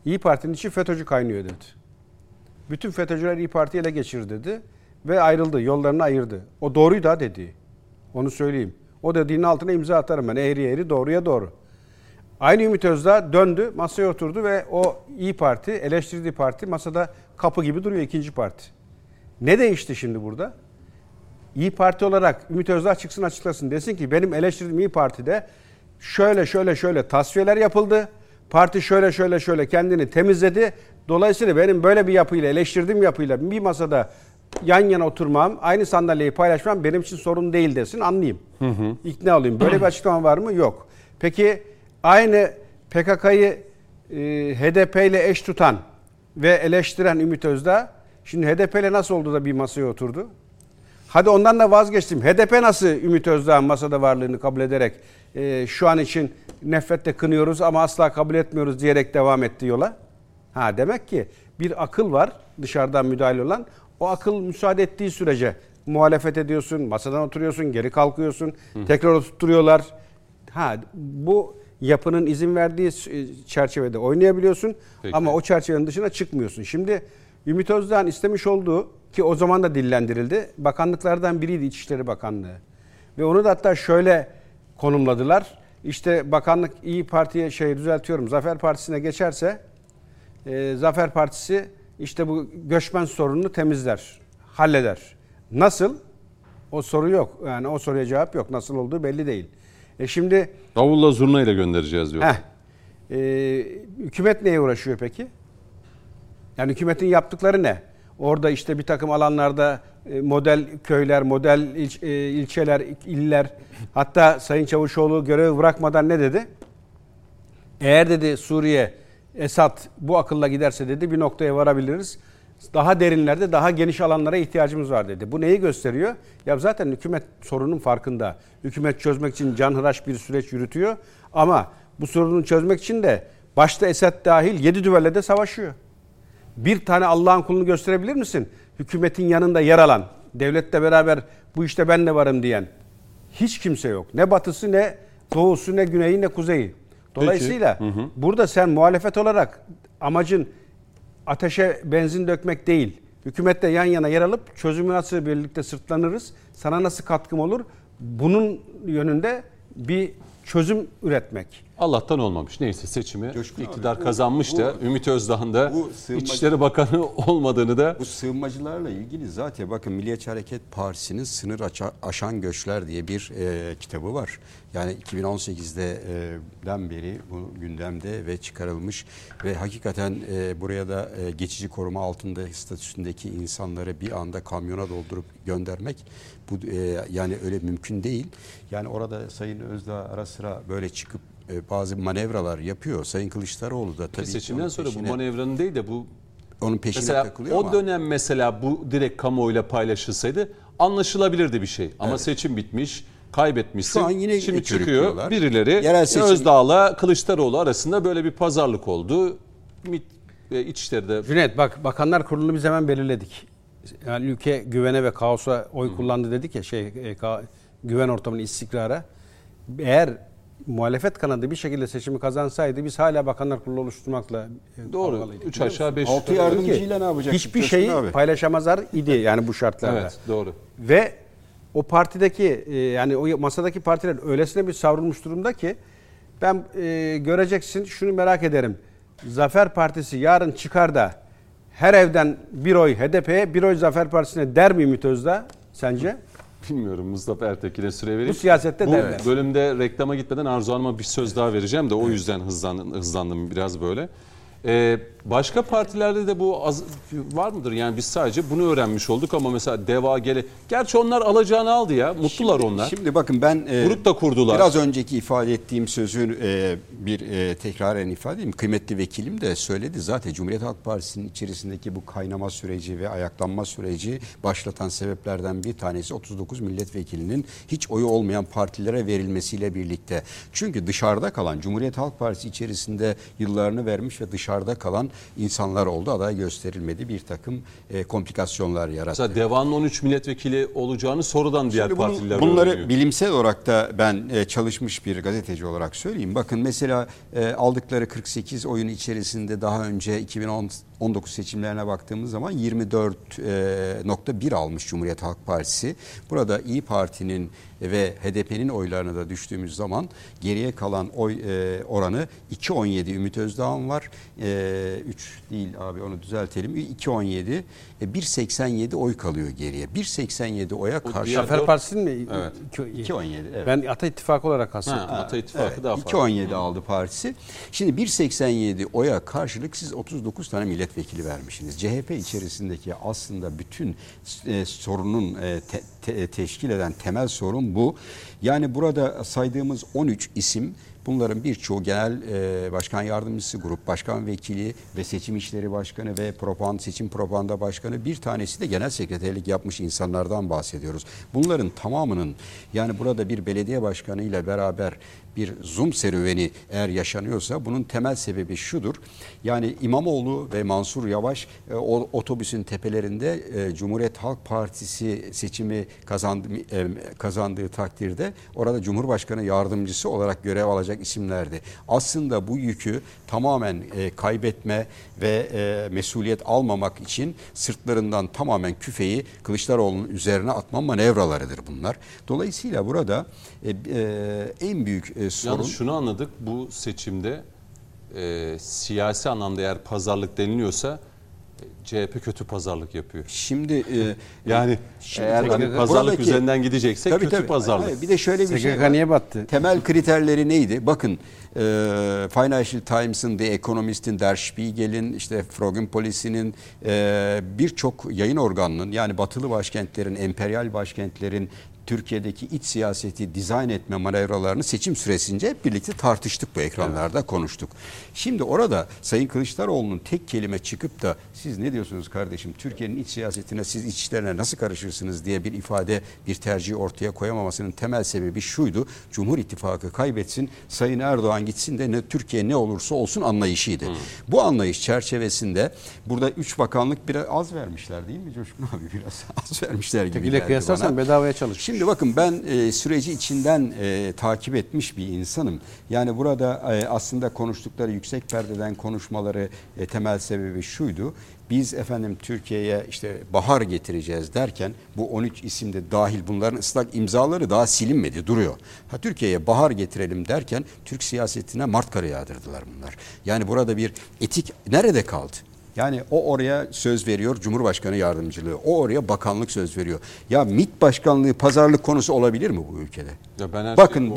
İyi Parti'nin içi FETÖ'cü kaynıyor dedi. Bütün FETÖ'cüler İyi Parti'yi ele geçirdi dedi ve ayrıldı, yollarını ayırdı. O doğruydu ha dedi. Onu söyleyeyim. O dediğinin altına imza atarım ben. Eğriye eğri, doğruya doğru. Aynı Ümit Özdağ döndü, masaya oturdu ve o İyi Parti, eleştirdiği parti masada kapı gibi duruyor, ikinci parti. Ne değişti şimdi burada? İyi Parti olarak Ümit Özdağ çıksın açıklasın. Desin ki benim eleştirdiğim İyi Parti'de şöyle tasfiyeler yapıldı. Parti şöyle kendini temizledi. Dolayısıyla benim böyle bir yapıyla, eleştirdiğim yapıyla bir masada yan yana oturmam, aynı sandalyeyi paylaşmam benim için sorun değil desin, anlayayım. İkna olayım. Böyle bir açıklama var mı? Yok. Peki aynı PKK'yı HDP ile eş tutan ve eleştiren Ümit Özdağ şimdi HDP ile nasıl oldu da bir masaya oturdu? Hadi ondan da vazgeçtim. HDP nasıl Ümit Özdağ'ın masada varlığını kabul ederek şu an için nefretle kınıyoruz ama asla kabul etmiyoruz diyerek devam etti yola? Demek ki bir akıl var dışarıdan müdahale olan. O akıl müsaade ettiği sürece muhalefet ediyorsun, masadan oturuyorsun, geri kalkıyorsun, tekrar oturtturuyorlar. Bu yapının izin verdiği çerçevede oynayabiliyorsun. Peki. Ama o çerçevenin dışına çıkmıyorsun. Şimdi Ümit Özdağ'ın istemiş olduğu, ki o zaman da dillendirildi, bakanlıklardan biriydi İçişleri Bakanlığı. Ve onu da hatta şöyle konumladılar. İşte bakanlık İyi Parti'ye düzeltiyorum, Zafer Partisi'ne geçerse Zafer Partisi işte bu göçmen sorununu temizler, halleder. Nasıl? O soru yok. Yani o soruya cevap yok. Nasıl olduğu belli değil. Şimdi davulla zurnayla göndereceğiz diyor. Hükümet neye uğraşıyor peki? Yani hükümetin yaptıkları ne? Orada işte bir takım alanlarda model köyler, model ilçeler, iller. Hatta Sayın Çavuşoğlu görevi bırakmadan ne dedi? Eğer dedi Suriye, Esad bu akılla giderse dedi bir noktaya varabiliriz. Daha derinlerde, daha geniş alanlara ihtiyacımız var dedi. Bu neyi gösteriyor? Ya zaten hükümet sorunun farkında. Hükümet çözmek için canhıraş bir süreç yürütüyor. Ama bu sorunu çözmek için de başta Esad dahil 7 düvelle de savaşıyor. Bir tane Allah'ın kulunu gösterebilir misin? Hükümetin yanında yer alan, devletle beraber bu işte ben de varım diyen hiç kimse yok. Ne batısı, ne doğusu, ne güneyi, ne kuzeyi. Dolayısıyla burada sen muhalefet olarak amacın ateşe benzin dökmek değil. Hükümetle yan yana yer alıp çözümü nasıl birlikte sırtlanırız, sana nasıl katkım olur, bunun yönünde bir çözüm üretmek. Allah'tan olmamış. Neyse seçimi iktidar kazanmış da Ümit Özdağ'ın da İçişleri Bakanı olmadığını da... Bu sığınmacılarla ilgili zaten bakın Milliyetçi Hareket Partisi'nin Sınır Aşan Göçler diye bir kitabı var. Yani 2018'den beri bu gündemde ve çıkarılmış ve hakikaten buraya da geçici koruma altında statüsündeki insanları bir anda kamyona doldurup göndermek bu yani öyle mümkün değil. Yani orada Sayın Özdağ ara sıra böyle çıkıp bazı manevralar yapıyor. Sayın Kılıçdaroğlu da tabii seçimden sonra bu manevranın değil de bu onun peşine mesela takılıyor o dönem mesela bu direkt kamuoyuyla paylaşılsaydı anlaşılabilirdi bir şey. Ama seçim bitmiş, kaybetmişsin. Şu an yine şimdi çıkıyor birileri seçim... Özdağ'la Kılıçdaroğlu arasında böyle bir pazarlık oldu. İçişleri'de... Cüneyt bak Bakanlar Kurulu'nu biz hemen belirledik. Yani ülke güvene ve kaosa oy kullandı dedik ya güven ortamının istikrara. Eğer muhalefet kanadı bir şekilde seçimi kazansaydı biz hala Bakanlar Kurulu oluşturmakla doğru. 3 aşağı 5 6 yardımcıyla ne yapacaktık? Hiçbir şeyi paylaşamazlar idi yani bu şartlarda. Evet, doğru. Ve o partideki yani o masadaki partiler öylesine bir savrulmuş durumda ki ben göreceksin şunu merak ederim. Zafer Partisi yarın çıkar da her evden bir oy HDP'ye, bir oy Zafer Partisi'ne der mi Ümit Özdağ sence? Bilmiyorum, Mustafa Ertekin'e süre vereyim. Bu siyasette derler. Bu bölümde reklama gitmeden Arzu Hanım'a bir söz daha vereceğim de o yüzden hızlandım biraz böyle. Başka partilerde de bu var mıdır? Yani biz sadece bunu öğrenmiş olduk ama mesela DEVA gerçi onlar alacağını aldı ya. Mutlular onlar. Şimdi bakın ben grup da kurdular. Biraz önceki ifade ettiğim sözün bir tekraren ifade edeyim. Kıymetli vekilim de söyledi. Zaten Cumhuriyet Halk Partisi'nin içerisindeki bu kaynama süreci ve ayaklanma süreci başlatan sebeplerden bir tanesi 39 milletvekilinin hiç oyu olmayan partilere verilmesiyle birlikte. Çünkü dışarıda kalan Cumhuriyet Halk Partisi içerisinde yıllarını vermiş ve dışarıda dışarıda kalan insanlar oldu. Aday gösterilmedi. Bir takım komplikasyonlar yarattı. Mesela Deva'nın 13 milletvekili olacağını sonradan diğer partiler bunları öğreniyor. bilimsel olarak da ben çalışmış bir gazeteci olarak söyleyeyim. Bakın mesela aldıkları 48 oyun içerisinde daha önce 2019 seçimlerine baktığımız zaman 24.1 almış Cumhuriyet Halk Partisi. Burada İyi Parti'nin ve HDP'nin oylarına da düştüğümüz zaman geriye kalan oy oranı 2.17 Ümit Özdağ'ın var. 3 değil abi, onu düzeltelim. 2.17 1.87 oy kalıyor geriye. 1.87 oya karşı. Zafer Partisi'nin mi? Evet. 2.17 evet. Ben Ata İttifakı olarak hasrettim. Ata İttifakı daha fazla. 2.17 aldı partisi. Şimdi 1.87 oya karşılık siz 39 tane milletvekili vermişsiniz. CHP içerisindeki aslında bütün sorunun teşkil eden temel sorun bu. Yani burada saydığımız 13 isim, bunların birçoğu genel başkan yardımcısı, grup başkan vekili ve seçim işleri başkanı ve seçim propaganda başkanı, bir tanesi de genel sekreterlik yapmış insanlardan bahsediyoruz. Bunların tamamının, yani burada bir belediye başkanı ile beraber bir Zoom serüveni eğer yaşanıyorsa bunun temel sebebi şudur. Yani İmamoğlu ve Mansur Yavaş o otobüsün tepelerinde Cumhuriyet Halk Partisi seçimi kazandığı takdirde orada Cumhurbaşkanı yardımcısı olarak görev alacak isimlerdi. Aslında bu yükü tamamen kaybetme ve mesuliyet almamak için sırtlarından tamamen küfeyi Kılıçdaroğlu'nun üzerine atma manevralarıdır bunlar. Dolayısıyla burada en büyük sorun... Yalnız şunu anladık, bu seçimde siyasi anlamda eğer pazarlık deniliyorsa CHP kötü pazarlık yapıyor. Şimdi yani eğer hani pazarlık üzerinden gideceksek kötü pazarlık. Hayır, bir de şöyle bir şey var. Niye battı? Temel kriterleri neydi? Bakın Financial Times'ın, The Economist'in, Der Spiegel'in, işte Froggen Policy'nin birçok yayın organının, yani batılı başkentlerin, emperyal başkentlerin Türkiye'deki iç siyaseti dizayn etme manevralarını seçim süresince hep birlikte tartıştık, bu ekranlarda konuştuk. Şimdi orada Sayın Kılıçdaroğlu'nun tek kelime çıkıp da siz ne diyorsunuz kardeşim, Türkiye'nin iç siyasetine, siz iç işlerine nasıl karışırsınız diye bir ifade, bir tercih ortaya koyamamasının temel sebebi şuydu: Cumhur İttifakı kaybetsin, Sayın Erdoğan gitsin de Türkiye ne olursa olsun anlayışıydı. Bu anlayış çerçevesinde burada 3 bakanlık biraz az vermişler değil mi Coşkun abi? Biraz az vermişler gibi Ile kıyaslarsan bedavaya çalış. Şimdi bakın, ben süreci içinden takip etmiş bir insanım. Yani burada aslında konuştukları, yüksek perdeden konuşmaları temel sebebi şuydu: biz efendim Türkiye'ye işte bahar getireceğiz derken bu 13 isim de dahil, bunların ıslak imzaları daha silinmedi, duruyor. Türkiye'ye bahar getirelim derken Türk siyasetine Mart karı yağdırdılar bunlar. Yani burada bir etik nerede kaldı? Yani o oraya söz veriyor, Cumhurbaşkanı yardımcılığı. O oraya bakanlık söz veriyor. Ya MİT başkanlığı pazarlık konusu olabilir mi bu ülkede? Ya ben bakın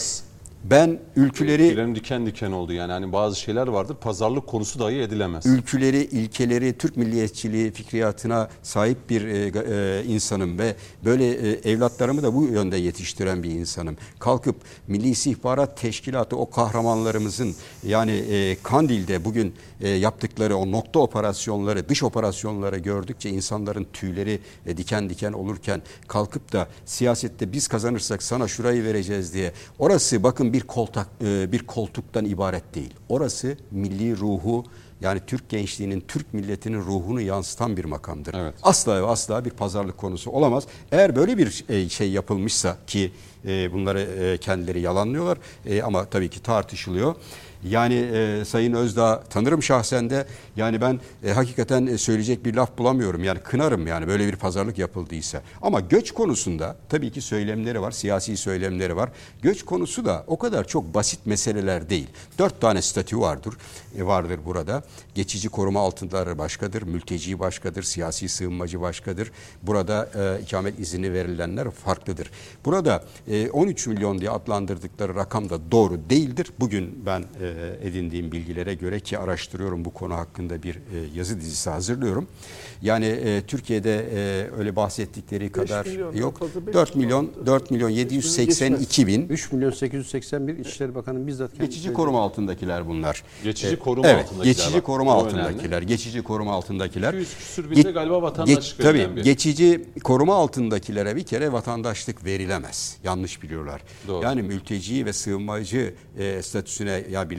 ben ülkeleri diken diken oldu. Yani hani bazı şeyler vardır, pazarlık konusu dahi edilemez. Ülküleri, ilkeleri, Türk milliyetçiliği fikriyatına sahip bir insanım ve böyle evlatlarımı da bu yönde yetiştiren bir insanım. Kalkıp Milli İstihbarat Teşkilatı, o kahramanlarımızın, yani Kandil'de bugün yaptıkları o nokta operasyonları, dış operasyonları gördükçe insanların tüyleri diken diken olurken, kalkıp da siyasette biz kazanırsak sana şurayı vereceğiz diye, orası bakın bir koltuktan ibaret değil. Orası milli ruhu, yani Türk gençliğinin, Türk milletinin ruhunu yansıtan bir makamdır. Evet. Asla ve asla bir pazarlık konusu olamaz. Eğer böyle bir şey yapılmışsa, ki bunları kendileri yalanlıyorlar ama tabii ki tartışılıyor. Yani Sayın Özdağ tanırım şahsen de, yani ben hakikaten söyleyecek bir laf bulamıyorum. Yani kınarım yani böyle bir pazarlık yapıldıysa. Ama göç konusunda tabii ki söylemleri var, siyasi söylemleri var. Göç konusu da o kadar çok basit meseleler değil. 4 tane statü vardır burada. Geçici koruma altındaları başkadır, mülteci başkadır, siyasi sığınmacı başkadır. Burada ikamet izni verilenler farklıdır. Burada 13 milyon diye adlandırdıkları rakam da doğru değildir. Bugün ben edindiğim bilgilere göre, ki araştırıyorum, bu konu hakkında bir yazı dizisi hazırlıyorum. Yani Türkiye'de öyle bahsettikleri kadar yok. 4 milyon 782 bin. 3 milyon 881 İçişleri Bakanı bizzat geçici koruma altındakiler bunlar. Geçici koruma altındakiler. Geçici koruma altındakiler. Geçici koruma altındakiler. 200 küsür binde galiba vatandaşlık verilen bir. Geçici koruma altındakilere bir kere vatandaşlık verilemez. Yanlış biliyorlar. Doğru. Yani mülteci ve sığınmacı statüsüne, ya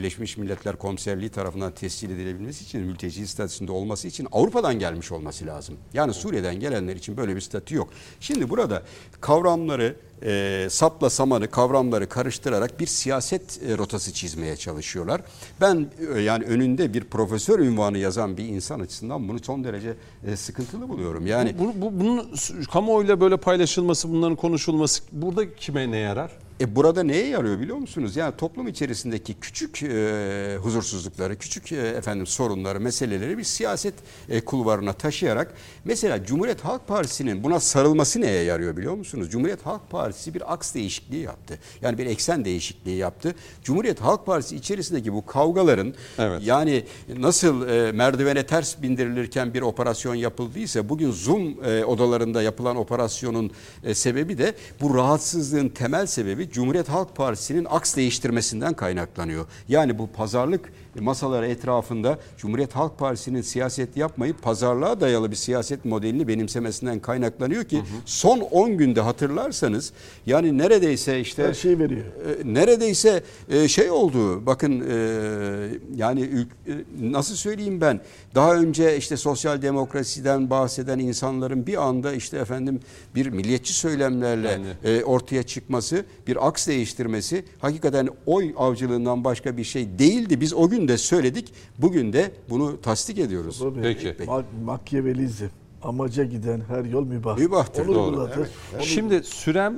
Birleşmiş Milletler Komiserliği tarafından tescil edilebilmesi için, mülteci statüsünde olması için Avrupa'dan gelmiş olması lazım. Yani Suriye'den gelenler için böyle bir statü yok. Şimdi burada kavramları, sapla samanı kavramları karıştırarak bir siyaset rotası çizmeye çalışıyorlar. Ben yani önünde bir profesör unvanı yazan bir insan açısından bunu son derece sıkıntılı buluyorum. Yani Bunun kamuoyuyla böyle paylaşılması, bunların konuşulması burada kime ne yarar? Burada neye yarıyor biliyor musunuz? Yani toplum içerisindeki küçük huzursuzlukları, küçük sorunları, meseleleri bir siyaset kulvarına taşıyarak, mesela Cumhuriyet Halk Partisi'nin buna sarılması neye yarıyor biliyor musunuz? Cumhuriyet Halk Partisi bir aks değişikliği yaptı. Yani bir eksen değişikliği yaptı. Cumhuriyet Halk Partisi içerisindeki bu kavgaların, yani nasıl merdivene ters bindirilirken bir operasyon yapıldıysa, bugün Zoom odalarında yapılan operasyonun sebebi de, bu rahatsızlığın temel sebebi Cumhuriyet Halk Partisi'nin aks değiştirmesinden kaynaklanıyor. Yani bu pazarlık masaları etrafında Cumhuriyet Halk Partisi'nin siyaset yapmayıp pazarlığa dayalı bir siyaset modelini benimsemesinden kaynaklanıyor ki son 10 günde hatırlarsanız, yani neredeyse işte her şeyi veriyor. Neredeyse şey oldu. Bakın yani nasıl söyleyeyim ben, daha önce işte sosyal demokrasiden bahseden insanların bir anda işte bir milliyetçi söylemlerle ortaya çıkması, bir aks değiştirmesi hakikaten oy avcılığından başka bir şey değildi. Biz o gün de söyledik. Bugün de bunu tasdik ediyoruz. Peki. Machiavellizm. Amaca giden her yol mübah. Mübahtır. Doğru. Evet. Şimdi sürem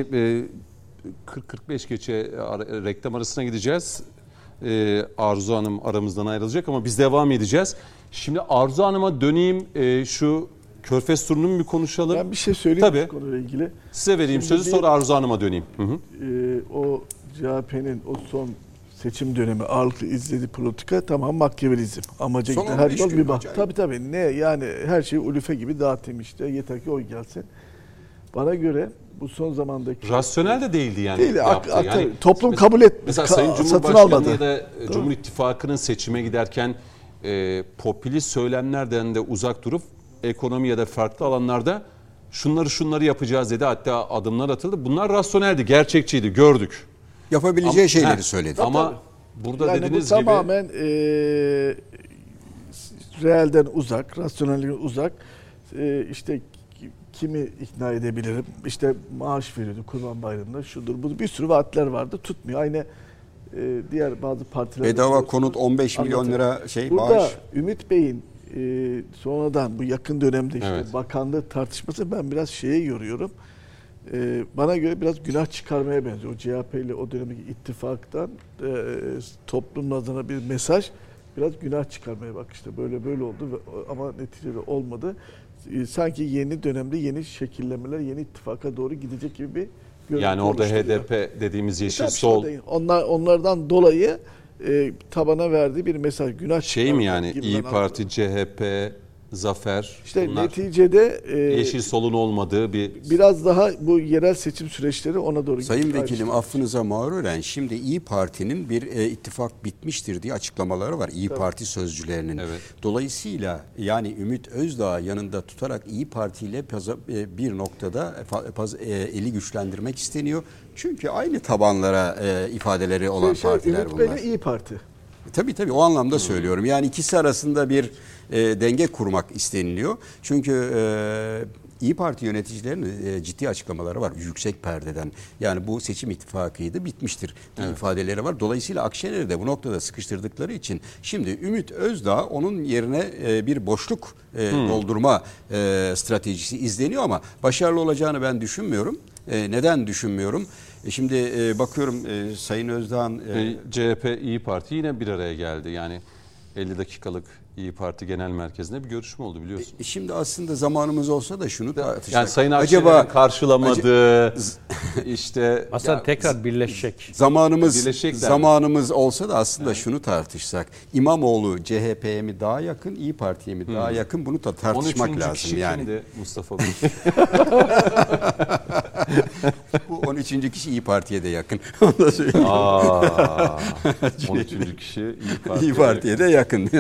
40-45 geçe reklam arasına gideceğiz. Arzu Hanım aramızdan ayrılacak ama biz devam edeceğiz. Şimdi Arzu Hanım'a döneyim, şu Körfez turunu bir konuşalım. Ben bir şey söyleyeyim Tabii. bu konuyla ilgili. Size vereyim sözü, sonra Arzu Hanım'a döneyim. O CHP'nin o son seçim dönemi ağırlıklı izlediği politika tamam Machiavellizm. Amaca giden her yol mübah. Tabii ne yani, her şeyi ulufe gibi dağıtayım işte, yeter ki oy gelsin. Bana göre bu son zamandaki... Rasyonel de değildi yani. Değil, yani toplum kabul etmedi. Mesela Sayın Cumhurbaşkanı ya da Cumhur İttifakı'nın seçime giderken popülist söylemlerden de uzak durup ekonomi ya da farklı alanlarda şunları yapacağız dedi. Hatta adımlar atıldı. Bunlar rasyoneldi, gerçekçiydi, gördük. Yapabileceği şeyleri söyledi. Ama burada yani dediğiniz bu gibi... tamamen realden uzak, rasyonellikten uzak. İşte kimi ikna edebilirim? İşte maaş veriyordu Kurban Bayramı'nda, şudur, bu bir sürü vaatler vardı, tutmuyor. Aynı diğer bazı partiler... Bedava konut 15 milyon lira Burada bağış. Ümit Bey'in sonradan bu yakın dönemde işte bakanlığı tartışması ben biraz şeye yoruyorum. Bana göre biraz günah çıkarmaya benziyor. O CHP ile o dönemdeki ittifaktan toplumun adına bir mesaj, biraz günah çıkarmaya, bak işte böyle oldu ama neticede olmadı. Sanki yeni dönemde yeni şekillemeler, yeni ittifaka doğru gidecek gibi bir görüntü. Yani orada oluşturuyor. HDP dediğimiz Yeşil Sol... Onlardan dolayı tabana verdiği bir mesaj, günah şey mi yani, İyi Parti, anladım. CHP, Zafer, İşte bunlar neticede Yeşil Sol'un olmadığı biraz daha bu yerel seçim süreçleri ona doğru gidiyor. Sayın Vekilim, affınıza mağruren şimdi İyi Parti'nin bir ittifak bitmiştir diye açıklamaları var. İyi Parti sözcülerinin. Evet. Dolayısıyla yani Ümit Özdağ yanında tutarak İyi Parti ile bir noktada eli güçlendirmek isteniyor. Çünkü aynı tabanlara ifadeleri olan partiler Ümit bunlar. Bey'le İyi Parti. Tabii o anlamda söylüyorum. Yani ikisi arasında bir denge kurmak isteniliyor. Çünkü İyi Parti yöneticilerinin ciddi açıklamaları var yüksek perdeden. Yani bu seçim ittifakıydı, bitmiştir ifadeleri var. Dolayısıyla Akşener'i de bu noktada sıkıştırdıkları için şimdi Ümit Özdağ onun yerine bir boşluk doldurma stratejisi izleniyor ama başarılı olacağını ben düşünmüyorum. Neden düşünmüyorum? Şimdi bakıyorum Sayın Özdağ'ın... CHP, İyi Parti yine bir araya geldi. Yani 50 dakikalık İyi Parti Genel Merkezi'nde bir görüşme oldu, biliyorsun. Şimdi aslında zamanımız olsa da şunu tartışsak. Yani Sayın Akşener'in karşılamadığı işte... Aslında tekrar birleşecek. Zamanımız olsa da aslında şunu tartışsak. İmamoğlu CHP'ye mi daha yakın, İyi Parti'ye mi daha yakın, bunu da tartışmak lazım kişi yani. Kimdi Mustafa Bey? Bu 13. kişi İyi Parti'ye de yakın. 13. kişi İyi Parti'ye de yakın.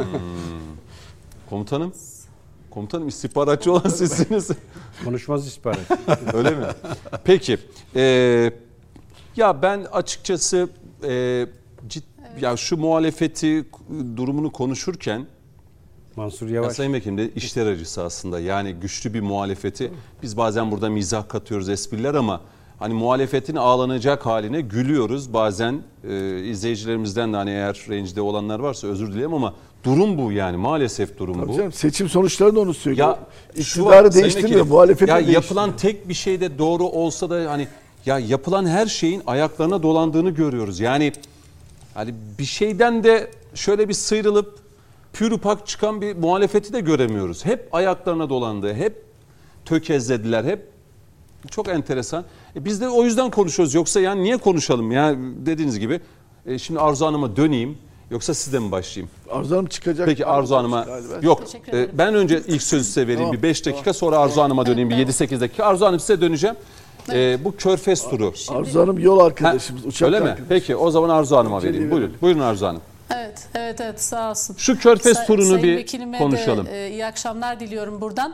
Komutanım istihbaratçı olan sizsiniz. Konuşmaz istihbarat. Öyle mi? Peki. Ya ben açıkçası ya şu muhalefeti durumunu konuşurken Mansur ya Yavaş. Sayın Vekilim de işler acısı aslında. Yani güçlü bir muhalefeti biz bazen burada mizah katıyoruz, espriler ama hani muhalefetin ağlanacak haline gülüyoruz. Bazen izleyicilerimizden de hani eğer rencide olanlar varsa özür dilerim ama durum bu yani, maalesef durum Tabii bu. canım, seçim sonuçları da onu söylüyor. Ya İktidarı Sayın değiştirmiyor, Vekilim, muhalefeti ya değiştiriyor. yapılan tek bir şey de doğru olsa da hani ya yapılan her şeyin ayaklarına dolandığını görüyoruz. Yani hani bir şeyden de şöyle bir sıyrılıp pürüpak çıkan bir muhalefeti de göremiyoruz. Hep ayaklarına dolandı, hep tökezlediler, hep çok enteresan. Biz de o yüzden konuşuyoruz. Yoksa yani niye konuşalım ya, dediğiniz gibi. Şimdi Arzu Hanım'a döneyim. Yoksa sizden mi başlayayım? Arzu Hanım çıkacak. Peki Arzu Hanım'a yok. Teşekkür ederim. Ben önce ilk sözü size vereyim, Tamam, bir 5 dakika sonra Arzu Hanım'a döneyim, bir Evet, 7-8 dakika. Arzu Hanım size döneceğim. Bu Körfez turu. Arzu Hanım yol arkadaşımız. Ha, Uçak öyle mi? arkadaşımız. Peki o zaman Arzu Hanım'a vereyim. verelim. Buyurun. Buyurun Arzu Hanım. Evet sağ olsun. Şu Körfez turunu Sayın bir Vekilime konuşalım. de iyi akşamlar diliyorum buradan.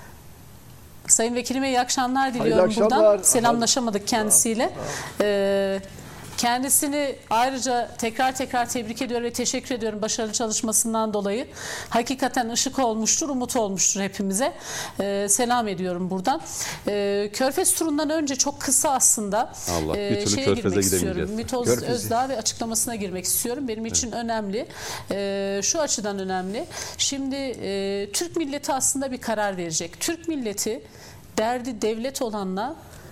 Sayın Vekilime iyi akşamlar Hayırlı diliyorum akşamlar. buradan. Selamlaşamadık kendisiyle. Kendisini ayrıca tekrar tebrik ediyorum ve teşekkür ediyorum başarılı çalışmasından dolayı. Hakikaten ışık olmuştur, umut olmuştur hepimize. Selam ediyorum buradan. Körfez turundan önce çok kısa aslında Allah, bir türlü şeye Körfez'e girmek istiyorum. gidemeyeceğiz. Mitoz Körfez'e. Özdağ ve açıklamasına girmek istiyorum. Benim için önemli. Şu açıdan önemli. Şimdi Türk milleti aslında bir karar verecek. Türk milleti derdi devlet olanla,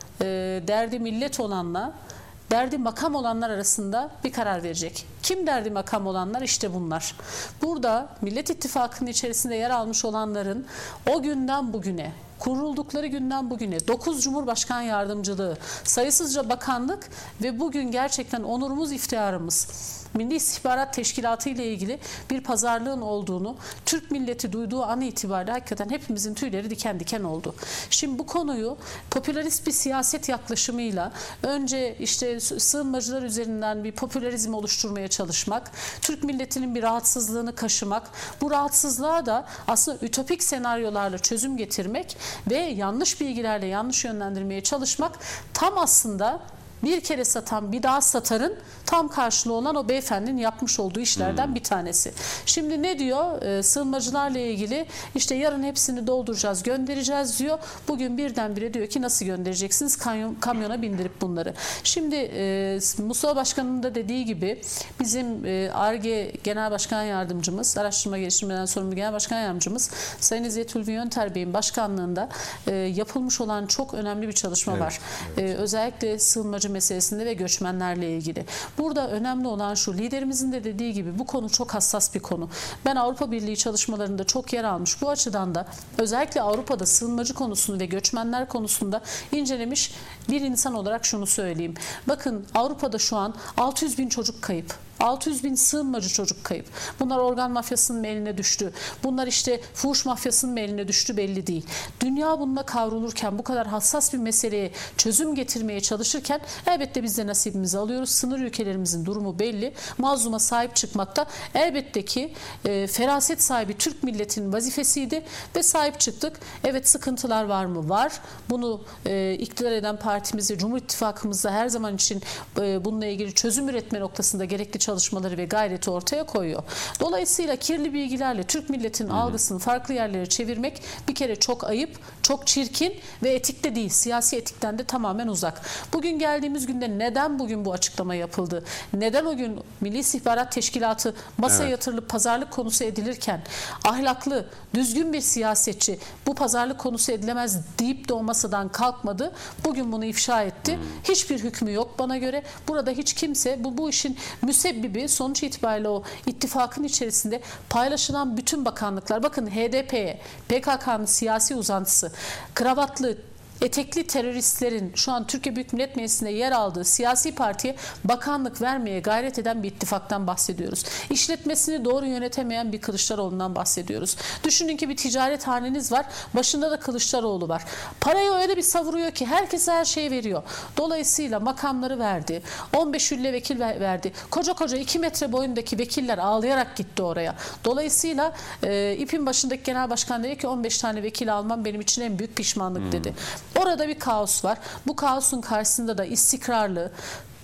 derdi millet olanla, derdi makam olanlar arasında bir karar verecek. Kim derdi makam olanlar? İşte bunlar. Burada Millet İttifakı'nın içerisinde yer almış olanların o günden bugüne, kuruldukları günden bugüne 9 Cumhurbaşkan Yardımcılığı, sayısızca bakanlık ve bugün gerçekten onurumuz, iftiharımız Milli İstihbarat Teşkilatı ile ilgili bir pazarlığın olduğunu Türk milleti duyduğu an itibariyle hakikaten hepimizin tüyleri diken diken oldu. Şimdi bu konuyu popülerist bir siyaset yaklaşımıyla önce işte sığınmacılar üzerinden bir popülerizm oluşturmaya çalışmak, Türk milletinin bir rahatsızlığını kaşımak, bu rahatsızlığa da aslında ütopik senaryolarla çözüm getirmek ve yanlış bilgilerle yanlış yönlendirmeye çalışmak tam aslında bir kere satan bir daha satarın tam karşılığı olan o beyefendinin yapmış olduğu işlerden bir tanesi. Şimdi ne diyor? Sığınmacılarla ilgili işte yarın hepsini dolduracağız, göndereceğiz diyor. Bugün birdenbire diyor ki nasıl göndereceksiniz? Kamyona bindirip bunları. Şimdi Mustafa Başkan'ın da dediği gibi bizim ARGE Genel Başkan Yardımcımız, Araştırma Geliştirmeden Sorumlu Genel Başkan Yardımcımız Sayın İzzet Ulvi Yönter Bey'in başkanlığında yapılmış olan çok önemli bir çalışma var. Özellikle sığınmacı meselesinde ve göçmenlerle ilgili. Burada önemli olan şu, liderimizin de dediği gibi bu konu çok hassas bir konu. Ben Avrupa Birliği çalışmalarında çok yer almış. Bu açıdan da özellikle Avrupa'da sığınmacı konusunu ve göçmenler konusunda incelemiş bir insan olarak şunu söyleyeyim. Bakın Avrupa'da şu an 600 bin çocuk kayıp. 600 bin sığınmacı çocuk kayıp. Bunlar organ mafyasının eline düştü. Bunlar işte fuhuş mafyasının eline düştü, belli değil. Dünya bununla kavrulurken, bu kadar hassas bir meseleye çözüm getirmeye çalışırken elbette biz de nasibimizi alıyoruz. Sınır ülkelerimizin durumu belli. Mazluma sahip çıkmakta elbette ki feraset sahibi Türk milletinin vazifesiydi ve sahip çıktık. Evet, sıkıntılar var mı? Var. Bunu iktidar eden partimiz ve Cumhur İttifakımızda her zaman için bununla ilgili çözüm üretme noktasında gerekli çalışmaları ve gayreti ortaya koyuyor. Dolayısıyla kirli bilgilerle Türk milletinin algısını farklı yerlere çevirmek bir kere çok ayıp, çok çirkin ve etikte değil. Siyasi etikten de tamamen uzak. Bugün geldiğimiz günde neden bugün bu açıklama yapıldı? Neden o gün Milli İstihbarat Teşkilatı masaya yatırılıp pazarlık konusu edilirken ahlaklı, düzgün bir siyasetçi bu pazarlık konusu edilemez deyip de o masadan kalkmadı. Bugün bunu ifşa etti. Hiçbir hükmü yok bana göre. Burada hiç kimse bu işin müsebbibi, sonuç itibariyle o ittifakın içerisinde paylaşılan bütün bakanlıklar, bakın HDP'ye, PKK'nın siyasi uzantısı, kravatlı, etekli teröristlerin şu an Türkiye Büyük Millet Meclisi'nde yer aldığı siyasi partiye bakanlık vermeye gayret eden bir ittifaktan bahsediyoruz. İşletmesini doğru yönetemeyen bir Kılıçdaroğlu'ndan bahsediyoruz. Düşünün ki bir ticaret haneniz var, başında da Kılıçdaroğlu var. Parayı öyle bir savuruyor ki herkese her şeyi veriyor. Dolayısıyla makamları verdi, 15 vekil verdi. Koca koca 2 metre boyundaki vekiller ağlayarak gitti oraya. Dolayısıyla ipin başındaki genel başkan dedi ki 15 tane vekil almam benim için en büyük pişmanlık dedi. Orada bir kaos var. Bu kaosun karşısında da istikrarlı,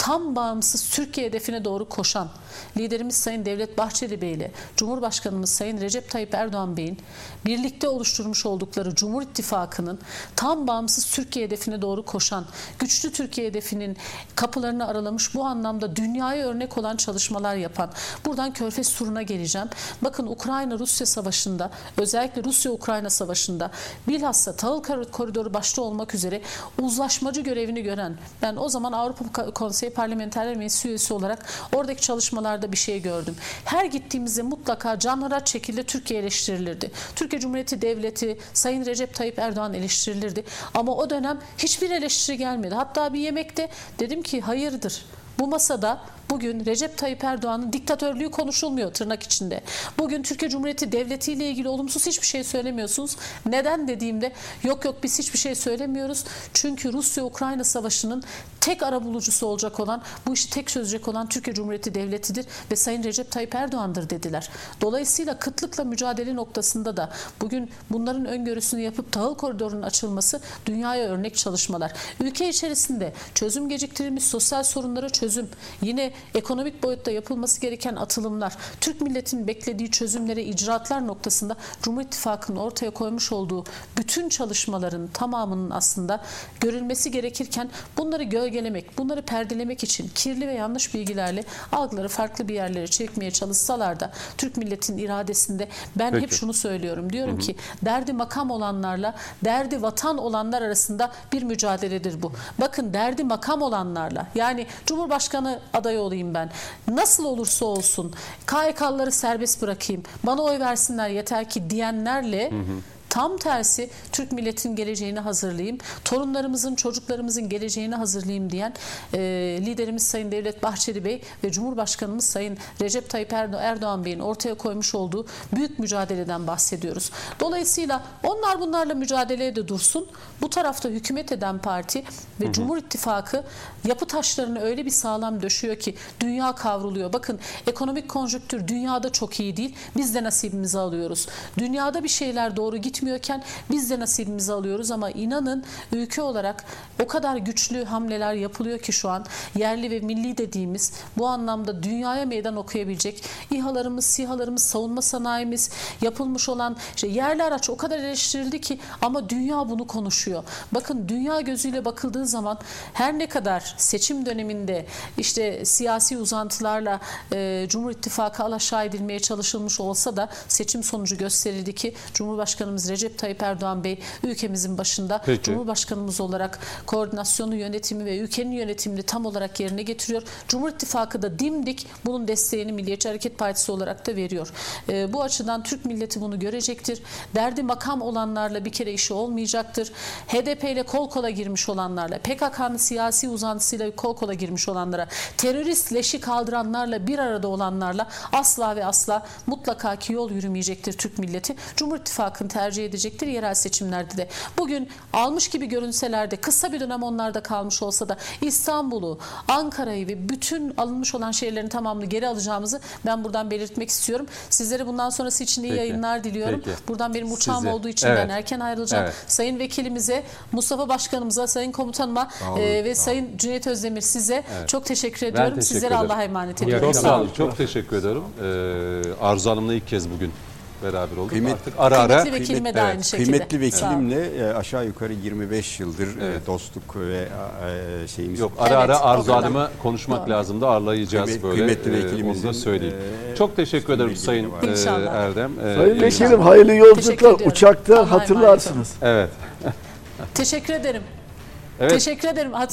tam bağımsız Türkiye hedefine doğru koşan liderimiz Sayın Devlet Bahçeli Bey ile Cumhurbaşkanımız Sayın Recep Tayyip Erdoğan Bey'in birlikte oluşturmuş oldukları Cumhur İttifakı'nın tam bağımsız Türkiye hedefine doğru koşan, güçlü Türkiye hedefinin kapılarını aralamış, bu anlamda dünyaya örnek olan çalışmalar yapan, buradan Körfez turuna geleceğim. Bakın Ukrayna-Rusya savaşında, özellikle Rusya-Ukrayna savaşında bilhassa tahıl koridoru başta olmak üzere uzlaşmacı görevini gören, ben o zaman Avrupa Konseyi Parlamenterler Meclisi üyesi olarak oradaki çalışmalarda bir şey gördüm. Her gittiğimizde mutlaka canhıraç şekilde Türkiye eleştirilirdi. Türkiye Cumhuriyeti Devleti, Sayın Recep Tayyip Erdoğan eleştirilirdi. Ama o dönem hiçbir eleştiri gelmedi. Hatta bir yemekte dedim ki hayırdır? Bu masada bugün Recep Tayyip Erdoğan'ın diktatörlüğü konuşulmuyor tırnak içinde. Bugün Türkiye Cumhuriyeti Devleti ile ilgili olumsuz hiçbir şey söylemiyorsunuz. Neden dediğimde yok biz hiçbir şey söylemiyoruz. Çünkü Rusya-Ukrayna savaşının tek arabulucusu olacak olan, bu işi tek çözecek olan Türkiye Cumhuriyeti Devleti'dir ve Sayın Recep Tayyip Erdoğan'dır dediler. Dolayısıyla kıtlıkla mücadele noktasında da bugün bunların öngörüsünü yapıp tahıl koridorunun açılması dünyaya örnek çalışmalar. Ülke içerisinde çözüm geciktirilmiş sosyal sorunlara çözüm, yine ekonomik boyutta yapılması gereken atılımlar, Türk milletinin beklediği çözümlere, icraatlar noktasında Cumhur İttifakı'nın ortaya koymuş olduğu bütün çalışmaların tamamının aslında görülmesi gerekirken bunları gölgelemek, bunları perdelemek için kirli ve yanlış bilgilerle algıları farklı bir yerlere çekmeye çalışsalar da Türk milletinin iradesinde ben hep şunu söylüyorum. Diyorum ki derdi makam olanlarla derdi vatan olanlar arasında bir mücadeledir bu. Bakın derdi makam olanlarla, yani Cumhurbaşkanı adayı olayım ben, nasıl olursa olsun KHK'lıları serbest bırakayım, bana oy versinler yeter ki diyenlerle tam tersi Türk milletinin geleceğini hazırlayayım, torunlarımızın, çocuklarımızın geleceğini hazırlayayım diyen liderimiz Sayın Devlet Bahçeli Bey ve Cumhurbaşkanımız Sayın Recep Tayyip Erdoğan Bey'in ortaya koymuş olduğu büyük mücadeleden bahsediyoruz. Dolayısıyla onlar bunlarla mücadeleye de dursun. Bu tarafta hükümet eden parti ve Cumhur İttifakı yapı taşlarını öyle bir sağlam döşüyor ki dünya kavruluyor. Bakın ekonomik konjüktür dünyada çok iyi değil. Biz de nasibimizi alıyoruz. Dünyada bir şeyler doğru gitmiyorken biz de nasibimizi alıyoruz ama inanın ülke olarak o kadar güçlü hamleler yapılıyor ki şu an yerli ve milli dediğimiz bu anlamda dünyaya meydan okuyabilecek İHA'larımız, SİHA'larımız, savunma sanayimiz, yapılmış olan yerli araç o kadar eleştirildi ki ama dünya bunu konuşuyor. Bakın dünya gözüyle bakıldığı zaman her ne kadar seçim döneminde işte siyasi uzantılarla Cumhur İttifakı alaşağı edilmeye çalışılmış olsa da seçim sonucu gösterildi ki Cumhurbaşkanımız Recep Tayyip Erdoğan Bey ülkemizin başında Cumhurbaşkanımız olarak koordinasyonu, yönetimi ve ülkenin yönetimini tam olarak yerine getiriyor. Cumhur İttifakı da dimdik bunun desteğini Milliyetçi Hareket Partisi olarak da veriyor. Bu açıdan Türk milleti bunu görecektir. Derdi makam olanlarla bir kere işi olmayacaktır. HDP ile kol kola girmiş olanlarla, PKK'nın siyasi uzantısıyla kol kola girmiş olanlara, terörist leşi kaldıranlarla bir arada olanlarla asla ve asla mutlaka ki yol yürümeyecektir Türk milleti. Cumhur İttifakı'nı tercih edecektir yerel seçimlerde de. Bugün almış gibi görünseler de kısa bir dönem onlarda kalmış olsa da İstanbul'u, Ankara'yı ve bütün alınmış olan şehirlerin tamamını geri alacağımızı ben buradan belirtmek istiyorum. Sizlere bundan sonrası için iyi yayınlar diliyorum. Buradan benim uçağım olduğu için ben erken ayrılacağım. Sayın Vekilimize, Mustafa Başkanımıza, Sayın Komutanıma ve Sayın Cüneyt Özdemir size çok teşekkür ediyorum. Sizlere Allah'a emanet ediyorum. Çok sağ olun. Çok teşekkür ederim. Arzu Hanım'la ilk kez bugün beraber olduk. Artık ara ara kıymetli vekilime de aynı şekilde. Kıymetli vekilimle aşağı yukarı 25 yıldır dostluk ve şeyimiz. Yok, ara ara Arzu Hanım'ı konuşmak lazım da ağırlayacağız böyle. Kıymetli vekilimizin onu da söyleyeyim. Çok teşekkür ederim Sayın Erdem. Sayın Vekilim hayırlı yolculuklar. Uçakta hatırlarsınız. Evet. Teşekkür ederim. Evet. Teşekkür ederim.